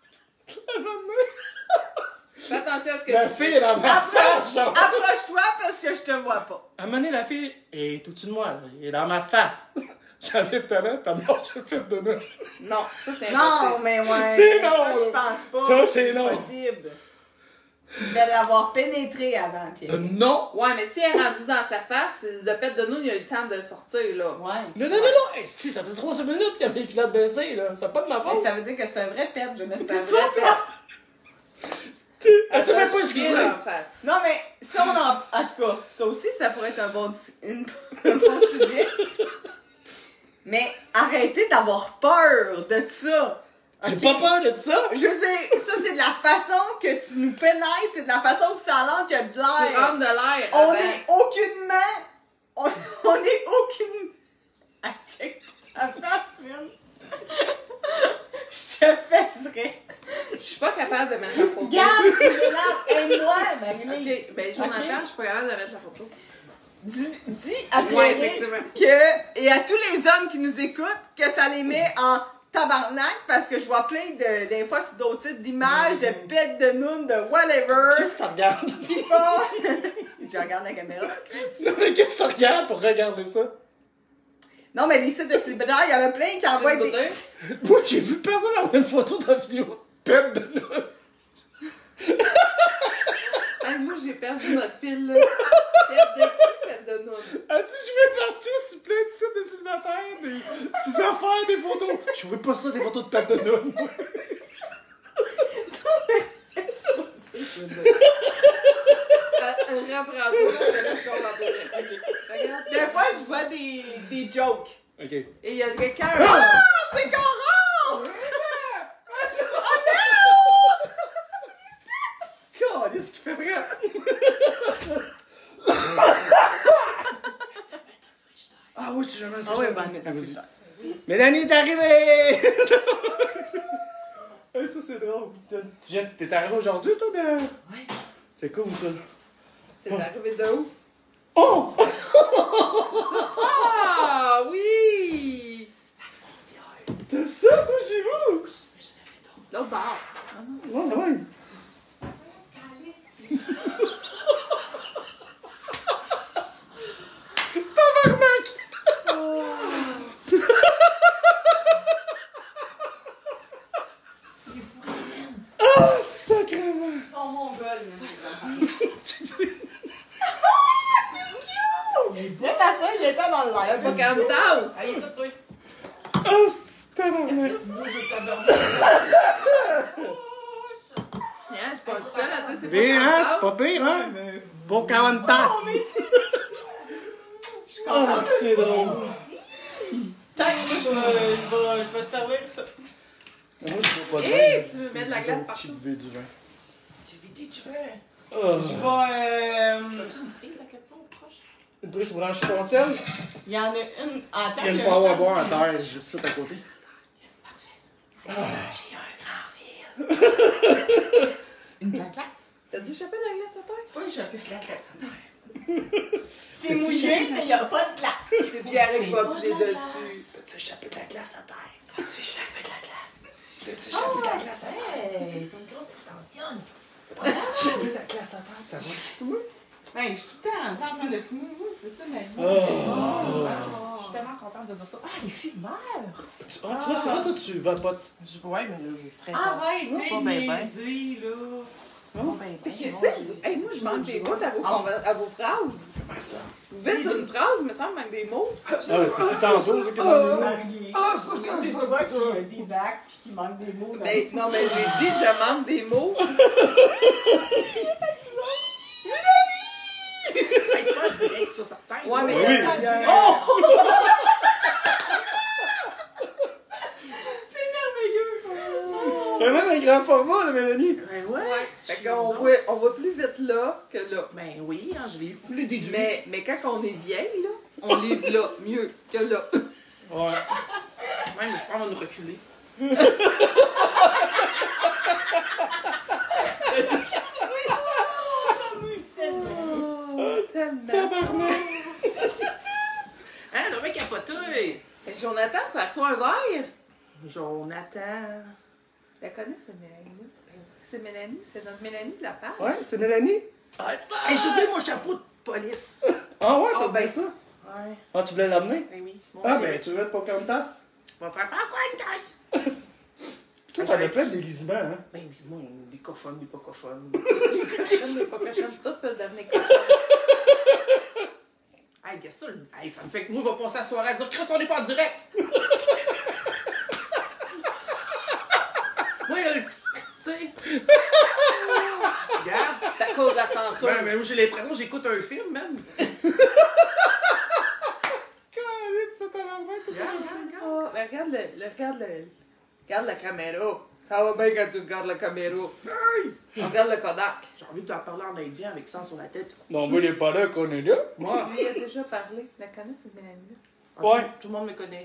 Speaker 2: Fais attention à ce que
Speaker 1: La
Speaker 2: tu
Speaker 1: fille est dans ma face, genre!
Speaker 3: Approche-toi parce que je te vois pas.
Speaker 1: À un moment donné, la fille est au-dessus de moi, là. Elle est dans ma face. J'avais le talent, t'as mangé le pet de noun.
Speaker 2: Non, ça c'est
Speaker 3: Non,
Speaker 2: impossible.
Speaker 3: mais ouais.
Speaker 1: C'est
Speaker 3: ça,
Speaker 1: non,
Speaker 3: je
Speaker 1: là.
Speaker 3: pense pas.
Speaker 1: Ça, c'est non.
Speaker 3: Possible. Tu devais l'avoir pénétré avant, Pierre.
Speaker 1: Non!
Speaker 2: Ouais, mais si elle est rendue dans sa face, le pet de noun, il a eu le temps de sortir, là.
Speaker 3: Ouais.
Speaker 1: Non, non, non, non! Hey, si, ça fait 3 minutes qu'il y avait les culottes baissées, là. C'est pas de ma
Speaker 3: Mais
Speaker 1: faute.
Speaker 3: ça veut dire que c'est un vrai pet, je me suis
Speaker 2: C'est un vrai pet.
Speaker 1: Elle sait même pas
Speaker 2: chier
Speaker 1: excuser.
Speaker 2: en face.
Speaker 3: Non, mais ça, on en tout cas, ça aussi, ça pourrait être un bon sujet. Mais arrêtez d'avoir peur de ça.
Speaker 1: J'ai
Speaker 3: Ok?
Speaker 1: pas peur de ça!
Speaker 3: Je veux dire, ça, c'est de la façon que tu nous pénètres, c'est de la façon que ça a l'air qu'il y a de
Speaker 2: Tu
Speaker 3: l'air.
Speaker 2: rentres de l'air
Speaker 3: On
Speaker 2: avant.
Speaker 3: est aucunement. On est aucune. Ah, check ta face, man. Je te fesserais.
Speaker 2: Je suis pas capable de mettre la photo.
Speaker 3: Regarde, aide-moi, Marie-Lise.
Speaker 2: Ok, ben Jonathan,
Speaker 3: Ok?
Speaker 2: je suis pas capable de mettre la photo.
Speaker 3: Dis à
Speaker 2: Ouais,
Speaker 3: Pierrick
Speaker 2: effectivement.
Speaker 3: que, et à tous les hommes qui nous écoutent, que ça les met en tabarnak parce que je vois plein des fois sur d'autres sites d'images, de pets de nounes, de whatever.
Speaker 1: Qu'est-ce que tu regardes?
Speaker 3: Qui font. Je regarde la caméra.
Speaker 1: Non, mais qu'est-ce que tu regardes pour regarder ça?
Speaker 3: Non, mais les sites de célibataires, il y en a plein qui envoient des.
Speaker 2: Célibataire?
Speaker 1: Moi, j'ai vu personne avoir une photo dans la vidéo. Pep de noun.
Speaker 2: Hey, moi, j'ai perdu votre fil, là. Pet de qui, pet de noun?
Speaker 1: As-tu joué partout sur plein de sites de célibataires, des affaires, des photos? Je veux pas ça, des photos de pep de noun.
Speaker 3: C'est pas ça que je veux dire.
Speaker 2: Reprends-toi, parce que là, je comprends pas. Ok, regarde ça.
Speaker 3: Des fois, je vois des jokes.
Speaker 1: Ok.
Speaker 2: Et il y a quelqu'un.
Speaker 3: C'est Cora!
Speaker 1: Qu'est-ce qu'il fait vrai? Ah oui, tu jamais fait
Speaker 3: Ah
Speaker 1: ça.
Speaker 3: ouais, ben,
Speaker 1: Vas-y. Mélanie est arrivée! Hey, ça, c'est drôle. T'es arrivé aujourd'hui, toi, de...
Speaker 2: Ouais.
Speaker 1: C'est cool, ça.
Speaker 2: T'es arrivé de où?
Speaker 1: Oh!
Speaker 2: Ah oui!
Speaker 1: T'as ça, toi, chez vous?
Speaker 2: L'autre bar.
Speaker 1: Ouais, ouais. Tabarnak! Ah, sacrément!
Speaker 3: Ils sont mongols, là, ta soeur, il était dans le live.
Speaker 2: Pas qu'un tasse.
Speaker 3: Allez, ça, toi.
Speaker 1: Ah, c'est tabarnak!
Speaker 2: Tiens, je suis pas toute seule, tu sais, c'est
Speaker 1: Bien, hein?
Speaker 2: pas
Speaker 1: C'est pas pire, hein? Pocahontas! Ah, c'est drôle!
Speaker 3: Tac, je vais te servir ça.
Speaker 1: Moi, je veux pas de
Speaker 2: Hé,
Speaker 1: vin.
Speaker 2: tu veux mettre de la glace partout?
Speaker 1: Qui buvait du vin?
Speaker 3: J'ai vidé du verre.
Speaker 1: Oh.
Speaker 3: Je vais.
Speaker 2: As-tu une prise à quelque part proche?
Speaker 1: Une prise branche console?
Speaker 3: Il y en a une en terre.
Speaker 1: Il y a une powerboard à terre, juste ça à côté.
Speaker 2: Yes, parfait. J'ai un grand fil.
Speaker 3: Une glace.
Speaker 2: T'as dû échapper de la glace à terre?
Speaker 3: Oui, j'ai plus de glace à terre. C'est mouillé, mais il n'y a pas de glace.
Speaker 2: C'est Pierre qui va piler dessus.
Speaker 1: T'as-tu échappé de la glace à terre?
Speaker 3: As-tu échappé de la glace?
Speaker 1: T'as-tu échappé de la glace à terre?
Speaker 3: Hey, t'as une grosse extension.
Speaker 1: T'as échappé de la glace à terre? T'as vu fumé?
Speaker 4: Ben, je suis tout le temps en train de fumer, moi, c'est ça ma vie.
Speaker 3: Je suis tellement contente de dire ça. Ah, les fumeurs!
Speaker 1: Tu vois, c'est vrai, toi, tu vapotes.
Speaker 5: Ouais, mais là, je ferais
Speaker 3: Arrête,
Speaker 5: pas
Speaker 3: t'es
Speaker 5: ben ben.
Speaker 3: niaisé, là.
Speaker 5: Pas ben ben.
Speaker 2: Qu'est-ce que c'est? Hey, moi, je manque des mots à vos phrases.
Speaker 1: Comment ça?
Speaker 2: Vous êtes une phrase, il me semble, même des mots.
Speaker 1: Ah, ouais, c'est tout tantôt, ça, qui est dans les mots.
Speaker 3: Marié. C'est toi qui a des bacs pis qui manque des mots. Dans
Speaker 2: Mais, non, mais j'ai dit, je manque des mots.
Speaker 5: Hey, c'est pas un direct sur certains.
Speaker 2: Ouais, mais
Speaker 1: Oui.
Speaker 2: il y a un-
Speaker 3: Oh!
Speaker 1: Mais même un grand format, là, Mélanie.
Speaker 5: Ben ouais.
Speaker 2: Ouais. Fait
Speaker 5: Je
Speaker 2: qu'on
Speaker 5: suis
Speaker 2: on va plus vite là que là.
Speaker 5: Ben oui, hein, je l'ai plus déduit.
Speaker 2: Mais quand on est vieille, là, on est là mieux que là.
Speaker 1: Ouais.
Speaker 5: Même, je prends une reculée.
Speaker 2: Oh, tellement.
Speaker 5: Hein, le mec capoté.
Speaker 2: Et Jonathan, sers-toi un verre?
Speaker 5: Jonathan.
Speaker 2: La connais, c'est Mélanie. C'est Mélanie, c'est notre Mélanie de la part.
Speaker 1: Ouais, c'est Mélanie.
Speaker 5: Hey, j'ai oublié mon chapeau de police.
Speaker 1: Ah ouais,
Speaker 2: Ah,
Speaker 1: t'as
Speaker 2: ben.
Speaker 1: bien ça?
Speaker 5: Ouais.
Speaker 1: Ah, tu voulais l'amener?
Speaker 5: Ben oui. Bon,
Speaker 1: Ah, ben, tu veux être Pocahontas?
Speaker 5: On va faire encore une tasse.
Speaker 1: Toi, t'avais plein de déguisements, hein?
Speaker 5: Ben oui, moi, des cochonnes, des pas cochonnes.
Speaker 2: Cochonne, mais pas cochonne, tout peut devenir cochonne.
Speaker 5: Hey, qu'est-ce que ça? Hey, ça me fait que moi, je vais passer la soirée à dire Chris, on n'est pas en direct. Moi, il y a le petit. Tu sais. Regarde.
Speaker 2: C'est à cause de la censure.
Speaker 5: Ben, mais moi, j'ai l'impression que j'écoute un film, même.
Speaker 2: Oh, mais regarde la caméra. Ça va bien quand tu regardes la caméra. On regarde le Kodak.
Speaker 5: J'ai envie de te parler en indien avec ça sur la tête.
Speaker 1: Non, mais il est pas là qu'on est là.
Speaker 5: Moi,
Speaker 2: Lui, il a déjà parlé. La connais, c'est Mélanie.
Speaker 1: Ouais.
Speaker 5: Tout le monde me connaît.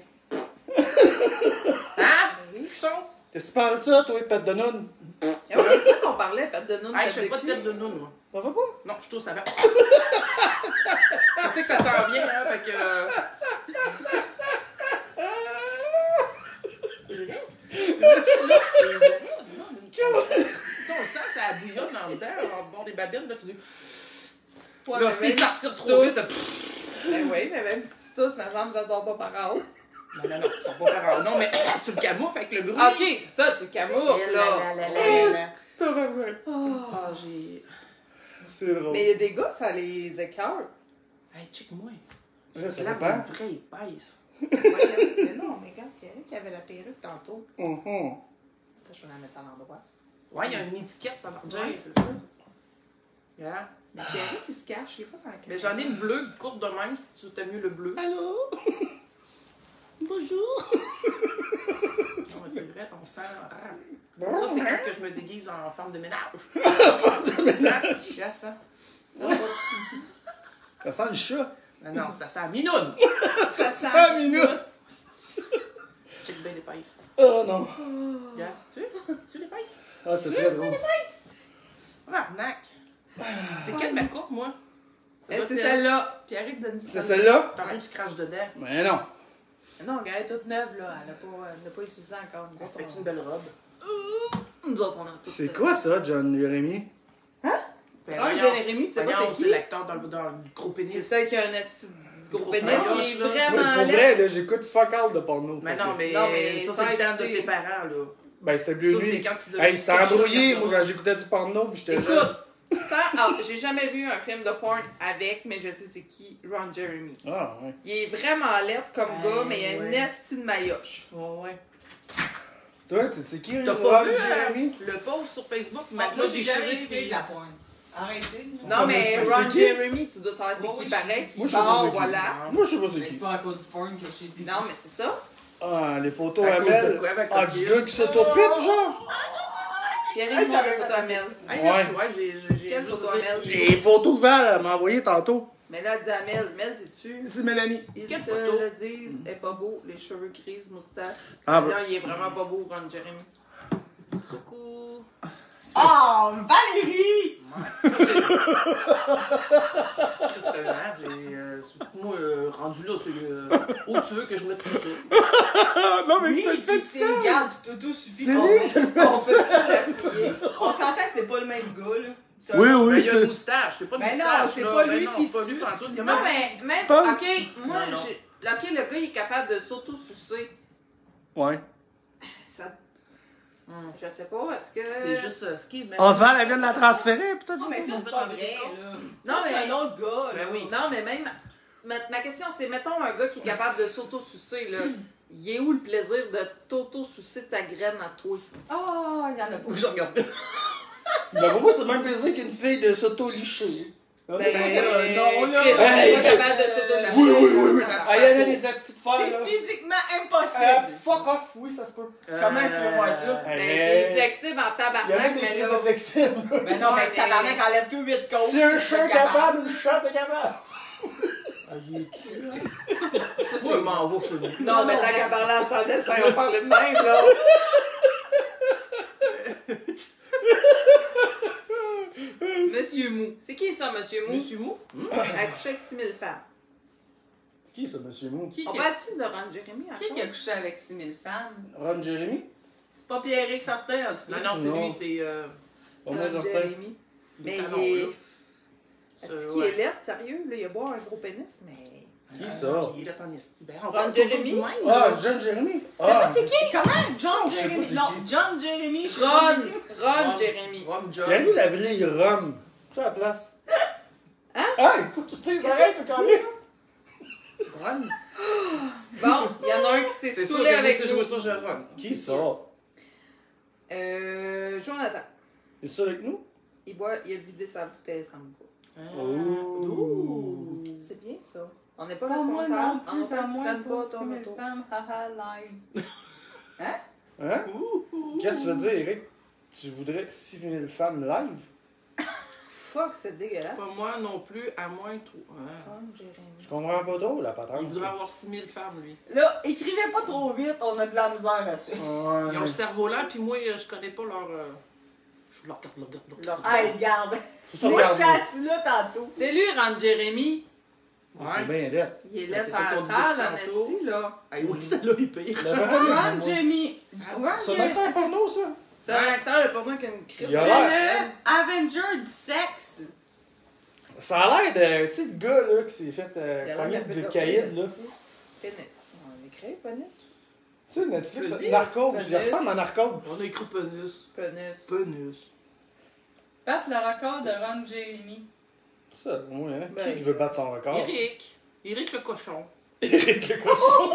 Speaker 5: Hein?
Speaker 2: Oui.
Speaker 5: Qui sont?
Speaker 1: Qu'est-ce que tu parles de ça, toi, pète de noun?
Speaker 2: Ah oui, c'est ça qu'on parlait, pâte de noun.
Speaker 5: Hey, je fais pas de tête de noun, moi.
Speaker 1: Ça va pas?
Speaker 5: Non, je tousse avant. Je sais que ça sent bien, hein, fait que. Tu sais, on sent ça bouillonne dans le dedans, en bord des babines, là, tu dis.
Speaker 2: Ouais,
Speaker 5: Là,
Speaker 2: mais
Speaker 5: c'est
Speaker 2: même
Speaker 5: sortir
Speaker 2: si tu
Speaker 5: trop vite,
Speaker 2: tousses-
Speaker 5: ça.
Speaker 2: Ben oui, mais même si tu tousses, me semble que ça sort pas par en haut.
Speaker 5: Non, ça sort pas par en haut. Non, mais tu le camoufles avec le bruit.
Speaker 2: Ok, c'est ça, tu camoufles, là.
Speaker 5: Ah, j'ai.
Speaker 1: C'est drôle.
Speaker 2: Mais il y a des gars, ça les écœure.
Speaker 5: Hey, check-moi.
Speaker 1: Là, ça
Speaker 5: Là,
Speaker 1: dépend.
Speaker 5: une vraie épaisse.
Speaker 2: Mais non, mais regarde, Pierre qui avait la perruque tantôt.
Speaker 1: Mhm.
Speaker 2: Attends, je vais la mettre à l'endroit.
Speaker 5: Ouais, il y a une étiquette dans leur
Speaker 2: Ouais,
Speaker 5: jeans.
Speaker 2: c'est ça.
Speaker 5: Yeah.
Speaker 2: Mais Pierre qui se cache, je sais pas dans la
Speaker 5: Mais j'en ai une bleue courte de même si tu t'aimes mieux le bleu.
Speaker 1: Allô? Bonjour.
Speaker 5: Non, mais c'est vrai, on sent. Ça, c'est quand que je me déguise en femme de ménage.
Speaker 1: Femme de ménage.
Speaker 5: Ça, ça.
Speaker 1: Ça sent le chat.
Speaker 5: Non, ça sent minoune.
Speaker 2: Ça sent
Speaker 1: Ah, minute.
Speaker 5: Check bien l'épaisse.
Speaker 1: Oh non.
Speaker 5: Regarde, tu l'épaisse?
Speaker 1: Ah, c'est très drôle.
Speaker 5: Arnaque. C'est quelle ma coupe, moi?
Speaker 2: Eh, c'est celle-là. Pierrick donne
Speaker 1: C'est celle-là?
Speaker 5: T'aurais tu craches dedans.
Speaker 1: Mais non.
Speaker 2: Non, regarde, elle est toute neuve, là. Elle n'a pas utilisé encore. Nous
Speaker 5: Ça
Speaker 2: autres,
Speaker 5: fait
Speaker 2: on-
Speaker 5: une belle robe.
Speaker 2: Nous autres, on a tout.
Speaker 1: C'est quoi ça, John Jérémy?
Speaker 5: Ben,
Speaker 2: Ron
Speaker 5: voyons.
Speaker 2: Jeremy, tu sais pas
Speaker 5: Voyons,
Speaker 2: c'est
Speaker 5: c'est
Speaker 2: qui?
Speaker 5: l'acteur dans le gros pénis.
Speaker 2: C'est celle qui a un esti de gros
Speaker 5: Grosse
Speaker 2: pénis qui
Speaker 5: maillotche,
Speaker 2: est
Speaker 5: là.
Speaker 2: vraiment
Speaker 1: Pour
Speaker 2: laid.
Speaker 1: vrai, là, j'écoute fuck all de porno.
Speaker 5: Mais
Speaker 1: Fait
Speaker 5: non,
Speaker 1: que-
Speaker 5: mais,
Speaker 2: Non, mais
Speaker 5: ça,
Speaker 2: sans
Speaker 5: c'est le temps de
Speaker 2: écouter.
Speaker 5: tes parents, là.
Speaker 1: Ben, c'était mieux
Speaker 5: Ça,
Speaker 1: lui.
Speaker 5: c'est quand tu deviens
Speaker 1: Hey, c'était
Speaker 5: quelque chose
Speaker 1: embrouillé,
Speaker 5: de
Speaker 1: moi,
Speaker 5: drôle.
Speaker 1: quand j'écoutais du porno, pis j'étais jeune.
Speaker 2: Écoute, j'ai jamais vu un film de porn avec, mais je sais c'est qui, Ron Jeremy.
Speaker 1: Ah, ouais.
Speaker 2: Il est vraiment laid comme
Speaker 5: Ouais,
Speaker 2: gars, mais il a une
Speaker 5: ouais.
Speaker 2: esti de maillotche.
Speaker 5: Ouais.
Speaker 1: Toi, c'est qui,
Speaker 5: T'as
Speaker 1: Ron
Speaker 5: pas vu
Speaker 1: Jérémy?
Speaker 5: le post sur Facebook,
Speaker 4: Moi,
Speaker 5: matelas
Speaker 4: j'ai jamais
Speaker 5: déchiré,
Speaker 4: écouté
Speaker 5: puis...
Speaker 4: de la pointe. Arrêtez.
Speaker 2: Non, mais
Speaker 1: c'est
Speaker 2: Ron
Speaker 1: qui?
Speaker 2: Jeremy, tu dois savoir c'est
Speaker 4: Oh,
Speaker 2: qui
Speaker 4: oui,
Speaker 2: pareil.
Speaker 1: Moi, je sais pas
Speaker 2: Bon,
Speaker 1: c'est qui.
Speaker 2: voilà.
Speaker 1: Moi, je sais pas c'est
Speaker 4: Mais c'est
Speaker 1: qui.
Speaker 4: pas à cause du porn que je sais.
Speaker 2: Non, mais c'est ça.
Speaker 1: Ah, les photos
Speaker 5: À
Speaker 1: à
Speaker 5: cause de
Speaker 1: Mel.
Speaker 5: quoi, avec
Speaker 1: Ah,
Speaker 5: la
Speaker 1: du
Speaker 5: pile?
Speaker 1: gars qui s'autopipe, genre?
Speaker 2: Pierrick,
Speaker 4: Hey,
Speaker 2: moi,
Speaker 4: j'avais
Speaker 2: photo
Speaker 4: fait
Speaker 2: à Mel.
Speaker 5: Hey,
Speaker 1: Ouais.
Speaker 5: merci, ouais, j'ai
Speaker 2: Quelle
Speaker 5: juste
Speaker 2: photo à
Speaker 5: dit-
Speaker 2: Mel?
Speaker 1: Les photos que Val m'a envoyées tantôt.
Speaker 2: Mais là, elle dit à Mel, Mel, c'est-tu?
Speaker 1: C'est Mélanie.
Speaker 2: Ils
Speaker 5: Quelle
Speaker 2: te
Speaker 5: photo?
Speaker 2: le disent, elle est pas beau, les cheveux gris, moustache.
Speaker 1: Ah,
Speaker 2: Là, il est vraiment pas beau, Ron Jeremy. Coucou.
Speaker 4: Oh, Valérie!
Speaker 5: C'est un âge, et moi, rendu là, c'est où tu veux que je mette tout ça.
Speaker 1: Ah, non, mais
Speaker 4: Oui,
Speaker 1: ça
Speaker 4: puis
Speaker 1: fait
Speaker 4: c'est
Speaker 1: ça.
Speaker 4: le garde du Toto suffit.
Speaker 1: C'est
Speaker 4: qu'on-
Speaker 1: lui qui fait
Speaker 2: On peut pas l'appuyer.
Speaker 4: On s'entend que c'est pas le même gars, là. C'est un-
Speaker 1: Oui,
Speaker 5: Ben,
Speaker 1: oui,
Speaker 5: il y a une
Speaker 1: c'est.
Speaker 5: moustache, c'est pas une
Speaker 4: Ben non,
Speaker 5: moustache.
Speaker 4: c'est
Speaker 5: là.
Speaker 4: pas
Speaker 5: Ben
Speaker 4: lui
Speaker 5: non,
Speaker 4: qui
Speaker 5: c'est pas lui
Speaker 4: suce.
Speaker 5: pantoute, il y a
Speaker 2: Non,
Speaker 5: même-
Speaker 2: mais même.
Speaker 1: penses?
Speaker 2: Ok, moi,
Speaker 5: Non, non.
Speaker 2: ok, le gars, il est capable de s'auto-sucer.
Speaker 1: Ouais.
Speaker 2: Ça. Je sais pas, est-ce que.
Speaker 5: C'est juste ce qui est.
Speaker 1: Oh, Val, elle vient de la transférer, putain.
Speaker 4: Non, mais ça, c'est pas vrai, là.
Speaker 2: Non,
Speaker 4: Ça, c'est
Speaker 2: mais-
Speaker 4: un autre gars, là.
Speaker 5: Ben oui.
Speaker 2: Non, mais même. Ma question, c'est mettons un gars qui est capable de s'auto-sucer, là. Il est où le plaisir de t'auto-sucer ta graine à toi?
Speaker 4: Oh, il y en a pas.
Speaker 5: Je regarde.
Speaker 1: Ben, pour moi, c'est le même plaisir qu'une fille de s'auto-licher.
Speaker 2: Ben,
Speaker 4: non, là.
Speaker 2: Chris,
Speaker 1: Hey,
Speaker 2: elle est pas capable de s'auto-sucer.
Speaker 1: Oui, oui, oui, oui.
Speaker 2: Ça se
Speaker 1: Ah, il y en a
Speaker 2: fait
Speaker 1: des astuces de faire, là.
Speaker 4: C'est physiquement impossible.
Speaker 1: Fuck off, oui, ça se peut.
Speaker 4: Comment tu veux faire ça?
Speaker 2: Ben, t'es flexible en
Speaker 1: Il y en a
Speaker 2: tabarnak,
Speaker 1: des
Speaker 2: mais
Speaker 1: crises
Speaker 2: là.
Speaker 1: flexibles.
Speaker 4: Ben non, mais tabarnak, enlève tout 8 côtes.
Speaker 1: Si un chat est capable, une chatte est capable.
Speaker 5: Ça, c'est m'en va chez nous.
Speaker 2: Non, mais tant qu'à parler en sans dessin, on va parler de même, là. Monsieur Mou. C'est qui ça, Monsieur Mou?
Speaker 5: Monsieur Mou?
Speaker 2: A couché avec 6000 femmes.
Speaker 1: C'est qui ça, Monsieur Mou?
Speaker 4: Qui
Speaker 2: On parle-tu de Ron Jeremy encore?
Speaker 4: qui a couché avec 6000 femmes?
Speaker 1: Ron Jérémy?
Speaker 4: C'est pas Pierrick Sartin, en tout
Speaker 5: Non,
Speaker 4: cas.
Speaker 5: non, c'est
Speaker 1: Non.
Speaker 5: lui, c'est.
Speaker 1: Pas moi,
Speaker 2: Ron
Speaker 1: certain.
Speaker 2: Jeremy.
Speaker 5: le
Speaker 2: Mais
Speaker 5: talon,
Speaker 2: il est.
Speaker 5: là.
Speaker 2: Est-ce qu'il est laid, sérieux? Là, il a beau un gros pénis, mais.
Speaker 1: Qui ça?
Speaker 5: Il est là en esti. Ben, on
Speaker 2: Ron
Speaker 5: parle toujours
Speaker 2: Jeremy?
Speaker 5: du même.
Speaker 1: Ah,
Speaker 5: là.
Speaker 1: John Jérémy?
Speaker 2: pas c'est qui?
Speaker 4: Comment? John
Speaker 1: je sais pas
Speaker 4: Jeremy?
Speaker 1: c'est
Speaker 4: Non,
Speaker 1: qui.
Speaker 4: John Jeremy, je sais pas c'est qui.
Speaker 2: Ron Jeremy.
Speaker 5: Ron John.
Speaker 1: Il y a nous la vieille Rome. C'est à la place.
Speaker 2: Hein?
Speaker 1: Ah, écoute, tu sais, arrête, tu connais.
Speaker 5: Ron.
Speaker 2: Bon, il y en a un qui s'est
Speaker 5: C'est sûr
Speaker 2: saoulé
Speaker 5: que
Speaker 2: avec
Speaker 5: avec
Speaker 2: nous.
Speaker 5: joué ça, je Ron.
Speaker 1: Qui ça?
Speaker 2: Jonathan.
Speaker 1: C'est ça avec nous?
Speaker 2: Il a vidé sa bouteille sans me
Speaker 1: Oh.
Speaker 2: C'est bien ça. On n'est pas
Speaker 4: Pas moi
Speaker 2: responsable.
Speaker 4: non plus, à moins
Speaker 2: pas
Speaker 4: que
Speaker 2: ton
Speaker 4: 6000
Speaker 2: auto.
Speaker 4: femmes, haha, live.
Speaker 1: Hein? Qu'est-ce que tu veux dire, Eric? Tu voudrais 6000 femmes live?
Speaker 2: Fuck, c'est dégueulasse.
Speaker 5: Pas moi non plus, à moins trop. Hein.
Speaker 2: Ron Jeremy.
Speaker 1: Je comprends pas trop, la patronne.
Speaker 5: Il voudrait avoir 6000 femmes, lui.
Speaker 4: Là, écrivez pas trop vite, on a de la misère à suivre.
Speaker 1: Ouais.
Speaker 5: Ils ont le cerveau lent, puis moi, je connais pas leur. Je leur regarde.
Speaker 2: Leur-
Speaker 4: Hey, regarde.
Speaker 1: Faut
Speaker 4: Moi,
Speaker 1: regarder.
Speaker 4: casse là tantôt.
Speaker 2: C'est lui, Ron Jeremy.
Speaker 1: C'est bien laid.
Speaker 2: Il est
Speaker 5: Ben,
Speaker 2: là
Speaker 5: c'est
Speaker 2: par
Speaker 5: ça
Speaker 2: la
Speaker 5: qu'on dit
Speaker 2: salle,
Speaker 5: depuis
Speaker 2: en
Speaker 5: tantôt.
Speaker 2: esti, là.
Speaker 5: Ah oui, ça l'a eu pire.
Speaker 4: Ron Jeremy. Ron
Speaker 1: C'est un
Speaker 4: Jeremy.
Speaker 1: acteur porno, ça?
Speaker 2: C'est un acteur, le porno qui a une crise.
Speaker 1: Il a
Speaker 4: C'est
Speaker 1: l'air-
Speaker 4: le Avenger du sexe.
Speaker 1: Ça a l'air de, tu sais, le gars, là, qui s'est fait
Speaker 2: Il a l'air
Speaker 1: pogner
Speaker 2: d'un
Speaker 1: de
Speaker 2: pédophile,
Speaker 1: caïd, là.
Speaker 2: esti. Pénis. On écrit pénis.
Speaker 1: Tu sais, Netflix,
Speaker 2: Penis,
Speaker 1: Narcos, il
Speaker 2: penis.
Speaker 1: ressemble à Narcos.
Speaker 5: On a écrit Penus.
Speaker 2: Pénis.
Speaker 5: Penus.
Speaker 4: Battre le record de Ron Jeremy.
Speaker 1: Ça, oui, hein.
Speaker 2: Ben,
Speaker 1: Qui veut battre son record?
Speaker 5: Eric. Eric le cochon.
Speaker 1: Eric le cochon.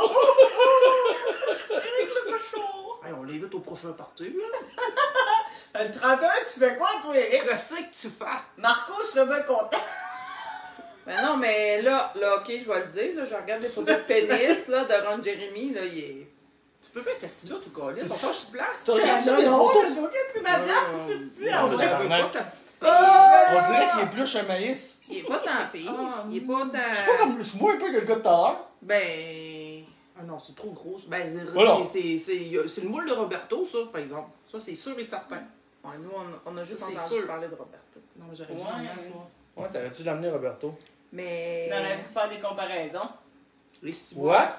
Speaker 4: Eric le cochon.
Speaker 5: Hey, on l'invite au prochain party, là.
Speaker 4: Le 31, tu fais quoi, toi, Eric?
Speaker 5: Qu'est-ce que tu fais?
Speaker 4: Marco serait bien content.
Speaker 2: Ben non, mais là, ok, je vais le dire, là, je regarde des photos de pénis, là, de Ron Jeremy, là, il est...
Speaker 5: Tu peux pas être assis là, tout câlisse. On change de place.
Speaker 1: Tu regardes ça,
Speaker 4: Non,
Speaker 1: les
Speaker 4: non,
Speaker 1: photos?
Speaker 4: je regarde plus ma place, c'est
Speaker 5: Non, mais
Speaker 1: ouais.
Speaker 5: je peux pas, ça...
Speaker 1: On dirait qu'il est plus un maïs.
Speaker 2: Il est pas tant pire. Il est pas tant...
Speaker 1: C'est pas comme plus moi un peu que le gars de tout à l'heure.
Speaker 2: Ben...
Speaker 5: Ah non, c'est trop gros. Ben,
Speaker 1: Voilà.
Speaker 5: c'est le moule de Roberto, ça, par exemple. Ça, c'est sûr et certain.
Speaker 2: Ouais, nous, on a juste
Speaker 5: Ça, c'est
Speaker 2: entendu
Speaker 5: sûr.
Speaker 2: parler de Roberto.
Speaker 5: Non, mais j'aurais dû
Speaker 3: Ouais.
Speaker 5: l'emmener à soir.
Speaker 1: Ouais, t'aurais-tu l'amener, Roberto?
Speaker 2: Mais...
Speaker 3: On aurait pu faire des comparaisons.
Speaker 5: Les six
Speaker 1: What?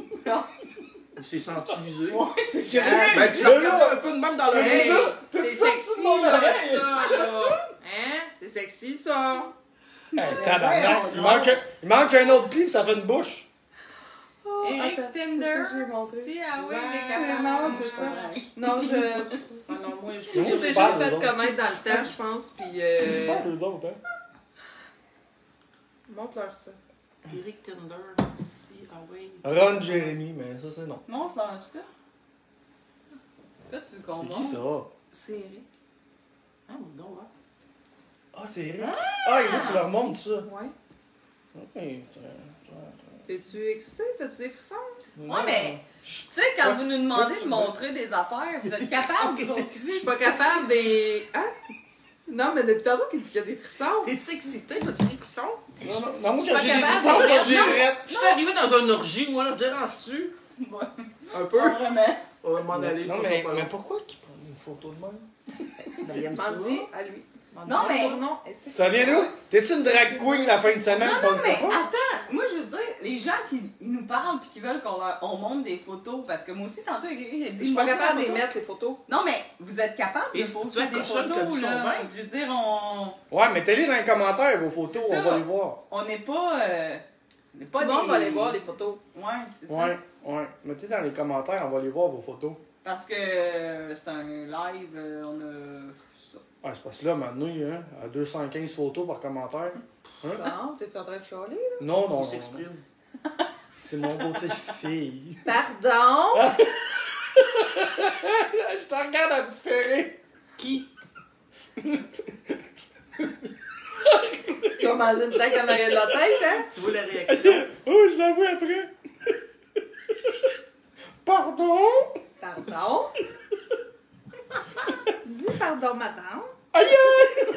Speaker 5: Il s'est senti usé.
Speaker 4: Ouais, c'est
Speaker 2: Ah,
Speaker 4: correct.
Speaker 5: Ben, tu la regardes un peu de même dans
Speaker 1: T'as
Speaker 5: l'oreille.
Speaker 1: dit ça? T'as
Speaker 2: C'est
Speaker 1: dit ça
Speaker 2: sexy,
Speaker 1: tout le monde
Speaker 2: là,
Speaker 1: oreille?
Speaker 2: ça, là. Hein? C'est sexy, ça.
Speaker 1: Hey, tabarnak, il manque un autre pli pis ça fait une bouche.
Speaker 3: Eric
Speaker 2: attends,
Speaker 3: Tinder.
Speaker 2: c'est ça que j'ai montré.
Speaker 3: Si, ah oui,
Speaker 5: Ouais,
Speaker 3: les capables.
Speaker 2: non, c'est ça. Non, je...
Speaker 5: Ah non, moi, je
Speaker 1: Non,
Speaker 2: On s'est
Speaker 1: c'est
Speaker 2: juste
Speaker 1: pas
Speaker 2: fait
Speaker 1: eux autres.
Speaker 2: connaître dans le temps, je pense, puis
Speaker 1: C'est pas eux autres, hein?
Speaker 2: montre-leur ça.
Speaker 5: Eric Tinder, Steve, ah oui.
Speaker 1: Ron Jeremy, mais ça c'est non.
Speaker 3: Montre-leur ça. Pourquoi tu veux qu'on
Speaker 1: C'est qui
Speaker 3: montre?
Speaker 1: ça?
Speaker 2: C'est Eric.
Speaker 5: Ah, non, hein.
Speaker 1: Ah, c'est Eric. Ah, il veut que tu leur montres ça.
Speaker 2: Ouais.
Speaker 1: Ok,
Speaker 2: T'es-tu excité? T'as-tu des frissons?
Speaker 3: Ouais, mais, tu sais, quand vous nous demandez de montrer des affaires, vous êtes capable, vous autres
Speaker 2: Je suis
Speaker 3: aussi.
Speaker 2: pas capable des... Hein? Non, mais depuis tantôt qu'il dit qu'il y a des frissons.
Speaker 5: T'es-tu excité? T'as-tu des frissons?
Speaker 1: Non, moi
Speaker 2: Je suis
Speaker 1: quand
Speaker 2: pas
Speaker 1: j'ai des
Speaker 2: capable
Speaker 1: frissons,
Speaker 2: de-
Speaker 1: quand j'ai
Speaker 2: Non.
Speaker 1: rette.
Speaker 5: Je suis arrivé dans une orgie, moi, là, je dérange-tu?
Speaker 3: Ouais.
Speaker 5: Un peu?
Speaker 3: Pas vraiment.
Speaker 5: On va m'en aller,
Speaker 1: Non,
Speaker 5: ça,
Speaker 1: mais,
Speaker 5: ça va pas
Speaker 1: mais
Speaker 5: long.
Speaker 1: pourquoi qu'il prend une photo de même?
Speaker 5: Ben, il aime ça.
Speaker 2: M'en dis à lui.
Speaker 3: Non, mais...
Speaker 2: Non, et c'est...
Speaker 1: Ça vient d'où? T'es-tu une drag queen la fin de semaine?
Speaker 3: Non,
Speaker 1: pas
Speaker 3: non,
Speaker 1: le
Speaker 3: mais
Speaker 1: sais pas?
Speaker 3: attends, moi je veux dire, les gens qui ils nous parlent puis qui veulent on montre des photos, parce que moi aussi, tantôt, j'ai dit...
Speaker 2: Je suis pas
Speaker 3: montre
Speaker 2: capable
Speaker 3: la
Speaker 2: de les
Speaker 3: photo.
Speaker 2: mettre, les photos.
Speaker 3: Non, mais vous êtes capable
Speaker 5: Et
Speaker 3: de
Speaker 5: si tu
Speaker 3: poster
Speaker 5: veux être
Speaker 3: des
Speaker 5: cochonne comme
Speaker 3: photos,
Speaker 5: ils sont
Speaker 3: là.
Speaker 5: bien.
Speaker 3: Je veux dire, on...
Speaker 1: Ouais, mettez-les dans les commentaires, vos photos,
Speaker 3: C'est
Speaker 1: on
Speaker 3: ça.
Speaker 1: va les voir.
Speaker 3: On n'est pas... on n'est pas
Speaker 2: Tout le monde
Speaker 3: des...
Speaker 2: va aller voir les photos.
Speaker 3: Ouais, c'est
Speaker 1: Ouais,
Speaker 3: ça.
Speaker 1: ouais. Mettez dans les commentaires, on va les voir, vos photos.
Speaker 3: Parce que c'est un live, on a... ça.
Speaker 1: Ah, c'est parce que là, maintenant, hein, à 215 photos par commentaire. Hein?
Speaker 2: Bon, t'es-tu en train de chialer?
Speaker 1: Non, non,
Speaker 5: On
Speaker 1: non, non.
Speaker 5: s'exprime.
Speaker 1: C'est mon côté fille.
Speaker 2: Pardon?
Speaker 1: Je te regarde à différer.
Speaker 5: Qui?
Speaker 2: Tu vas manger une claque en arrière de la tête, hein?
Speaker 5: Tu vois la réaction?
Speaker 1: Oh, je la vois après. Pardon?
Speaker 2: Pardon? Dis pardon, madame.
Speaker 1: Aïe aïe!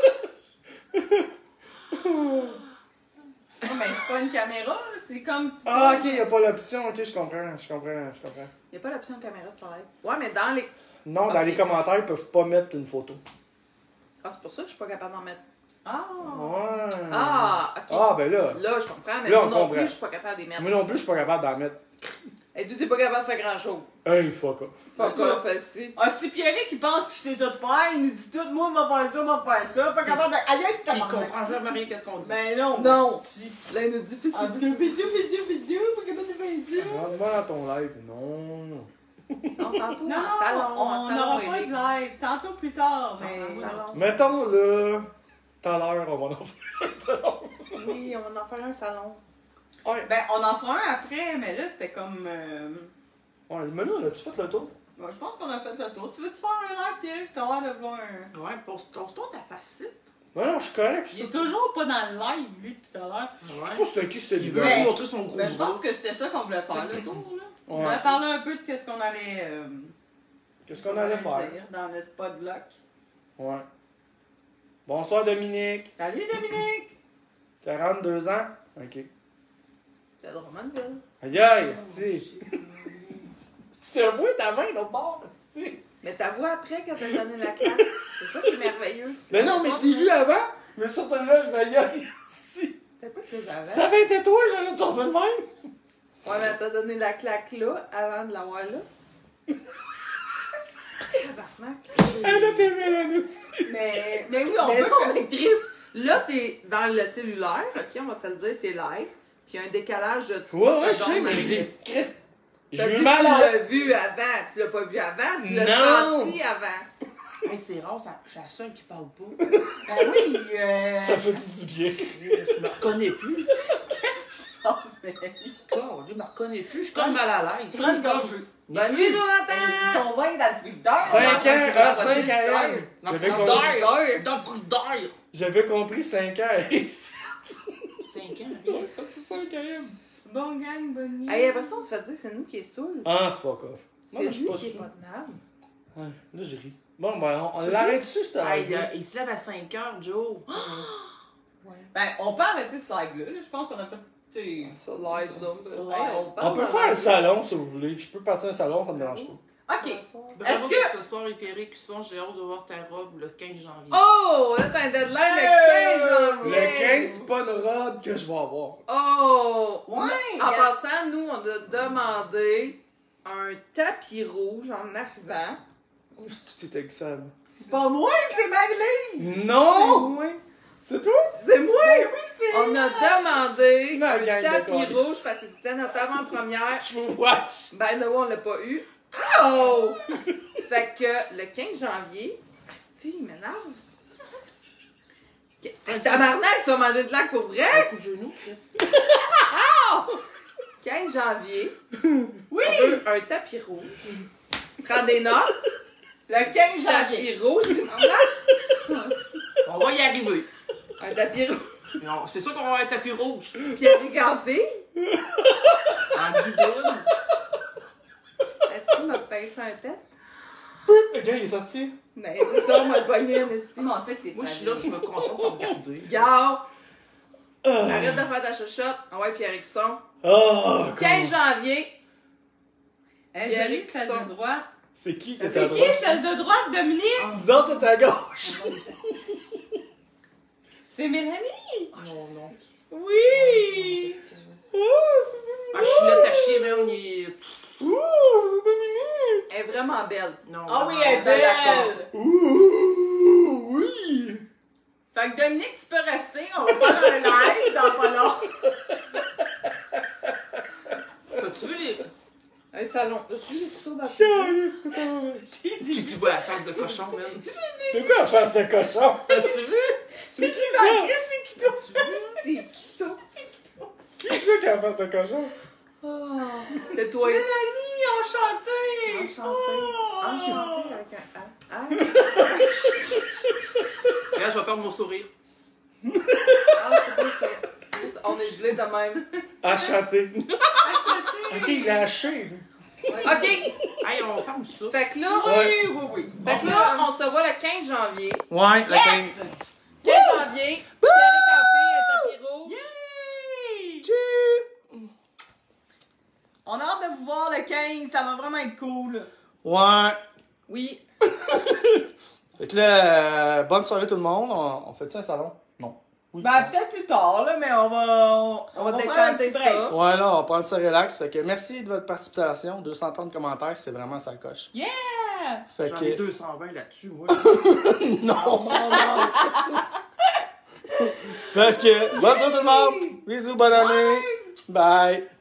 Speaker 3: Non, mais c'est pas une caméra, c'est comme tu
Speaker 1: Ah,
Speaker 3: peux-
Speaker 1: ok, y a pas l'option. Ok, je comprends.
Speaker 2: Il n'y a pas l'option caméra sur live. Ouais, mais dans les...
Speaker 1: Non, dans
Speaker 2: Ok.
Speaker 1: les commentaires, ils peuvent pas mettre une photo.
Speaker 2: Ah, c'est pour ça que je suis pas capable d'en mettre.
Speaker 3: Ah!
Speaker 1: Ouais.
Speaker 2: Ah, ok.
Speaker 1: Ah, ben là.
Speaker 2: Là, je comprends, mais
Speaker 1: Là,
Speaker 2: moi
Speaker 1: on
Speaker 2: non
Speaker 1: comprend.
Speaker 2: plus, je suis pas capable de les mettre.
Speaker 1: Moi non plus, je suis pas capable d'en mettre.
Speaker 2: Et tu t'es pas capable de faire grand-chose.
Speaker 1: Hey, fuck off.
Speaker 2: Fuck
Speaker 3: toi-
Speaker 2: off, aussi.
Speaker 3: Ah, c'est Pierrick qui pense qu'il sait tout faire, il nous dit tout, moi, on va faire ça, on va faire ça, pas capable de... Aïe, aïe, t'as
Speaker 5: Il comprend jamais rien qu'est-ce qu'on dit.
Speaker 3: Ben non!
Speaker 2: Non.
Speaker 3: si.
Speaker 2: Là, il nous dit fais
Speaker 3: Ah,
Speaker 2: ça.
Speaker 3: vidéo, pas capable de faire ça.
Speaker 1: Rentre-moi dans ton live. Non.
Speaker 2: Non, tantôt,
Speaker 3: Non,
Speaker 2: en salon,
Speaker 3: non,
Speaker 2: en
Speaker 3: on
Speaker 2: salon,
Speaker 3: n'aura pas
Speaker 2: Eric.
Speaker 3: de live, tantôt plus tard,
Speaker 2: En
Speaker 3: mais...
Speaker 2: salon.
Speaker 1: Mettons, là, tout à l'heure, on va en faire un salon.
Speaker 2: Oui, on va en faire un salon.
Speaker 1: Ouais.
Speaker 3: Ben, on en fera un après, mais là, c'était comme...
Speaker 1: Ouais, mais là, as-tu fait le tour?
Speaker 3: bon, je pense qu'on a fait le tour. Tu veux-tu faire un live, Pierrick? T'as l'air de voir un...
Speaker 5: Ouais, pose-toi ta facette.
Speaker 1: Ouais, non, je suis correct.
Speaker 3: Il est toujours pas dans le live, lui, depuis tout à l'heure.
Speaker 1: Je sais pas si c'est un qui
Speaker 5: Il
Speaker 1: celui-là.
Speaker 5: veut
Speaker 3: Mais-
Speaker 5: nous montrer son gros
Speaker 3: Ben, je pense
Speaker 5: bras.
Speaker 3: que c'était ça qu'on voulait faire, le tour, là. On
Speaker 1: Ouais.
Speaker 3: voulait parler un peu de qu'est-ce qu'on allait...
Speaker 1: Qu'est-ce qu'on allait faire?
Speaker 3: dire dans notre podlock.
Speaker 1: Ouais. Bonsoir, Dominique.
Speaker 3: Salut, Dominique!
Speaker 1: 42 ans? Ok.
Speaker 2: C'est drôlement de gueule.
Speaker 1: Aïe, aïe, esti. Je te vois ta main l'autre bord, esti.
Speaker 2: Mais ta voix après quand t'as donné la claque, c'est ça qui est merveilleux.
Speaker 1: Mais non, mais je t'ai vu avant. Mais sur ton là, je vais aïe, aïe, esti.
Speaker 2: T'as pas ce que j'avais?
Speaker 1: Ça avait été toi, j'aurais tourné de même.
Speaker 2: Ouais, mais t'as donné la claque là, avant de l'avoir là. Tabarnak.
Speaker 1: Elle a tes mélanodes aussi.
Speaker 3: Mais oui, on
Speaker 2: Mais
Speaker 3: peut
Speaker 2: non,
Speaker 3: faire...
Speaker 2: mais Chris, là, t'es dans le cellulaire, ok, on va se le dire, t'es live, puis il y a un décalage de 3
Speaker 1: Ouais, ouais, je sais,
Speaker 2: secondes.
Speaker 1: mais
Speaker 2: dans
Speaker 1: je
Speaker 2: le-
Speaker 1: l'ai. Chris,
Speaker 2: T'as
Speaker 1: j'ai
Speaker 2: dit
Speaker 1: eu
Speaker 2: que
Speaker 1: mal
Speaker 2: tu
Speaker 1: à.
Speaker 2: l'as vu avant, tu l'as pas vu avant, tu l'as
Speaker 1: Non.
Speaker 2: senti avant.
Speaker 5: Hey, c'est rare, je suis la seule qui parle pas.
Speaker 3: Ben oui,
Speaker 1: Ça fait du bien.
Speaker 5: Je me reconnais plus.
Speaker 3: Qu'est-ce qui se passe, mais...
Speaker 5: Oh, lui, je me reconnais plus. Je suis comme mal à l'aise.
Speaker 3: Prends le gorgeux.
Speaker 2: Bonne nuit, Jonathan!
Speaker 3: Ton bain dans le frigidaire.
Speaker 1: 5 ans,
Speaker 2: Ah,
Speaker 1: 5
Speaker 2: bonne nuit,
Speaker 1: ans.
Speaker 5: Dans le
Speaker 1: J'avais
Speaker 5: fruit
Speaker 1: compris.
Speaker 5: d'air. Dans le fruit d'air.
Speaker 1: J'avais compris 5 ans.
Speaker 5: 5 ans, rien.
Speaker 1: C'est ça, Karim.
Speaker 3: Bon gang, bonne nuit.
Speaker 2: Hey, après ça, on se fait dire c'est nous qui est saoul.
Speaker 1: Ah, fuck off. Moi,
Speaker 2: C'est
Speaker 1: je suis
Speaker 2: lui
Speaker 1: pas
Speaker 2: qui est
Speaker 1: sûr.
Speaker 2: pas tenable.
Speaker 1: Ouais, là, je ris. Bon, ben, on l'arrête dessus, cette
Speaker 5: Hey,
Speaker 1: live.
Speaker 5: il se lève à 5 heures, Joe.
Speaker 3: Ben, on peut arrêter ce live-là. Là. Je pense qu'on a fait. Tu sais.
Speaker 2: Sur live, là.
Speaker 3: Sur
Speaker 2: Hey,
Speaker 3: live.
Speaker 2: parle
Speaker 1: On peut
Speaker 2: de
Speaker 1: faire un
Speaker 2: live.
Speaker 1: salon, si vous voulez. Je peux partir un salon, ça me dérange pas.
Speaker 3: Ok.
Speaker 5: Bravo
Speaker 3: Est-ce que-
Speaker 5: pour ce soir, Hyperic Cusson, j'ai hâte de voir ta robe le 15 janvier.
Speaker 2: Oh! Là, t'as un deadline le 15 janvier.
Speaker 1: Le 15, c'est pas une robe que je vais avoir.
Speaker 2: Oh!
Speaker 3: Ouais!
Speaker 2: En passant, nous, on a demandé un tapis rouge en arrivant.
Speaker 1: Tout est exable.
Speaker 3: C'est pas moi, c'est Marie-Lise!
Speaker 1: Non!
Speaker 2: moi.
Speaker 1: C'est toi?
Speaker 2: C'est moi!
Speaker 3: Ben oui, c'est
Speaker 2: On a demandé
Speaker 1: Ma
Speaker 2: un
Speaker 1: gang de
Speaker 2: tapis
Speaker 1: câlisses.
Speaker 2: rouge parce que c'était notre avant-première.
Speaker 1: Je vous watch.
Speaker 2: Ben, non, on l'a pas eu. Oh! Fait que le 15 janvier, asti, il m'énerve. Tabarnak, tu vas manger de lac pour vrai?
Speaker 5: Un coup de genou, Chris.
Speaker 2: 15 janvier. Oui! On veut un tapis rouge. Prends des notes.
Speaker 3: Le 15 janvier.
Speaker 2: Tapis rouge, tabarnak.
Speaker 5: On va y arriver.
Speaker 2: Un tapis rouge.
Speaker 5: Mais c'est sûr qu'on va avoir un tapis rouge.
Speaker 2: Pierre Gaffé.
Speaker 5: En guidoune.
Speaker 2: Est-ce que tu m'as pincé un tête?
Speaker 1: Le gars, il est sorti.
Speaker 2: Ben, c'est ça, on m'a pogné un esti.
Speaker 3: Comment ça que t'es
Speaker 5: Moi, je suis là, je me concentre pour regarder.
Speaker 2: Gars! Arrête de faire ta chuchote. Ah ouais, Pierre Cusson.
Speaker 1: Oh,
Speaker 2: 15 janvier.
Speaker 3: Hey,
Speaker 2: Pierre
Speaker 3: jolie celle
Speaker 2: Cusson.
Speaker 3: de droite.
Speaker 1: C'est qui qui est à
Speaker 3: C'est qui
Speaker 1: droite?
Speaker 3: celle de droite, Dominique?
Speaker 1: Nous autres, t'es à gauche.
Speaker 3: C'est Mélanie!
Speaker 5: Non, non.
Speaker 3: Oui!
Speaker 5: Ah, je suis là taché, man.
Speaker 1: Ouh, c'est Dominique.
Speaker 2: Elle est vraiment belle.
Speaker 5: Non.
Speaker 3: Ah oui,
Speaker 5: non,
Speaker 3: elle est
Speaker 5: non.
Speaker 3: belle!
Speaker 1: Ouh, oui.
Speaker 3: Fait que Dominique, tu peux rester, on va faire un live dans pas long.
Speaker 5: T'as-tu vu les.
Speaker 2: Un salon. As-tu vu les couteaux dans le
Speaker 1: Calice, putain.
Speaker 3: J'ai
Speaker 5: Tu
Speaker 3: dit,
Speaker 5: dis quoi, la face de cochon, man?
Speaker 1: C'est quoi la face de cochon?
Speaker 5: T'as-tu vu?
Speaker 3: j'ai dit, ça crée c'est qui
Speaker 5: T'as-tu vu?
Speaker 2: C'est couteaux.
Speaker 1: Qui c'est qui a la face de cochon?
Speaker 2: Oh. C'est toi.
Speaker 3: Mélanie, enchantée!
Speaker 2: Enchanté.
Speaker 3: Oh.
Speaker 2: Enchanté avec un A. Ah,
Speaker 5: Regarde, je vais perdre mon sourire.
Speaker 2: c'est beau ça. On est gelés de même.
Speaker 1: Enchanté.
Speaker 3: Enchantée!
Speaker 1: Ok, il a haché.
Speaker 2: OK.
Speaker 5: Hey, on ferme ça.
Speaker 2: Fait que là,
Speaker 3: Oui.
Speaker 2: fait que là, on se voit le 15 janvier.
Speaker 1: Ouais, le 15.
Speaker 2: 15 janvier. Pierre Campé, un tapis rouge.
Speaker 3: Yay! On a hâte de vous voir le 15, ça va vraiment être cool.
Speaker 1: Ouais.
Speaker 2: Oui.
Speaker 1: Fait que là, bonne soirée tout le monde. On fait-tu un salon? Non. Oui.
Speaker 3: Ben, peut-être plus tard, là, mais on va
Speaker 2: On va
Speaker 3: prendre
Speaker 2: décanter
Speaker 3: un petit break.
Speaker 2: ça.
Speaker 1: Ouais, là, on va prendre ça relax. Fait que merci de votre participation. 230 commentaires, c'est vraiment ça coche.
Speaker 3: Yeah!
Speaker 1: Fait
Speaker 5: J'en ai
Speaker 1: que.
Speaker 5: 220 là-dessus, moi.
Speaker 1: Non! Fait que, bonne soirée tout le monde! Bisous, bonne année! Bye!